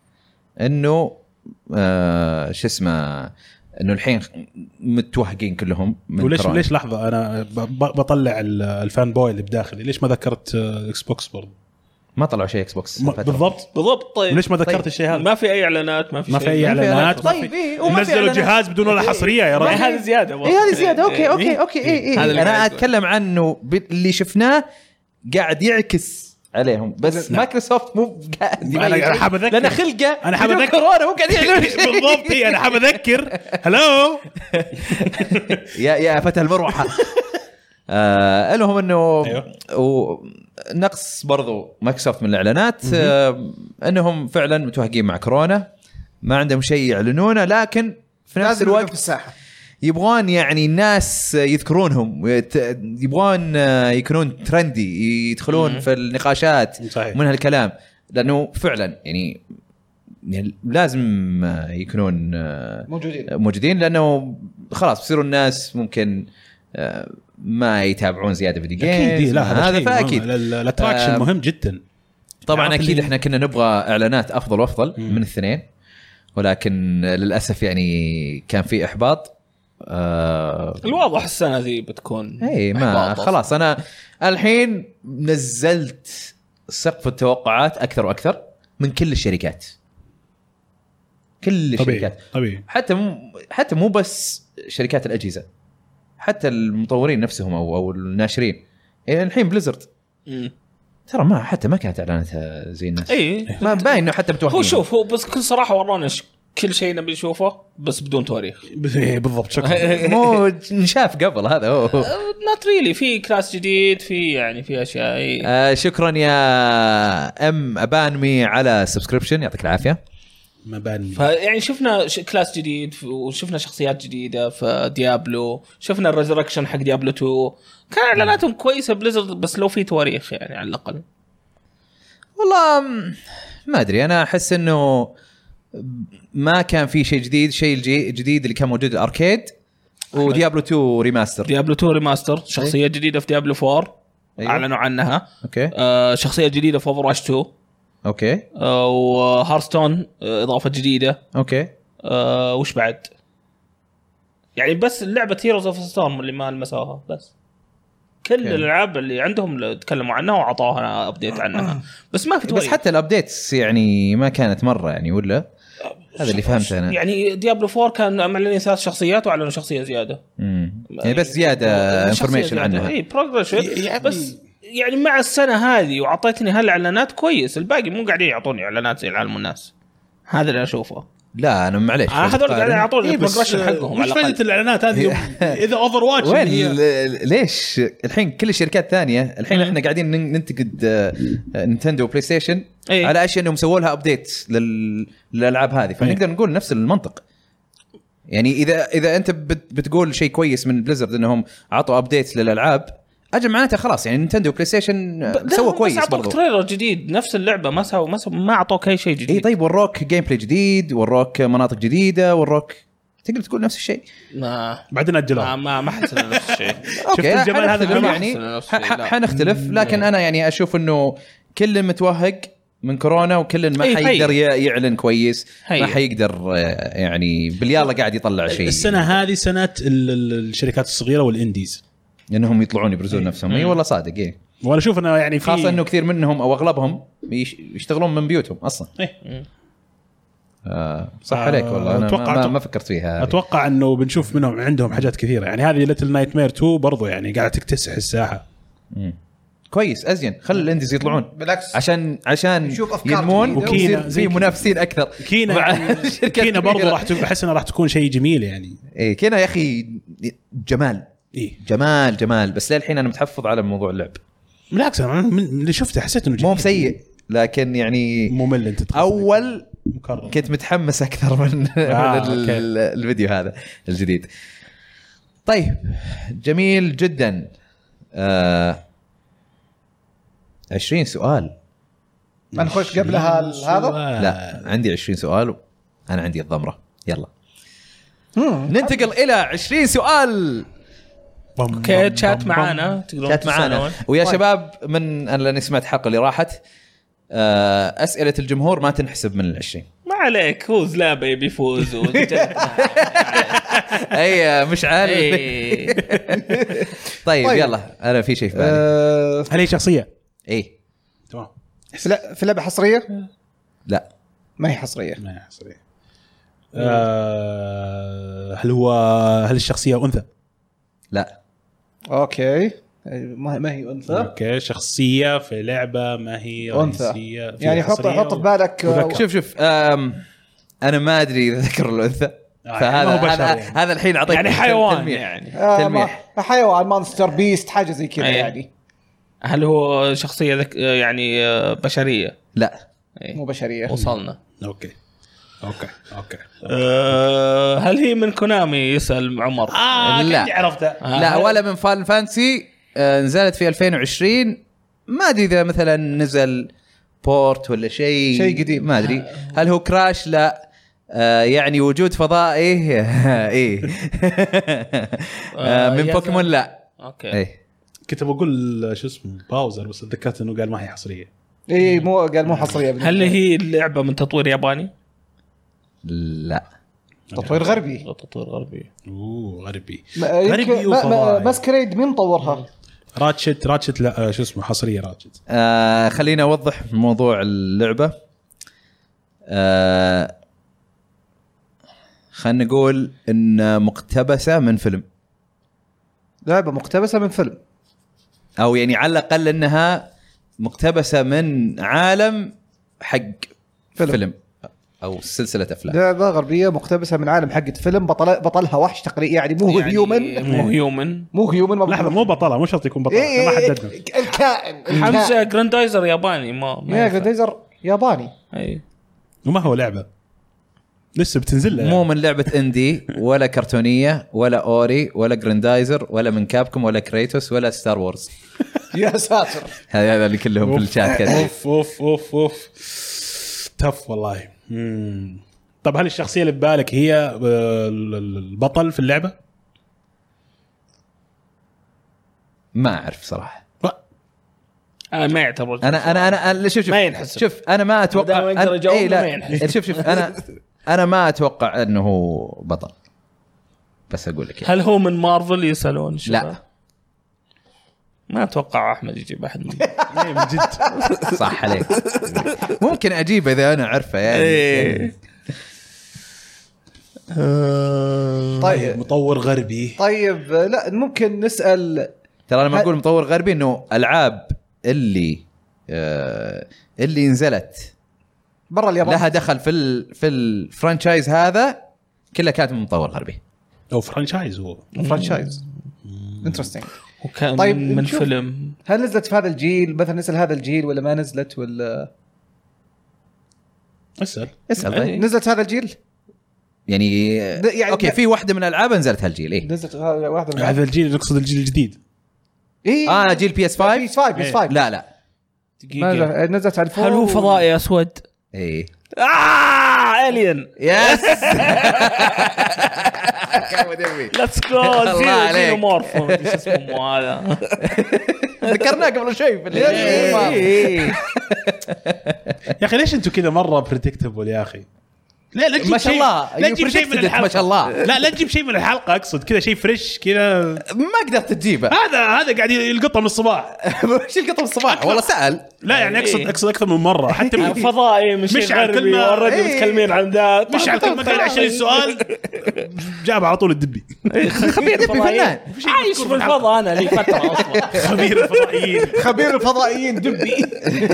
A: انه آه شو اسمه انه الحين متوهقين كلهم من
B: وليش
A: كورونا.
B: ليش لحظه انا ب- ب- بطلع ال- الفان بوي اللي بداخلي ليش ما ذكرت آه، اكس بوكس برضه
A: ما طلعوا شيء اكس بوكس
B: ما-
A: فترة.
B: بالضبط
C: بالضبط. طيب
B: ليش ما ذكرت
A: طيب.
B: الشيء هذا
C: ما في اي اعلانات ما في
B: ما في
C: شيء.
B: اي اعلانات ما
A: طيب
B: في-
A: إيه، وما في
B: نزلوا
A: إعلانات.
B: جهاز بدون ولا حصريه يا
C: إيه،
B: رجل.
C: هذا زياده
A: اي هذه زياده اوكي اوكي
C: إيه.
A: اوكي اي
C: هذا
A: اي
C: اللي
A: انا
C: قاعد
A: اتكلم عنه ب- اللي شفناه قاعد يعكس عليهم بس
B: لا.
A: مايكروسوفت مو قاعد
B: أنا- أنا حاب أذكر.
A: لان خلقه
B: أنا حاب
A: بدون
B: أذكر.
A: كورونا مو قاعد يعلنون
B: بالضبط إيه، انا حاب اذكر هلو
A: يا يا فتى المروحه. آه المهم انه
B: أيوه.
A: ونقص برضو مايكروسوفت من الاعلانات آه انهم فعلا متوهقين مع كورونا ما عندهم شيء يعلنونه لكن في نفس
D: لازم يوقف
A: الوقت
D: في الساحه.
A: يبغون يعني الناس يذكرونهم ويت- يبغون يكونون ترندي يدخلون في النقاشات
B: صحيح.
A: من هالكلام لانه فعلا يعني يعني لازم يكونون
D: موجودين.
A: موجودين لانه خلاص بيصيروا الناس ممكن ما يتابعون زياده فيديو
B: اكيد
A: جيمز
B: لا هذا
A: هذا
B: شيء
A: فاكيد
B: مهم. الاتراكشن
A: آه،
B: مهم جدا
A: طبعا
B: عارف
A: اكيد
B: اللي-
A: احنا كنا نبغى اعلانات افضل وافضل من الاثنين ولكن للاسف يعني كان في احباط. آه
C: الواضح السنه ذي بتكون
A: اي ما
C: إحباط
A: خلاص انا الحين نزلت سقف التوقعات اكثر واكثر من كل الشركات كل
B: طبيعي
A: الشركات
B: طبيعي
A: حتى مو حتى مو بس شركات الاجهزه حتى المطورين نفسهم او او الناشرين يعني الحين بليزرد
C: مم.
A: ترى ما حتى ما كانت اعلاناتها زي الناس
C: اي
A: ما باين انه حتى متوهقين.
C: هو شوف هو بس كل صراحه ورانا ش- كل شيء نبي نشوفه بس بدون تواريخ.
B: إيه، بالضبط شكرا
A: مو نشاف قبل هذا هو
C: نوت ريلي في كلاس جديد في يعني في اشياء إيه.
A: آه شكرا يا ام ابانمي على السبسكريبشن يعطيك العافيه.
B: مباني.
C: فيعني شفنا ش- كلاس جديد وشفنا شخصيات جديده في ديابلو، شفنا الريزركشن حق ديابلو تو، كان اعلاناتهم كويسه بليزرد بس لو في تواريخ يعني على الاقل.
A: والله م- ما ادري، انا احس انه ما كان في شيء جديد. شيء الجديد اللي كان موجود الاركيد وديابلو تو ريماستر.
C: ديابلو تو ريماستر، شخصيه جديده في ديابلو فور
A: أيوة.
C: اعلنوا عنها.
A: اوكي
C: آه شخصيه جديده في اوفر واتش تو.
A: اوكي
C: آه وهارستون آه اضافه جديده.
A: اوكي
C: آه وش بعد يعني بس لعبه هيروز اوف ستورم اللي ما لمسوها بس. كل
A: أوكي.
C: الالعاب اللي عندهم تكلموا عنها وعطوها ابديت عنها بس ما في تواريخ.
A: بس حتى الابديتس يعني ما كانت مره يعني، ولا هذا اللي فهمته انا.
C: يعني ديابلو فور كان معلنين ثلاث شخصيات واعلنوا شخصيه زياده.
A: امم يعني بس زياده انفورميشن عنها.
C: اي بروجريشن بس يعني مع السنه هذه وعطيتني هالاعلانات كويس، الباقي مو قاعدين يعطوني اعلانات زي العالم الناس. هذا اللي اشوفه.
A: لا انا معليش
C: آه هذول قاعدين يعطوني
B: إيه بس
C: البروجريشن حقهم
B: مش
C: على
B: فائده
C: الاقل.
B: الاعلانات هذه اذا اوفر واتش
A: وين
B: هي
A: ال- ليش الحين كل الشركات الثانيه الحين
C: مم.
A: احنا قاعدين نن- ننتقد آه، نينتندو وبلاي ستيشن
C: إيه.
A: على اشياء انهم سووا لها ابديت لل... للالعاب هذه، فنقدر نقول نفس المنطق. يعني اذا اذا انت بت... بتقول شيء كويس من بليزرد انهم عطوا ابديت للالعاب، اجل معناته خلاص يعني نينتندو وبلاي ستيشن آه، سووا كويس
C: برضو.
A: برضو.
C: تريلر جديد نفس اللعبه ما سووا ما سووا ما اعطوك اي شيء جديد.
A: اي طيب وروك جيم بلاي جديد، وروك مناطق جديده، وروك تقدر تقول نفس الشيء.
C: ما
B: بعدين
C: ما
B: اجلوها.
C: ما, ما حس إنه نفس الشيء.
A: اوكي
B: الجمال هذا
A: حنختلف
B: بالعكس
A: يعني
C: إنه نفس
A: ح-
C: الشيء،
A: ح-
C: لا.
A: حنختلف، لكن انا يعني اشوف انه كل متوهق من كورونا وكل ما
C: إيه،
A: حيقدر
C: هي.
A: ي- يعلن كويس،
C: هي.
A: ما حيقدر آه، يعني باليلا قاعد يطلع شيء.
B: السنه هذه سنه ال- ال- الشركات الصغيره والانديز،
A: انهم يطلعون يبرزون نفسهم. اي والله صادق. ايه
B: وانا اشوف انه يعني في
A: خاصه انه كثير منهم او اغلبهم يش- يشتغلون من بيوتهم اصلا.
B: إيه.
A: آه صح
B: آه،
A: عليك والله. انا
B: أتوقع-
A: ما, ما, ما فكرت فيها هذه.
B: اتوقع انه بنشوف منهم عندهم حاجات كثيره. يعني هذه ليتل نايت مير تو برضو يعني قاعده تكتسح الساحه.
A: مم. كويس ازين، خلي الانديز يطلعون
D: بالعكس
A: عشان عشان
D: نشوف أفكار
A: ينمون
D: جديدة.
A: ويصير
B: وكينا
A: في
B: زي كذا.
A: منافسين اكثر.
B: كينا
A: مع
B: يعني
A: شركات
B: كينا برضو
A: كبيرة.
B: راح تكون احس انها راح تكون شيء جميل يعني.
A: ايه كينا يا اخي جمال
B: ايه
A: جمال جمال، بس للحين انا متحفظ على موضوع اللعب.
B: بالعكس انا من من اللي شفته حسيت انه
A: مو
B: جميل.
A: سيء لكن يعني
B: ممل. انت تقصد.
A: اول
B: مكرر.
A: كنت متحمس اكثر من,
B: آه،
A: من ال-
B: أوكي.
A: الفيديو هذا الجديد. طيب جميل جدا. آه عشرين سؤال.
D: ما نخش قبلها هذا.
A: لا عندي عشرين سؤال، انا عندي الضمره. يلا
D: مم.
A: ننتقل الى عشرين سؤال.
B: بم-
C: اوكي
B: بم-
C: تشات
B: بم-
C: معانا تقدرون
A: كانت معانا
C: تسألون.
A: ويا
D: طيب.
A: شباب، من انا لاني سمعت الحلقه اللي راحت، آه، اسئله الجمهور ما تنحسب من العشرين.
C: ما عليك، هو زلابه يبي يفوز
A: اي مش عارف.
C: إيه.
A: طيب,
D: طيب.
A: يلا انا في شيء في بالي.
D: آه،
B: هل هي شخصيه؟
A: ايه
B: تمام.
D: في لا- في لعبه حصريه؟
A: لا
D: ما هي حصريه.
B: ما هي حصريه. آه، هل هو هل الشخصيه انثى؟
A: لا
D: اوكي ما ما هي انثى.
B: اوكي شخصيه في لعبه ما هي
D: أنثى.
B: رئيسية في
D: يعني حط
B: حصرية
D: حط في بالك
B: وذكر.
A: شوف شوف آم، انا ما ادري اذا ذكر الانثى،
B: آه،
A: فهذا
B: ما هو بشر
A: هذا,
B: يعني.
A: هذا الحين اعطيك
C: يعني حيوان
A: تلميح.
C: يعني.
D: آه، ما-
A: تلميح.
D: حيوان مانستر بيست حاجه زي كذا
C: أيه.
D: يعني.
C: هل هو شخصيه ذك... يعني آه، بشريه؟
A: لا
C: إيه.
D: مو بشريه.
C: وصلنا.
B: اوكي اوكي اوكي
C: أه هل هي من كونامي؟ يسأل عمر.
B: اه
A: لا.
B: كنت عرفته.
C: آه،
A: لا
C: هل-
A: ولا من فان فانسي. آه، نزلت في ألفين وعشرين، ما ادري اذا مثلا نزل بورت ولا شيء
D: شيء قديم.
A: ما ادري. هل هو كراش؟ لا. آه يعني وجود فضائي ايه آه من
C: يا
A: بوكيمون لا.
C: اوكي.
A: ايه
B: كنت بقول شو اسمه باوزر بس تذكرت انه قال ما هي حصريه.
D: اي مو قال مو حصريه.
C: هل هي اللعبه من تطوير ياباني؟
A: لا.
D: تطوير غربي.
C: تطوير غربي.
B: اوه غربي.
D: ما-
B: غربي
D: يمكن- ما- ما-
B: وفضائي.
D: ماسكريد مين طورها؟
B: راتشت راتشت لا آه، شو اسمه حصريه راتشت.
A: آه خلينا اوضح موضوع اللعبه. آه خلينا نقول ان مقتبسه من فيلم،
D: لعبه مقتبسه من فيلم.
A: او يعني على الاقل انها مقتبسه من عالم حق
D: فيلم.
A: فيلم, فيلم او سلسله افلام.
D: لعبه غربيه مقتبسه من عالم حق فيلم. بطل بطلها وحش تقريبا يعني مو
C: يعني
D: هيومن.
C: مو هيومن.
D: مو هيومن ما
B: لحظه مو بطله مو شرط يكون بطله
D: إيه
B: ما
D: إيه
B: حددنا.
D: إيه الكائن
C: حمزه
D: الكائن.
C: جراندايزر ياباني ما, ما
D: يا
C: ينفع.
D: جراندايزر ياباني.
C: اي
B: وما هو لعبه لسه بتنزل له
A: مو من لعبه اندي ولا كرتونيه ولا اوري ولا جراندايزر ولا من كابكوم ولا كريتوس ولا ستار وورز.
D: يا ساتر.
A: هذا هذا اللي كلهم في الشات كذا.
B: اوف اوف اوف اوف تف والله. مم. طب هل الشخصيه اللي ببالك هي البطل في اللعبه؟
A: ما اعرف صراحه.
C: آه ما يعتبر.
A: انا انا انا, أنا شوف شوف
C: ما ينحسب.
A: شوف انا ما اتوقع
C: أنا
A: أنا اي لا شوف شوف انا انا ما اتوقع انه هو بطل، بس اقول لك يعني.
C: هل هو من مارفل يسالون شباب؟
A: لا
C: ما اتوقع احمد يجيب احد من
B: من جد
A: صح عليك. ممكن اجيبه اذا انا عارفه يعني.
D: طيب
B: مطور غربي.
D: طيب لا ممكن نسال.
A: ترى لما اقول مطور غربي انه العاب اللي آه اللي نزلت
D: برا اليابان
A: لها دخل في ال في الفرانشايز هذا كلها كانت من مطور غربي
B: او فرانشايز. هو
D: فرانشايز انترستينج.
C: وكان
D: طيب
C: من فيلم.
D: هل نزلت في هذا الجيل مثلا، نزل هذا الجيل ولا ما نزلت ولا
B: اسال
A: اسال طيب.
D: نزلت هذا الجيل
A: يعني,
D: يعني
A: اوكي في واحده من الالعاب نزلت هالجيل. ايه
D: نزلت واحده من
B: هذا الجيل نقصد الجيل الجديد.
D: ايه
A: اه جيل بي اس
D: بي
A: خمسة.
D: اس خمسة بي اس خمسة
A: لا لا
C: دقيقة.
D: نزلت على الفور.
C: هل هو فضائي اسود؟
A: ايه
C: آه الين.
A: يس
C: ليتس جو. زينو مورفو ايش اسمه هذا
A: ذكرناه قبل شوي في
B: يا اخي ليش انتم كذا مره بريدكتبل يا اخي؟ لا لا
A: ما شاء الله
B: لا تجيب شيء من الحلقه.
A: ما شاء الله.
B: لا لا تجيب شيء من الحلقه، اقصد كذا شيء فريش كذا.
A: ما قدرت تجيبه.
B: هذا هذا قاعد يلقطه من الصباح.
A: ايش القطه الصباح والله سأل.
B: لا يعني اقصد اقصد اكثر من مره حتى
C: فضائي مش,
B: مش على
C: غربي
B: كلمة-
C: اوريدي
A: إيه.
C: متكلمين عن ذات.
B: مش على كلمه قال عشرين سؤال جاب على طول الدبي.
C: خبير فضائيين عايش في الفضاء انا لي فتره اصلا.
B: خبير الفضائيين.
D: خبير الفضائيين دبي.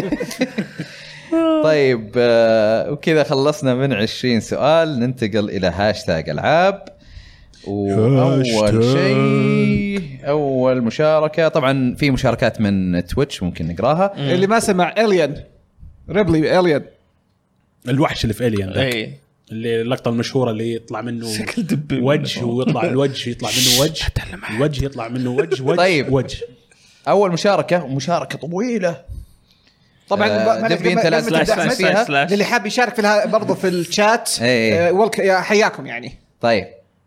A: طيب آه وكذا خلصنا من عشرين سؤال. ننتقل إلى هاشتاج ألعاب. وأول شيء أول مشاركة طبعا في مشاركات من تويتش ممكن نقراها.
D: اللي ما سمع الين ريبلي الين
B: الوحش اللي في الين ذاك
C: اي
B: اللي اللقطه المشهوره اللي يطلع منه
C: شكل دبي
B: وجه ويطلع الوجه يطلع منه وجه الوجه يطلع منه وجه وجه
A: طيب.
B: وجه.
A: أول مشاركة ومشاركة طويلة
D: طبعا.
A: آه دبي أنت لازم
C: سلاش
A: تحسن
C: سلاش
A: فيها.
C: سلاش.
D: اللي حاب يشارك في الها... برضو في الشات
A: إيه.
D: آه والك... يا حياكم يعني.
A: طيب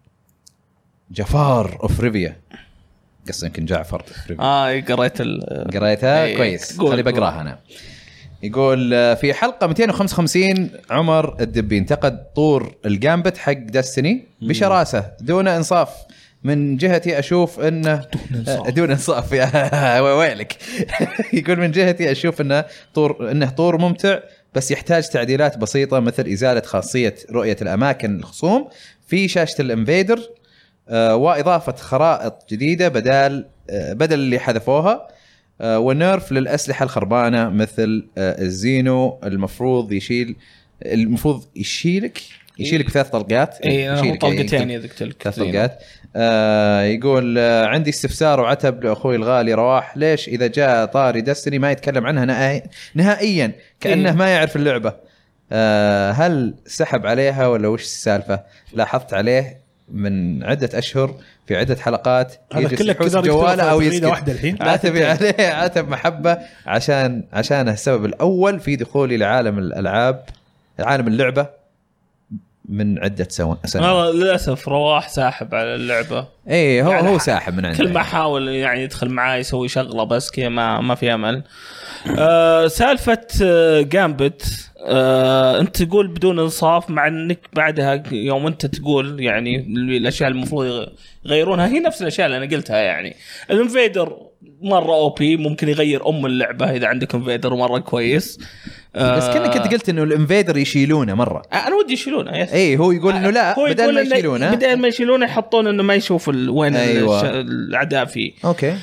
A: جفار اوف ريفيا قصة يمكن جعفر اوف ريفيا.
C: اه قريت ال
A: قريتها
C: إيه.
A: كويس.
C: قول-
A: خلي بقراها انا. يقول آه، في حلقة مئتين وخمسة وخمسين عمر الدبي انتقد طور الجامبت حق دستني بشراسة دون انصاف. من جهتي اشوف انه آه، دون انصاف يا ويلك. يقول من جهتي اشوف انه طور انه طور ممتع بس يحتاج تعديلات بسيطة مثل ازالة خاصية رؤية الاماكن الخصوم في شاشة الانفيدر آه، واضافة خرائط جديدة بدل آه، بدل اللي حذفوها آه، ونيرف للأسلحة الخربانة مثل آه، الزينو المفروض يشيل المفروض يشيلك يشيلك بثلاث طلقات.
C: اي انا
A: يشيلك
C: طلقتين
A: يعني
C: يذكر لك
A: ثلاث طلقات. آه يقول آه عندي استفسار وعتب لأخوي الغالي رواح. ليش إذا جاء طاري دستني ما يتكلم عنها نهائي نهائيا كأنه
C: إيه.
A: ما يعرف اللعبة؟ آه هل سحب عليها ولا وش السالفة؟ لاحظت عليه من عدة أشهر في عدة حلقات
B: هذا
A: يجلس
B: كله
A: يحوس
B: كذا
A: جواله أو
B: تغريدة
A: يسكت.
B: واحدة الحين.
A: عاتبي عليه عتب محبة عشان عشانه السبب الأول في دخولي لعالم الألعاب عالم اللعبة من عدة سنوات.
C: والله للاسف رواح ساحب على اللعبه.
A: ايه هو
C: يعني
A: هو ساحب من عنده.
C: كل ما حاول يعني يدخل معاي يسوي شغله بس كذا ما ما في امل. آه سالفه آه جامبت آه انت تقول بدون انصاف مع انك بعدها يوم انت تقول يعني الاشياء المفروض يغيرونها هي نفس الاشياء اللي انا قلتها. يعني الانفيدر مره او بي ممكن يغير ام اللعبه اذا عندك انفيدر مره كويس. آه
A: بس كأنك انت قلت انه الانفيدر يشيلونه مره.
C: انا ودي يشيلونه. يس.
A: اي هو يقول انه لا
C: هو
A: بدل ما
C: يقول إنه-
A: يشيلونه
C: بدل ما يشيلونه يحطون انه ما يشوف ال- وين
A: أيوة.
C: الش- الاعداء فيه.
A: اوكي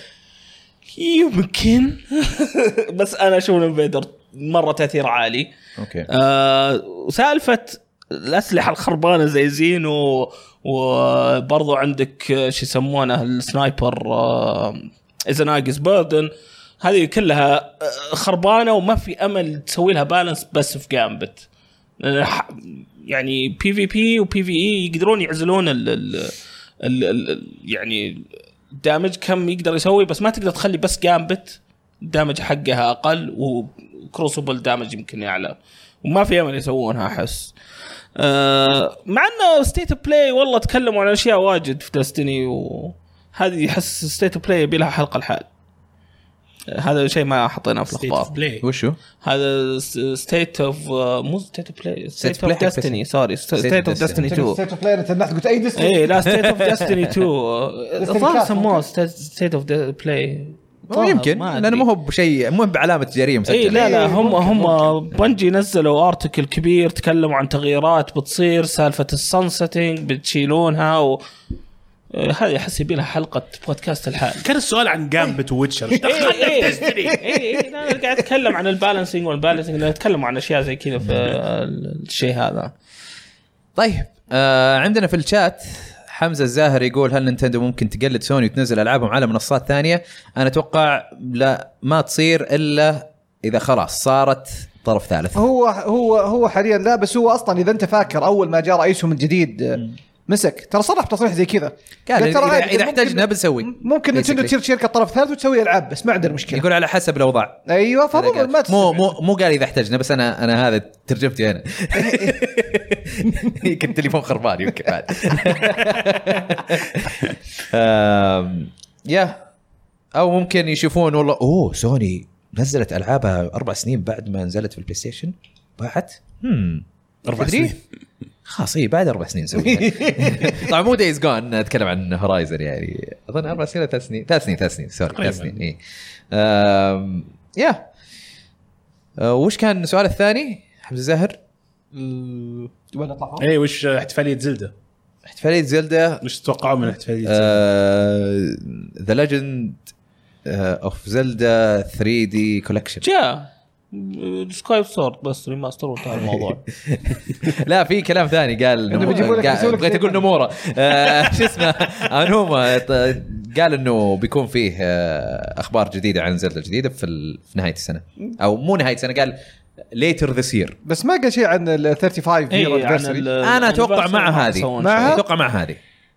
C: يمكن. بس انا اشوف الانفيدر مره تاثير عالي.
A: اوكي
C: آه وسالفه الاسلحه الخربانه زي زين و... وبرضو عندك آه، شو يسمونه السنايبر آه اذا ناقص بيردن هذه كلها آه، خربانه وما في امل تسوي لها بالانس بس في جامبت. يعني بي في بي وبي في اي يقدرون يعزلون ال ال ال ال يعني الدامج كم يقدر يسوي، بس ما تقدر تخلي بس جامبت الدامج حقها اقل وكروسبل دامج يمكن اعلى، وما في امل يسوونها احس. أه مع انه ستيت اوف بلاي والله تكلموا عن اشياء واجد في دستني، وهذه يحس ستيت اوف بلاي يبي لها حلقه الحال. هذا شيء ما حطيناه في الاخبار.
A: وشو
C: هذا ستيت اوف مو ستيت اوف بلاي ستيت اوف دستني سوري ستيت اوف دستني تو
D: ستيت اوف بلاي انت قلت اي دستني
C: اي لا ستيت اوف دستني تو الظاهر سموه ستيت اوف بلاي
A: يمكن لانه ما هو بشيء مو بعلامه تجاريه مسجله.
C: اي لا لا هم هم بنجي نزلوا ارتكل كبير تكلموا عن تغييرات بتصير، سالفه السن سيتنج بتشيلونها و هذه احس يبي لها حلقه بودكاست الحال.
B: كان السؤال عن جامبت وويتشر ايش دخلنا في دستني؟
C: اي انا قاعد اتكلم عن البالانسنج والبالانسنج، نتكلم عن اشياء زي كذا في الشيء هذا.
A: طيب آه عندنا في الشات حمزه الزاهر يقول هل نينتندو ممكن تقلد سوني وتنزل العابهم على منصات ثانيه؟ انا اتوقع لا ما تصير الا اذا خلاص صارت طرف ثالث.
D: هو هو هو حاليا لا، بس هو اصلا اذا انت فاكر اول ما جاء رئيسهم الجديد مسك ترى صرح تصريح زي كذا
A: قال اذا, إذا احتاجنا بنسوي
D: ممكن نتندو تصير شركه طرف ثالث وتسوي العاب بس ما عندنا مشكله.
A: يقول على حسب الاوضاع.
D: ايوه فمو ما
A: مو مو مو قال اذا احتاجنا، بس انا انا هذا ترجمتي انا كنت تليفون خربان يمكن بعد. يا او ممكن يشوفون والله اوه سوني نزلت العابها اربع سنين بعد ما نزلت في البلاي ستيشن باعت امم
B: اربع سنين
A: خلاص ايه بعد اربع سنين نسويها. طبعا مو دايز جون نتكلم عن هورايزن يعني اظن اربع سنين ثلاث سنين ثلاث سنين ثلاث سنين سوري ثلاث سنين ايه آم... يا آه وش كان السؤال الثاني حمزه زاهر؟
D: وين اطلع؟
B: اي وش احتفاليه زلدة؟
A: احتفاليه زلدة
B: وش تتوقعوا من احتفاليه
A: ذا ليجند اوف زلدة ثري دي كولكشن؟
C: جاء سكاي سورد بس ريماستر وانتهى الموضوع.
A: لا في كلام ثاني قال بغيت اقول نمورة شو اسمه انوما قال انه بيكون فيه اخبار جديده عن زلدة جديده في نهايه السنه او مو نهايه السنه، قال later this year،
D: بس ما قال شيء عن ال خمسة وثلاثين
C: إيه
A: انا اتوقع مع هذه
D: مع
A: اتوقع مع هذه.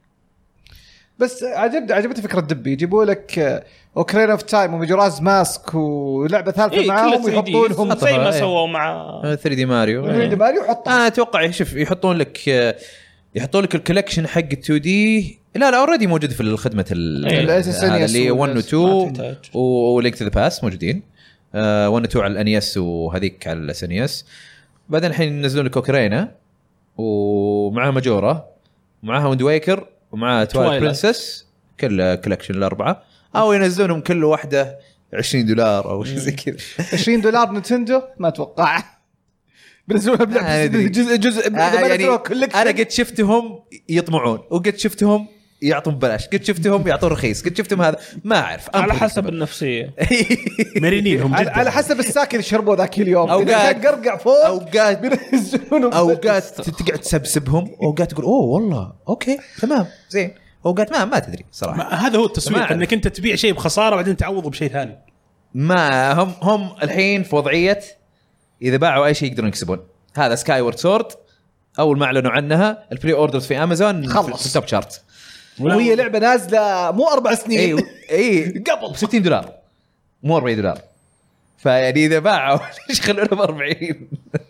D: بس عجبت عجبتني فكره دبي يجيبوا لك اوكرين اوف تايم ومجراز ماسك ولعبه ثالثه
C: إيه
D: معاهم ويحطونهم
C: زي ما سووا مع
A: ثري دي ماريو.
D: ثري دي ماريو حط
A: انا اتوقع شوف يحطون لك يحطون لك الكولكشن حق تو دي. لا لا اوريدي موجود في الخدمه اللي واحد و اثنين ولينك تو ذا باس موجودين. واحد و اثنين على الانيس وهذيك على الاسنيس. بعدين الحين ينزلون لك اوكرينا ومعها ماجورا ومعها ويند ويكر ومعها تويلايت برنسس كل كولكشن الاربعه، او ينزلونهم كل واحده عشرين دولار او شيء زي كذا.
D: عشرين دولار نينتندو ما اتوقع بنزلونها بلعبه جزء جزء
A: يعني انا قد شفتهم يطمعون وقد شفتهم يعطون ببلاش، قد شفتهم يعطون رخيص، قد شفتهم هذا ما اعرف
C: على حسب النفسيه
B: مرينينهم جدا
D: على حسب الساكن اللي شربوا ذاك اليوم.
A: اوقات
D: قرقع فوق
A: اوقات بينزلونهم اوقات تقعد تسبسبهم اوقات تقول اوه والله اوكي تمام زين، اوقات ما ما تدري صراحه.
B: هذا هو التسويق انك انت تبيع شيء بخساره بعدين تعوضه بشيء ثاني.
A: ما هم هم الحين في وضعيه اذا باعوا اي شيء يقدرون يكسبون. هذا سكاي وورد سورد اول ما اعلنوا عنها البري اوردرز في امازون
D: خلص
A: في التوب شارت،
D: وهي لعبه نازله مو اربع سنين
A: اي اي قبل ستين دولار مو أربعين دولار. فيعني اذا باعوا ليش خلونا ب أربعين؟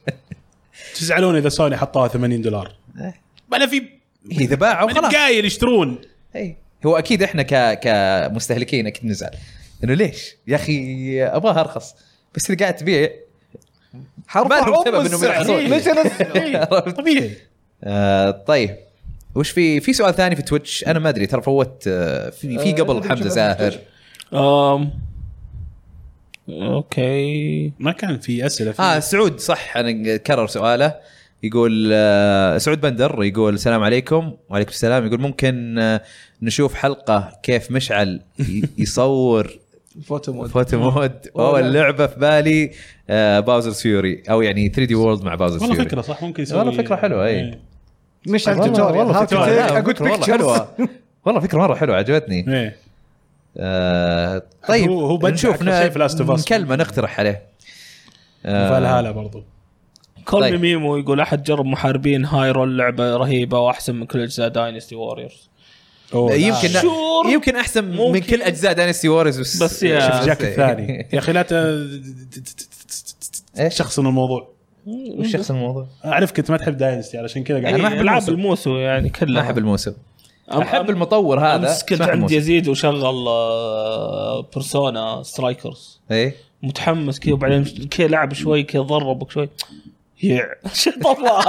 B: تزعلون اذا سوني حطوها ثمانين دولار؟ ما في
A: اذا باعوا خلاص
B: قايل يشترون.
A: اي هو اكيد احنا ك كمستهلكين اكيد نزعل انه ليش يا اخي ابغاها ارخص، بس اذا قاعد تبيع
D: حرب
A: سبب انه بيحصل
D: ليش انا
B: طبيعي.
A: آه طيب وش في في سؤال ثاني في تويتش انا ما ادري ترى فوت آه في في قبل حمزه زاهر.
C: امم اوكي
B: ما كان في اسئله
A: اه سعود صح انا كرر سؤاله يقول آه سعود بندر يقول السلام عليكم. وعليكم السلام. يقول ممكن آه نشوف حلقه كيف مشعل يصور
D: فوتو مود
A: فوتو مود او اللعبه في بالي آه باوزر فيوري او يعني ثري دي وورلد مع باوزر فيوري.
B: والله فكره صح ممكن يسوي
A: والله فكره حلوه اي
D: مش على التوتوريال
A: والله فكره
D: اقول
A: حلوه والله فكره مره حلوه عجبتني.
B: ايه
A: آه طيب
B: هو, هو
A: نشوف نكلمه نقترح عليه
B: آه فالهالا برضو
C: كل
A: طيب.
C: ميمو يقول احد جرب محاربين هايرول لعبه رهيبه واحسن من كل اجزاء داينستي ووريرز.
A: يمكن
C: شور.
A: يمكن احسن
C: ممكن.
A: من كل اجزاء داينستي وورز بس,
C: بس يا-
B: شوف جاك الثاني يا اخي لا
A: ايش
B: شخصن الموضوع.
A: وش شخص الموضوع؟
B: اعرف كنت ما تحب داينستي علشان كذا قاعد
C: انا
A: ما
C: ما
A: أحب
C: العاب
A: الموسم.
C: الموسو يعني كلها
A: ما احب الموسم،
C: أم-
A: احب
C: أم-
A: المطور هذا.
C: امس كنت
A: اسمه
C: عند
A: موسم.
C: يزيد وشغل بيرسونا سترايكرز
A: ايه
C: متحمس كذا وبعدين كذا لعب شوي كذا ضربك شوي يع شط الله.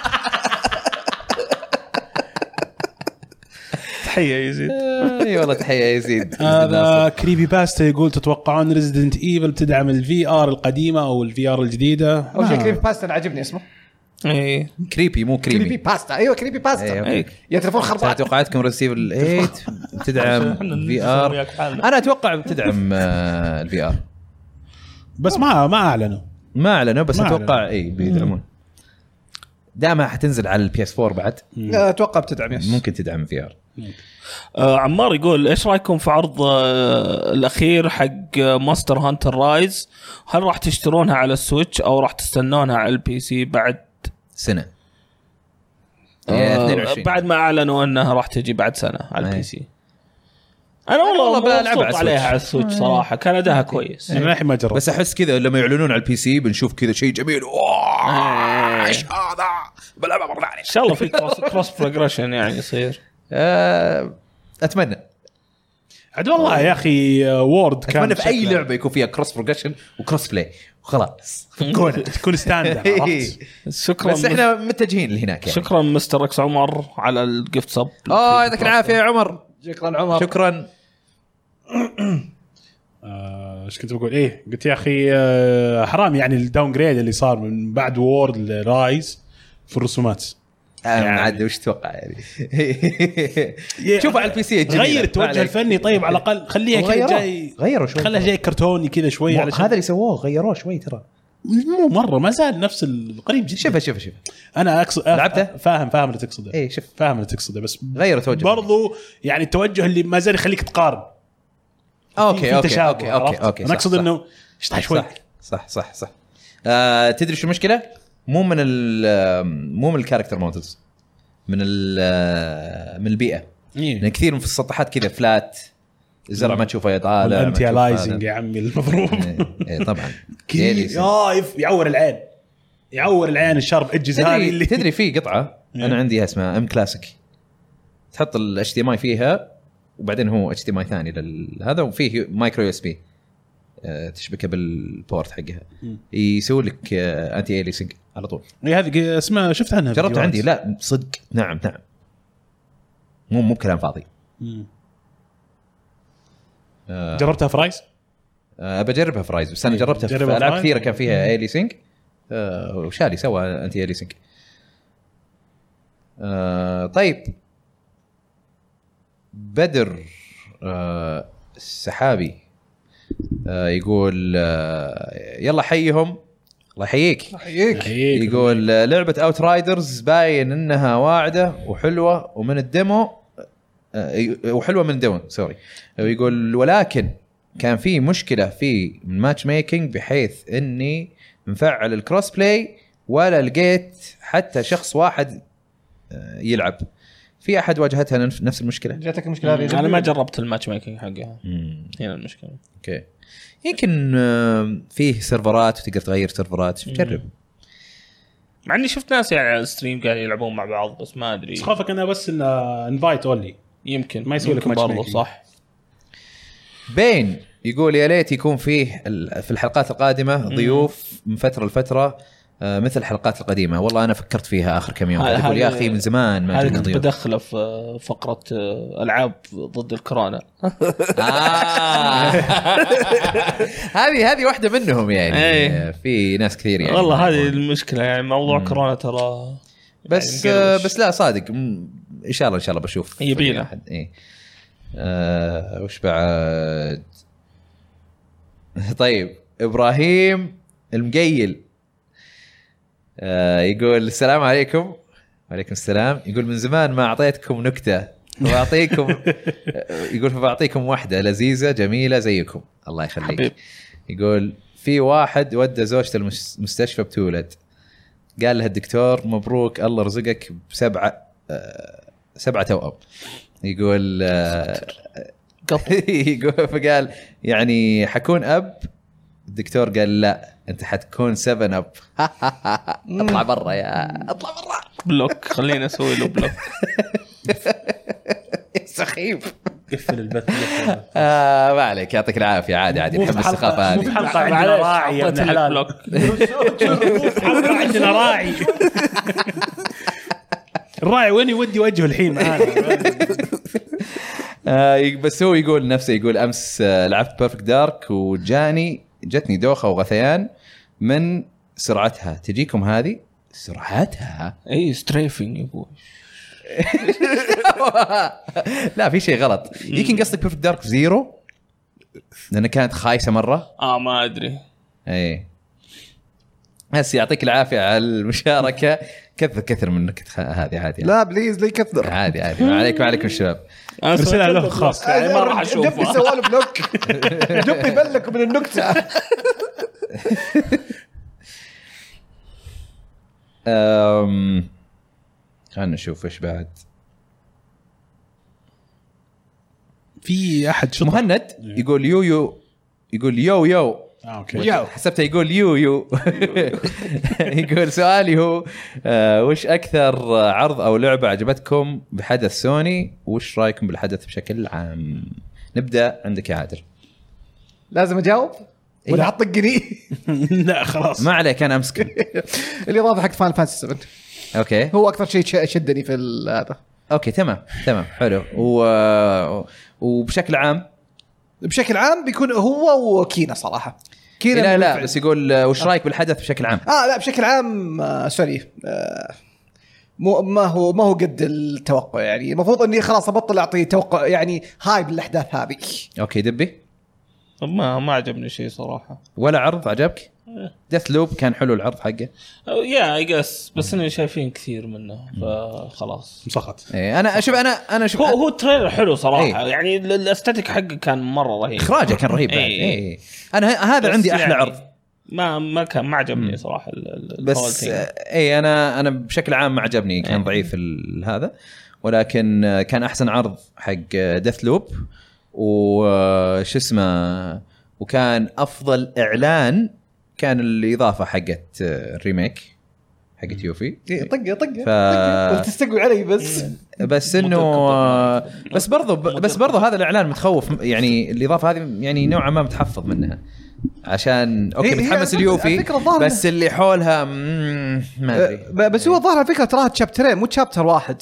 C: تحيه يزيد.
A: اي والله تحيه يا يزيد.
B: هذا كريبي باستا يقول تتوقعون ريزيدنت ايفل تدعم الفي ار القديمه او الفي ار الجديده؟
D: اول شيء
B: ما-
D: كريبي باستا أنا عجبني اسمه
C: ايه
A: كريبي مو
D: كريبي
A: كريمي.
D: باستا. ايوه كريبي باستا
A: أيوة.
C: ايه
D: يا تلفون خربان.
A: توقعاتكم ريسيفل ثمانية تدعم في ار؟ انا اتوقع بتدعم الفي ار.
B: بس ما ما اعلنوا.
A: ما اعلنوا بس
B: ما
A: اتوقع اي بيدعمون. دامها حتنزل على البي اس فور بعد
D: لا، اتوقع بتدعم يس.
A: ممكن تدعم في ار.
C: آه عمار يقول ايش رايكم في عرض آه الاخير حق ماستر هانتر رايز؟ هل راح تشترونها على السويتش او راح تستنونها على البي سي بعد
A: سنه
C: آه
A: اثنين وعشرين
C: بعد ما اعلنوا انها راح تجي بعد سنه على
A: أي.
C: البي سي؟ انا والله
A: والله بلعبها
C: مبسوط
A: على
C: عليها
A: السويتش.
C: على السويتش صراحه، كان اداها كويس.
B: انا الحين ما جربت.
A: بس احس كذا لما يعلنون على البي سي بنشوف كذا شيء جميل.
C: آه.
A: ايش هذا بلعبها مره ثانيه
C: ان شاء الله في كروس كروس بروجريشن يعني يصير.
A: آه، اتمنى
B: عاد والله يا اخي وورد كان
A: اتمنى في اي
B: شكله-
A: لعبه يكون فيها كروس بروجريشن وكروس بلاي وخلاص.
B: تكون تكون ستاندرد عرفت؟
C: شكرا
A: بس احنا متجهين لهناك يعني.
C: شكرا مستر اكس عمر على الجفت سب.
A: اه يعطيك العافيه يا عمر.
D: شكرا عمر.
A: شكرا.
B: آه، ايش كنت بقول؟ ايه قلت يا اخي آه، حرام يعني الداون جريد اللي صار من بعد وورد لرايز في الرسومات.
A: يعني عاد وش تتوقع يعني؟ شوف على البي سي
B: غير
A: جميلة.
B: التوجه
A: ما عليك.
B: الفني طيب على الاقل خليها كذا
A: غيروه.
B: جاي
A: غيروا شوي.
B: خليها جاي كرتوني كذا شوي
A: مو-
B: علشان
A: هذا اللي سووه غيروه شوي ترى.
B: مو مره ما زال نفس القريب جدا.
A: شوفه شوفه شوفه.
B: انا اقصد
A: لعبته؟
B: فاهم فاهم اللي تقصده.
A: ايه شوف
B: فاهم اللي تقصده بس
A: غيروا توجه.
B: برضو يعني التوجه اللي ما زال يخليك تقارن.
A: اوكي
B: في
A: اوكي
B: تشابه،
A: اوكي
B: عرفت؟
A: اوكي اوكي
B: انا
A: صح،
B: اقصد
A: صح.
B: انه اشطح شوي.
A: صح صح صح صح. آه، تدري شو المشكله؟ مو من ال مو من الكاركتر مودلز، من ال من البيئه.
B: إيه.
A: لان كثير من في السطحات كذا فلات، الزرع ما تشوفه يطالع. ما
B: الانتي
A: تشوف
B: الايزنج
A: هذا.
B: يا عمي المضروب.
A: إيه، إيه، طبعا.
B: كي- اه يف- يعور العين يعور العين الشارب ايدجز هذه
A: تدري
B: اللي
A: تدري في قطعه
B: إيه.
A: انا عندي اسمها ام كلاسيك، تحط الاتش دي ام اي فيها وبعدين هو اتش دي ام اي ثاني لهذا وفيه مايكرو يو اس بي تشبكه بالبورت حقها
B: مم.
A: يسوي لك انتي اليسنج على طول.
B: إيه هذه اسمها شفت عنها
A: جربت
B: فيديوهات.
A: عندي لا صدق نعم نعم مو مو كلام فاضي.
B: مم.
A: آه،
B: جربتها في رايس؟
A: آه، بجربها في رايز بس انا
B: إيه،
A: جربتها في
B: جربها في
A: العاب
B: رايز؟
A: كثيره كان فيها اليسنج آه، وشالي سوى انتي اليسنج. آه، طيب بدر آه، السحابي آه، يقول آه، يلا حيهم الله يحييك.
D: حييك.
A: يقول آه، لعبة اوت رايدرز باين انها واعدة وحلوة ومن الديمو آه، وحلوة من الديمو سوري. ويقول ولكن كان في مشكلة في الماتش ميكينج بحيث اني مفعل الكروس بلاي ولا لقيت حتى شخص واحد آه، يلعب. في احد واجهتها نفس نفس المشكلة؟
D: جاتك المشكله هذه؟
C: انا ما جربت الماتش ميكنج حقها،
A: مم.
C: هنا المشكله.
A: اوكي يمكن آه، فيه سيرفرات وتقدر تغير سيرفرات جرب.
C: مع اني شفت ناس يعني على الستريم قاعدين يلعبون مع بعض بس ما ادري،
B: بس خافك انها بس انها انفايت اونلي
C: يمكن
B: ما يسوي لك
C: يمكن
B: match
C: برضه
B: making.
C: صح.
A: بين يقول يا ليت يكون فيه ال- في الحلقات القادمة ضيوف من فترة لفترة آه، مثل الحلقات القديمة. والله أنا فكرت فيها آخر كم يوم
C: هذا-
A: يقول يا
C: هذا-
A: أخي من زمان ما
C: هذه
A: جبنا
C: كنت
A: ضيوف.
C: بدخله في فقره آه، العاب ضد الكورونا.
A: آه. هذه هذه واحدة منهم يعني.
C: إيه.
A: في ناس كثير يعني
C: والله هذه
A: يلعبون.
C: المشكله يعني موضوع كورونا ترى
A: بس
C: يعني
A: آه،
C: مقربش.
A: بس لا صادق م- إن شاء الله إن شاء الله بشوف
C: يبينا.
A: أحد. إيه. آه، وش بعد؟ طيب إبراهيم المقيل آه، يقول السلام عليكم. وعليكم السلام. يقول من زمان ما أعطيتكم نكتة فبعطيكم يقول فبعطيكم واحدة لذيذة جميلة زيكم الله يخليك.
C: حبيب.
A: يقول في واحد ودى زوجته المستشفى بتولد قال لها الدكتور مبروك الله رزقك بسبعه آه سبعه توأم. يقول آه يقول فقال يعني حكون اب. الدكتور قال لا انت حتكون سفن اب. اطلع برا يا اطلع برا
C: بلوك خلينا نسوي له بلوك.
A: سخيف.
B: قفل البث.
A: آه ما عليك يعطيك العافيه عادي عادي نحب السخافه هذه.
B: مو حلقه عندنا راعي يا ابن حلال. حلقه عندنا راعي. الراعي وين يودي وجهه الحين معانا؟
A: آه بس هو يقول نفسه يقول امس آه لعبت بيرفكت دارك وجاني جتني دوخه وغثيان من سرعتها. تجيكم هذه سرعتها؟
C: اي ستريفنج يا ابوي.
A: لا في شيء غلط. يمكن قصدك بيرفكت دارك زيرو لأنها كانت خايسة مرة.
C: اه ما ادري.
A: اي بس يعطيك العافية على المشاركة. كثر كثر منك هذه عادي.
D: لا بليز لي كثر.
A: عادي عادي ما عليك ما عليكم الشباب.
B: ارسلها له خاص
C: يعني ما راح اشوفه.
D: جبني سوالو بلوك. جبني بلك من النكتة.
A: أم... خلنا نشوف ايش بعد.
B: في احد شطح.
A: مهند يقول يو يو يقول يو يو
B: اه اوكي
D: يو.
A: حسبته يقول يو يو. يقول سؤالي هو آه وش اكثر عرض او لعبه عجبتكم بحدث سوني وش رايكم بالحدث بشكل عام؟ نبدا عندك يا عادل.
D: لازم اجاوب ولا احطك جنيه؟
B: لا خلاص
A: ما عليك انا امسك.
D: الاضافه حق فان فانتسي سبعة
A: اوكي
D: هو اكثر شيء شدني في هذا.
A: اوكي تمام تمام حلو. و... وبشكل عام
D: بشكل عام بيكون هو وكينا صراحه. كينا
A: لا لا بس يقول وش رايك بالحدث بشكل عام؟
D: اه لا بشكل عام آه سوري آه مو ما هو ما هو قد التوقع. يعني المفروض اني خلاص ابطل اعطي توقع يعني هايب الاحداث هذه.
A: اوكي دبي
C: ما ما عجبني شيء صراحه.
A: ولا عرض عجبك؟ ديث لوب كان حلو العرض حقه.
C: يا اي جس بس اني شايفين كثير منه فخلاص
B: مسخط.
A: ايه انا اشوف انا انا اشوف
C: هو هو تريلر حلو صراحه.
A: ايه.
C: يعني الاستاتيك حقه كان مره رهيب.
A: اخراجه كان رهيب بعد.
C: ايه.
A: ايه. انا هذا عندي احلى
C: يعني
A: عرض.
C: ما ما كان ما عجبني صراحه
A: بس اي انا انا بشكل عام ما عجبني كان
C: ايه.
A: ضعيف هذا ولكن كان احسن عرض حق ديث لوب وش اسمه وكان افضل اعلان كان الاضافه حقت الريميك حقت يوفي.
D: طق طق
A: ف...
D: تستقوي علي بس
A: بس انه بس برضو بس برضو هذا الاعلان متخوف يعني الاضافه هذه يعني نوعا ما متحفظ منها عشان اوكي متحمس اليوفي بس اللي حولها ما ادري.
D: بس هو ظاهر على فكره تراها تشابترين مو تشابتر واحد.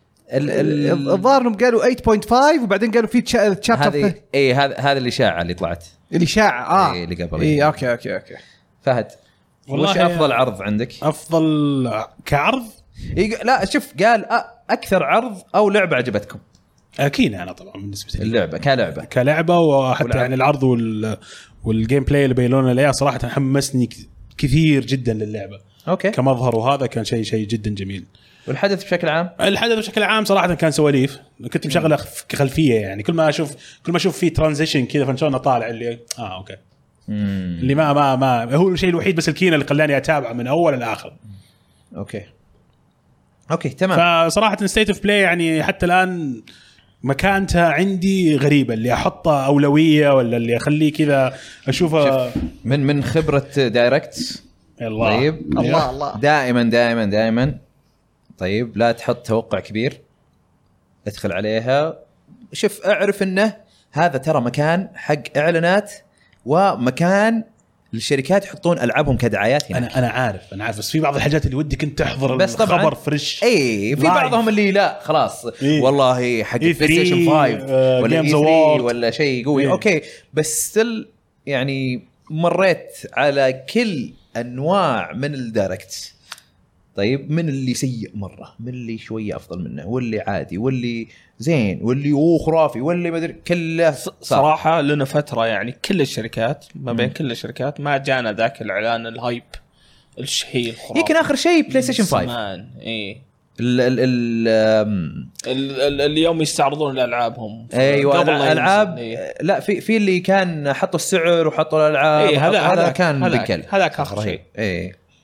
D: الظاهر انهم قالوا ثمانية فاصلة خمسة وبعدين قالوا في تشابتر
A: هذه اي هذا هذا الاشاعه اللي طلعت
D: الاشاعه اه
A: إيه اللي قبل.
D: اي اوكي اوكي اوكي
A: فهد وش افضل عرض عندك؟
B: افضل كعرض
A: لا شوف قال اكثر عرض او لعبه عجبتكم.
B: اكيد انا طبعا بالنسبه لي
A: اللعبه كلعبه
B: كلعبه وحتى والعرض. يعني العرض وال والجيم بلاي اللي بينونا ليه صراحه حمسني كثير جدا للعبه.
A: اوكي
B: كمظهر وهذا كان شيء شيء جدا جميل.
A: والحدث بشكل عام
B: الحدث بشكل عام صراحه كان سواليف كنت مشغله كخلفيه يعني كل ما اشوف كل ما اشوف فيه ترانزيشن كذا فنشون طالع اللي اه اوكي مم. اللي ما ما ما هو الشيء الوحيد بس الكينه اللي خلاني اتابعه من اول لاخر.
A: اوكي اوكي تمام.
B: فصراحه ستيت اوف بلاي يعني حتى الان مكانتها عندي غريبه اللي احطها اولويه ولا اللي اخليه كذا اشوفها
A: من من خبره دايركت.
B: الله
A: طيب
D: الله الله
A: دائما دائما دائما طيب لا تحط توقع كبير ادخل عليها شوف اعرف انه هذا ترى مكان حق اعلانات ومكان الشركات يحطون العابهم كدعايات هناك.
B: انا انا عارف انا عارف بس في بعض الحاجات اللي ودك انت تحضر الخبر فريش.
A: اي في بعضهم اللي لا خلاص
B: إيه.
A: والله حق بلاي ستيشن خمسة
B: آه
A: ولا
B: إي ثري
A: ولا شيء قوي.
B: إيه.
A: اوكي بس ستيل يعني مريت على كل انواع من الدايركت. طيب من اللي سيء مره من اللي شويه افضل منه واللي عادي واللي زين واللي هو خرافي واللي ما ادري كله
C: صراحه لنا فتره يعني كل الشركات ما بين م. كل الشركات ما جانا ذاك الاعلان الهايب الشيء الخرافي.
A: يمكن اخر شيء بلاي ستيشن خمسة
C: اي
A: ال ال ال
C: ال اليوم يستعرضون الالعابهم.
A: ايوه الالعاب إيه. لا في في اللي كان حطوا السعر وحطوا الالعاب.
C: إيه هذا
A: هذا كان
C: هذا
A: بكل
C: هذا اخر شيء.
A: اي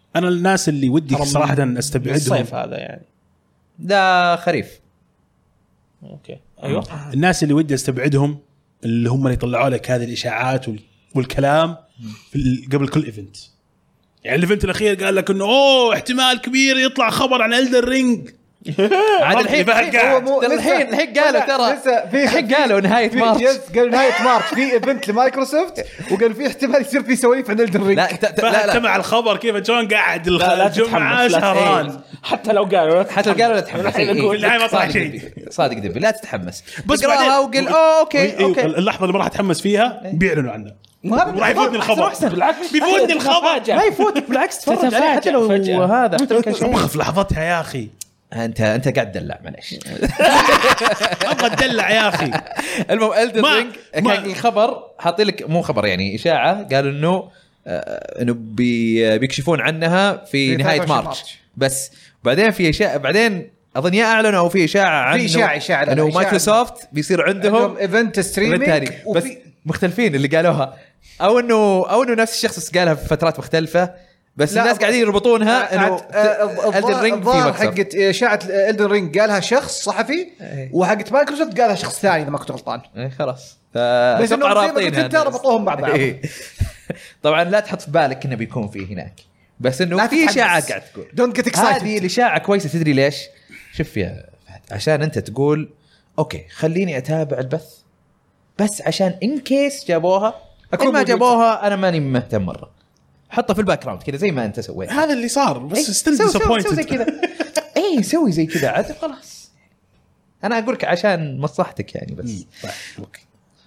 B: انا الناس اللي ودي صراحه استبعدهم
C: الصيف هذا يعني
A: لا خريف.
C: اوكي ايوه
B: الناس اللي ودي استبعدهم اللي هم اللي يطلعوا لك هذه الاشاعات والكلام في قبل كل ايفنت. يعني الايفنت الاخير قال لك انه اوه احتمال كبير يطلع خبر عن إلدن رينج.
A: عاد الحين الحين الحين قالوا ترى الحين قالوا نهايه مارس.
D: يس قالوا نهايه مارس في ايفنت لمايكروسوفت وقالوا في احتمال يصير في سواليف عن إلدن رينج.
B: لا لا لا مع الخبر كيف جون قاعد الجمعه شهران
C: حتى لو قالوا
A: حتى لو قالوا لا تتحمس.
B: النهايه ما طلع شيء
A: صادق دبي لا تتحمس
B: بس
A: اقراها وقل اوه اوكي اوكي
B: اللحظه اللي ما راح اتحمس فيها بيعلنوا عنها وراح يفوتني الخبر.
C: بالعكس
B: بيفوتني الخبر
A: ما يفوتك بالعكس تفرج عليه حتى لو هذا حتى لو كان شيء
B: بخف لحظتها يا اخي.
A: انت انت قاعد تدلع معلش.
B: ابغى اتدلع يا اخي.
A: المهم إلدن رينج كان الخبر حاطين لك مو خبر يعني اشاعه قالوا انه آه انه بي بيكشفون عنها في, في نهايه مارس. مارس بس بعدين في اشاعه بعدين اظن يا اعلنوا او في اشاعه عنه
D: في اشاعه اشاعه
A: انه مايكروسوفت بيصير عندهم
D: ايفنت ستريمينج
A: بس مختلفين اللي قالوها او انه او انه نفس الشخص قالها في فترات مختلفه بس الناس قاعدين يربطونها انه إلدن رينج في مكسب.
D: حقت اشاعه إلدن رينج قالها شخص صحفي وحقت مايكروسوفت قالها شخص ثاني اذا ما كنت غلطان.
A: اي خلاص
D: بس انه رابطينها ربطوهم بعض بعض.
A: طبعا لا تحط في بالك انه بيكون فيه هناك بس انه في اشاعات قاعد تقول
D: دونت جيت اكسايتد.
A: هذه الاشاعه كويسه تدري ليش؟ شوف يا فهد عشان انت تقول اوكي خليني اتابع البث بس عشان ان كيس جابوها اكون ما جابوها انا ماني مهتم مره. حطه في الباك جراوند كذا زي ما انت سويت.
B: هذا اللي صار بس ستيل
A: ديسابوينتد. سوي كذا اي سوي زي كذا عاد خلاص. انا اقول لك عشان مصلحتك يعني بس.
B: اوكي.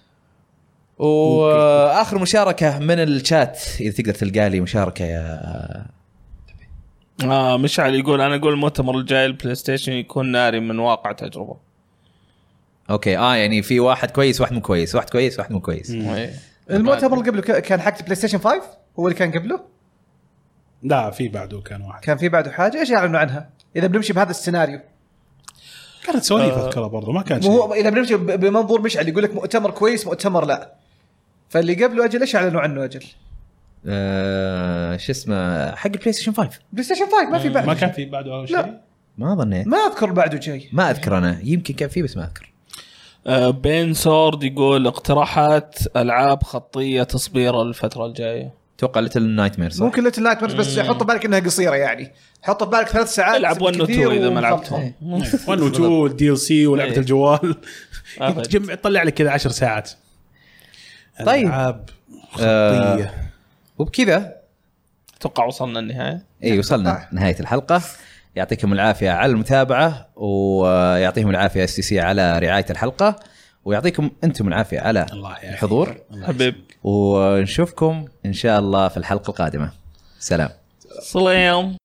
A: واخر مشاركه من الشات اذا تقدر تلقى لي مشاركه يا
C: اه مشعل يقول انا اقول المؤتمر الجاي البلاي ستيشن يكون ناري من واقع تجربه.
A: اوكي اه يعني في واحد كويس واحد مو كويس واحد كويس واحد مو كويس.
D: المؤتمر اللي قبله كان حق بلاي ستيشن خمسة هو اللي كان قبله.
B: لا في بعده كان واحد
D: كان في بعده حاجه ايش يعلنوا عنها اذا بنمشي بهذا السيناريو.
B: كانت سواليف اذكرها برضو ما كان شيء.
D: هو اذا بنمشي بمنظور مشعل يقول لك مؤتمر كويس مؤتمر لا فاللي قبله اجل ايش اعلنوا عنه اجل
A: آه شو اسمه حق بلاي ستيشن خمسة.
D: بلاي ستيشن خمسة ما في بعده
B: ما كان في بعده أول شيء.
A: ما ظنيت
D: ما اذكر بعده جاي ما
A: اذكر انا يمكن كان في بس ما اذكر.
C: آه بين سورد يقول اقتراحات العاب خطيه تصبير الفتره الجايه.
A: توقع ليتل نايت ميرز
D: ممكن ليتل نايت ميرز بس حط بالك انها قصيره يعني حط بالك ثلاث ساعات
C: العب ون وتو اذا ما لعبتهم
B: ون وتو الدي ال سي ولعبه الجوال تجمع تطلع لك كذا عشر ساعات.
A: طيب
B: العاب خطيه
A: آه وبكذا
C: اتوقع وصلنا النهايه.
A: اي وصلنا نهايه الحلقه. يعطيكم العافيه على المتابعه ويعطيهم العافيه اس تي سي على رعايه الحلقه ويعطيكم انتم العافيه على الحضور
C: حبيب
A: ونشوفكم ان شاء الله في الحلقه القادمه. سلام.
C: سلام.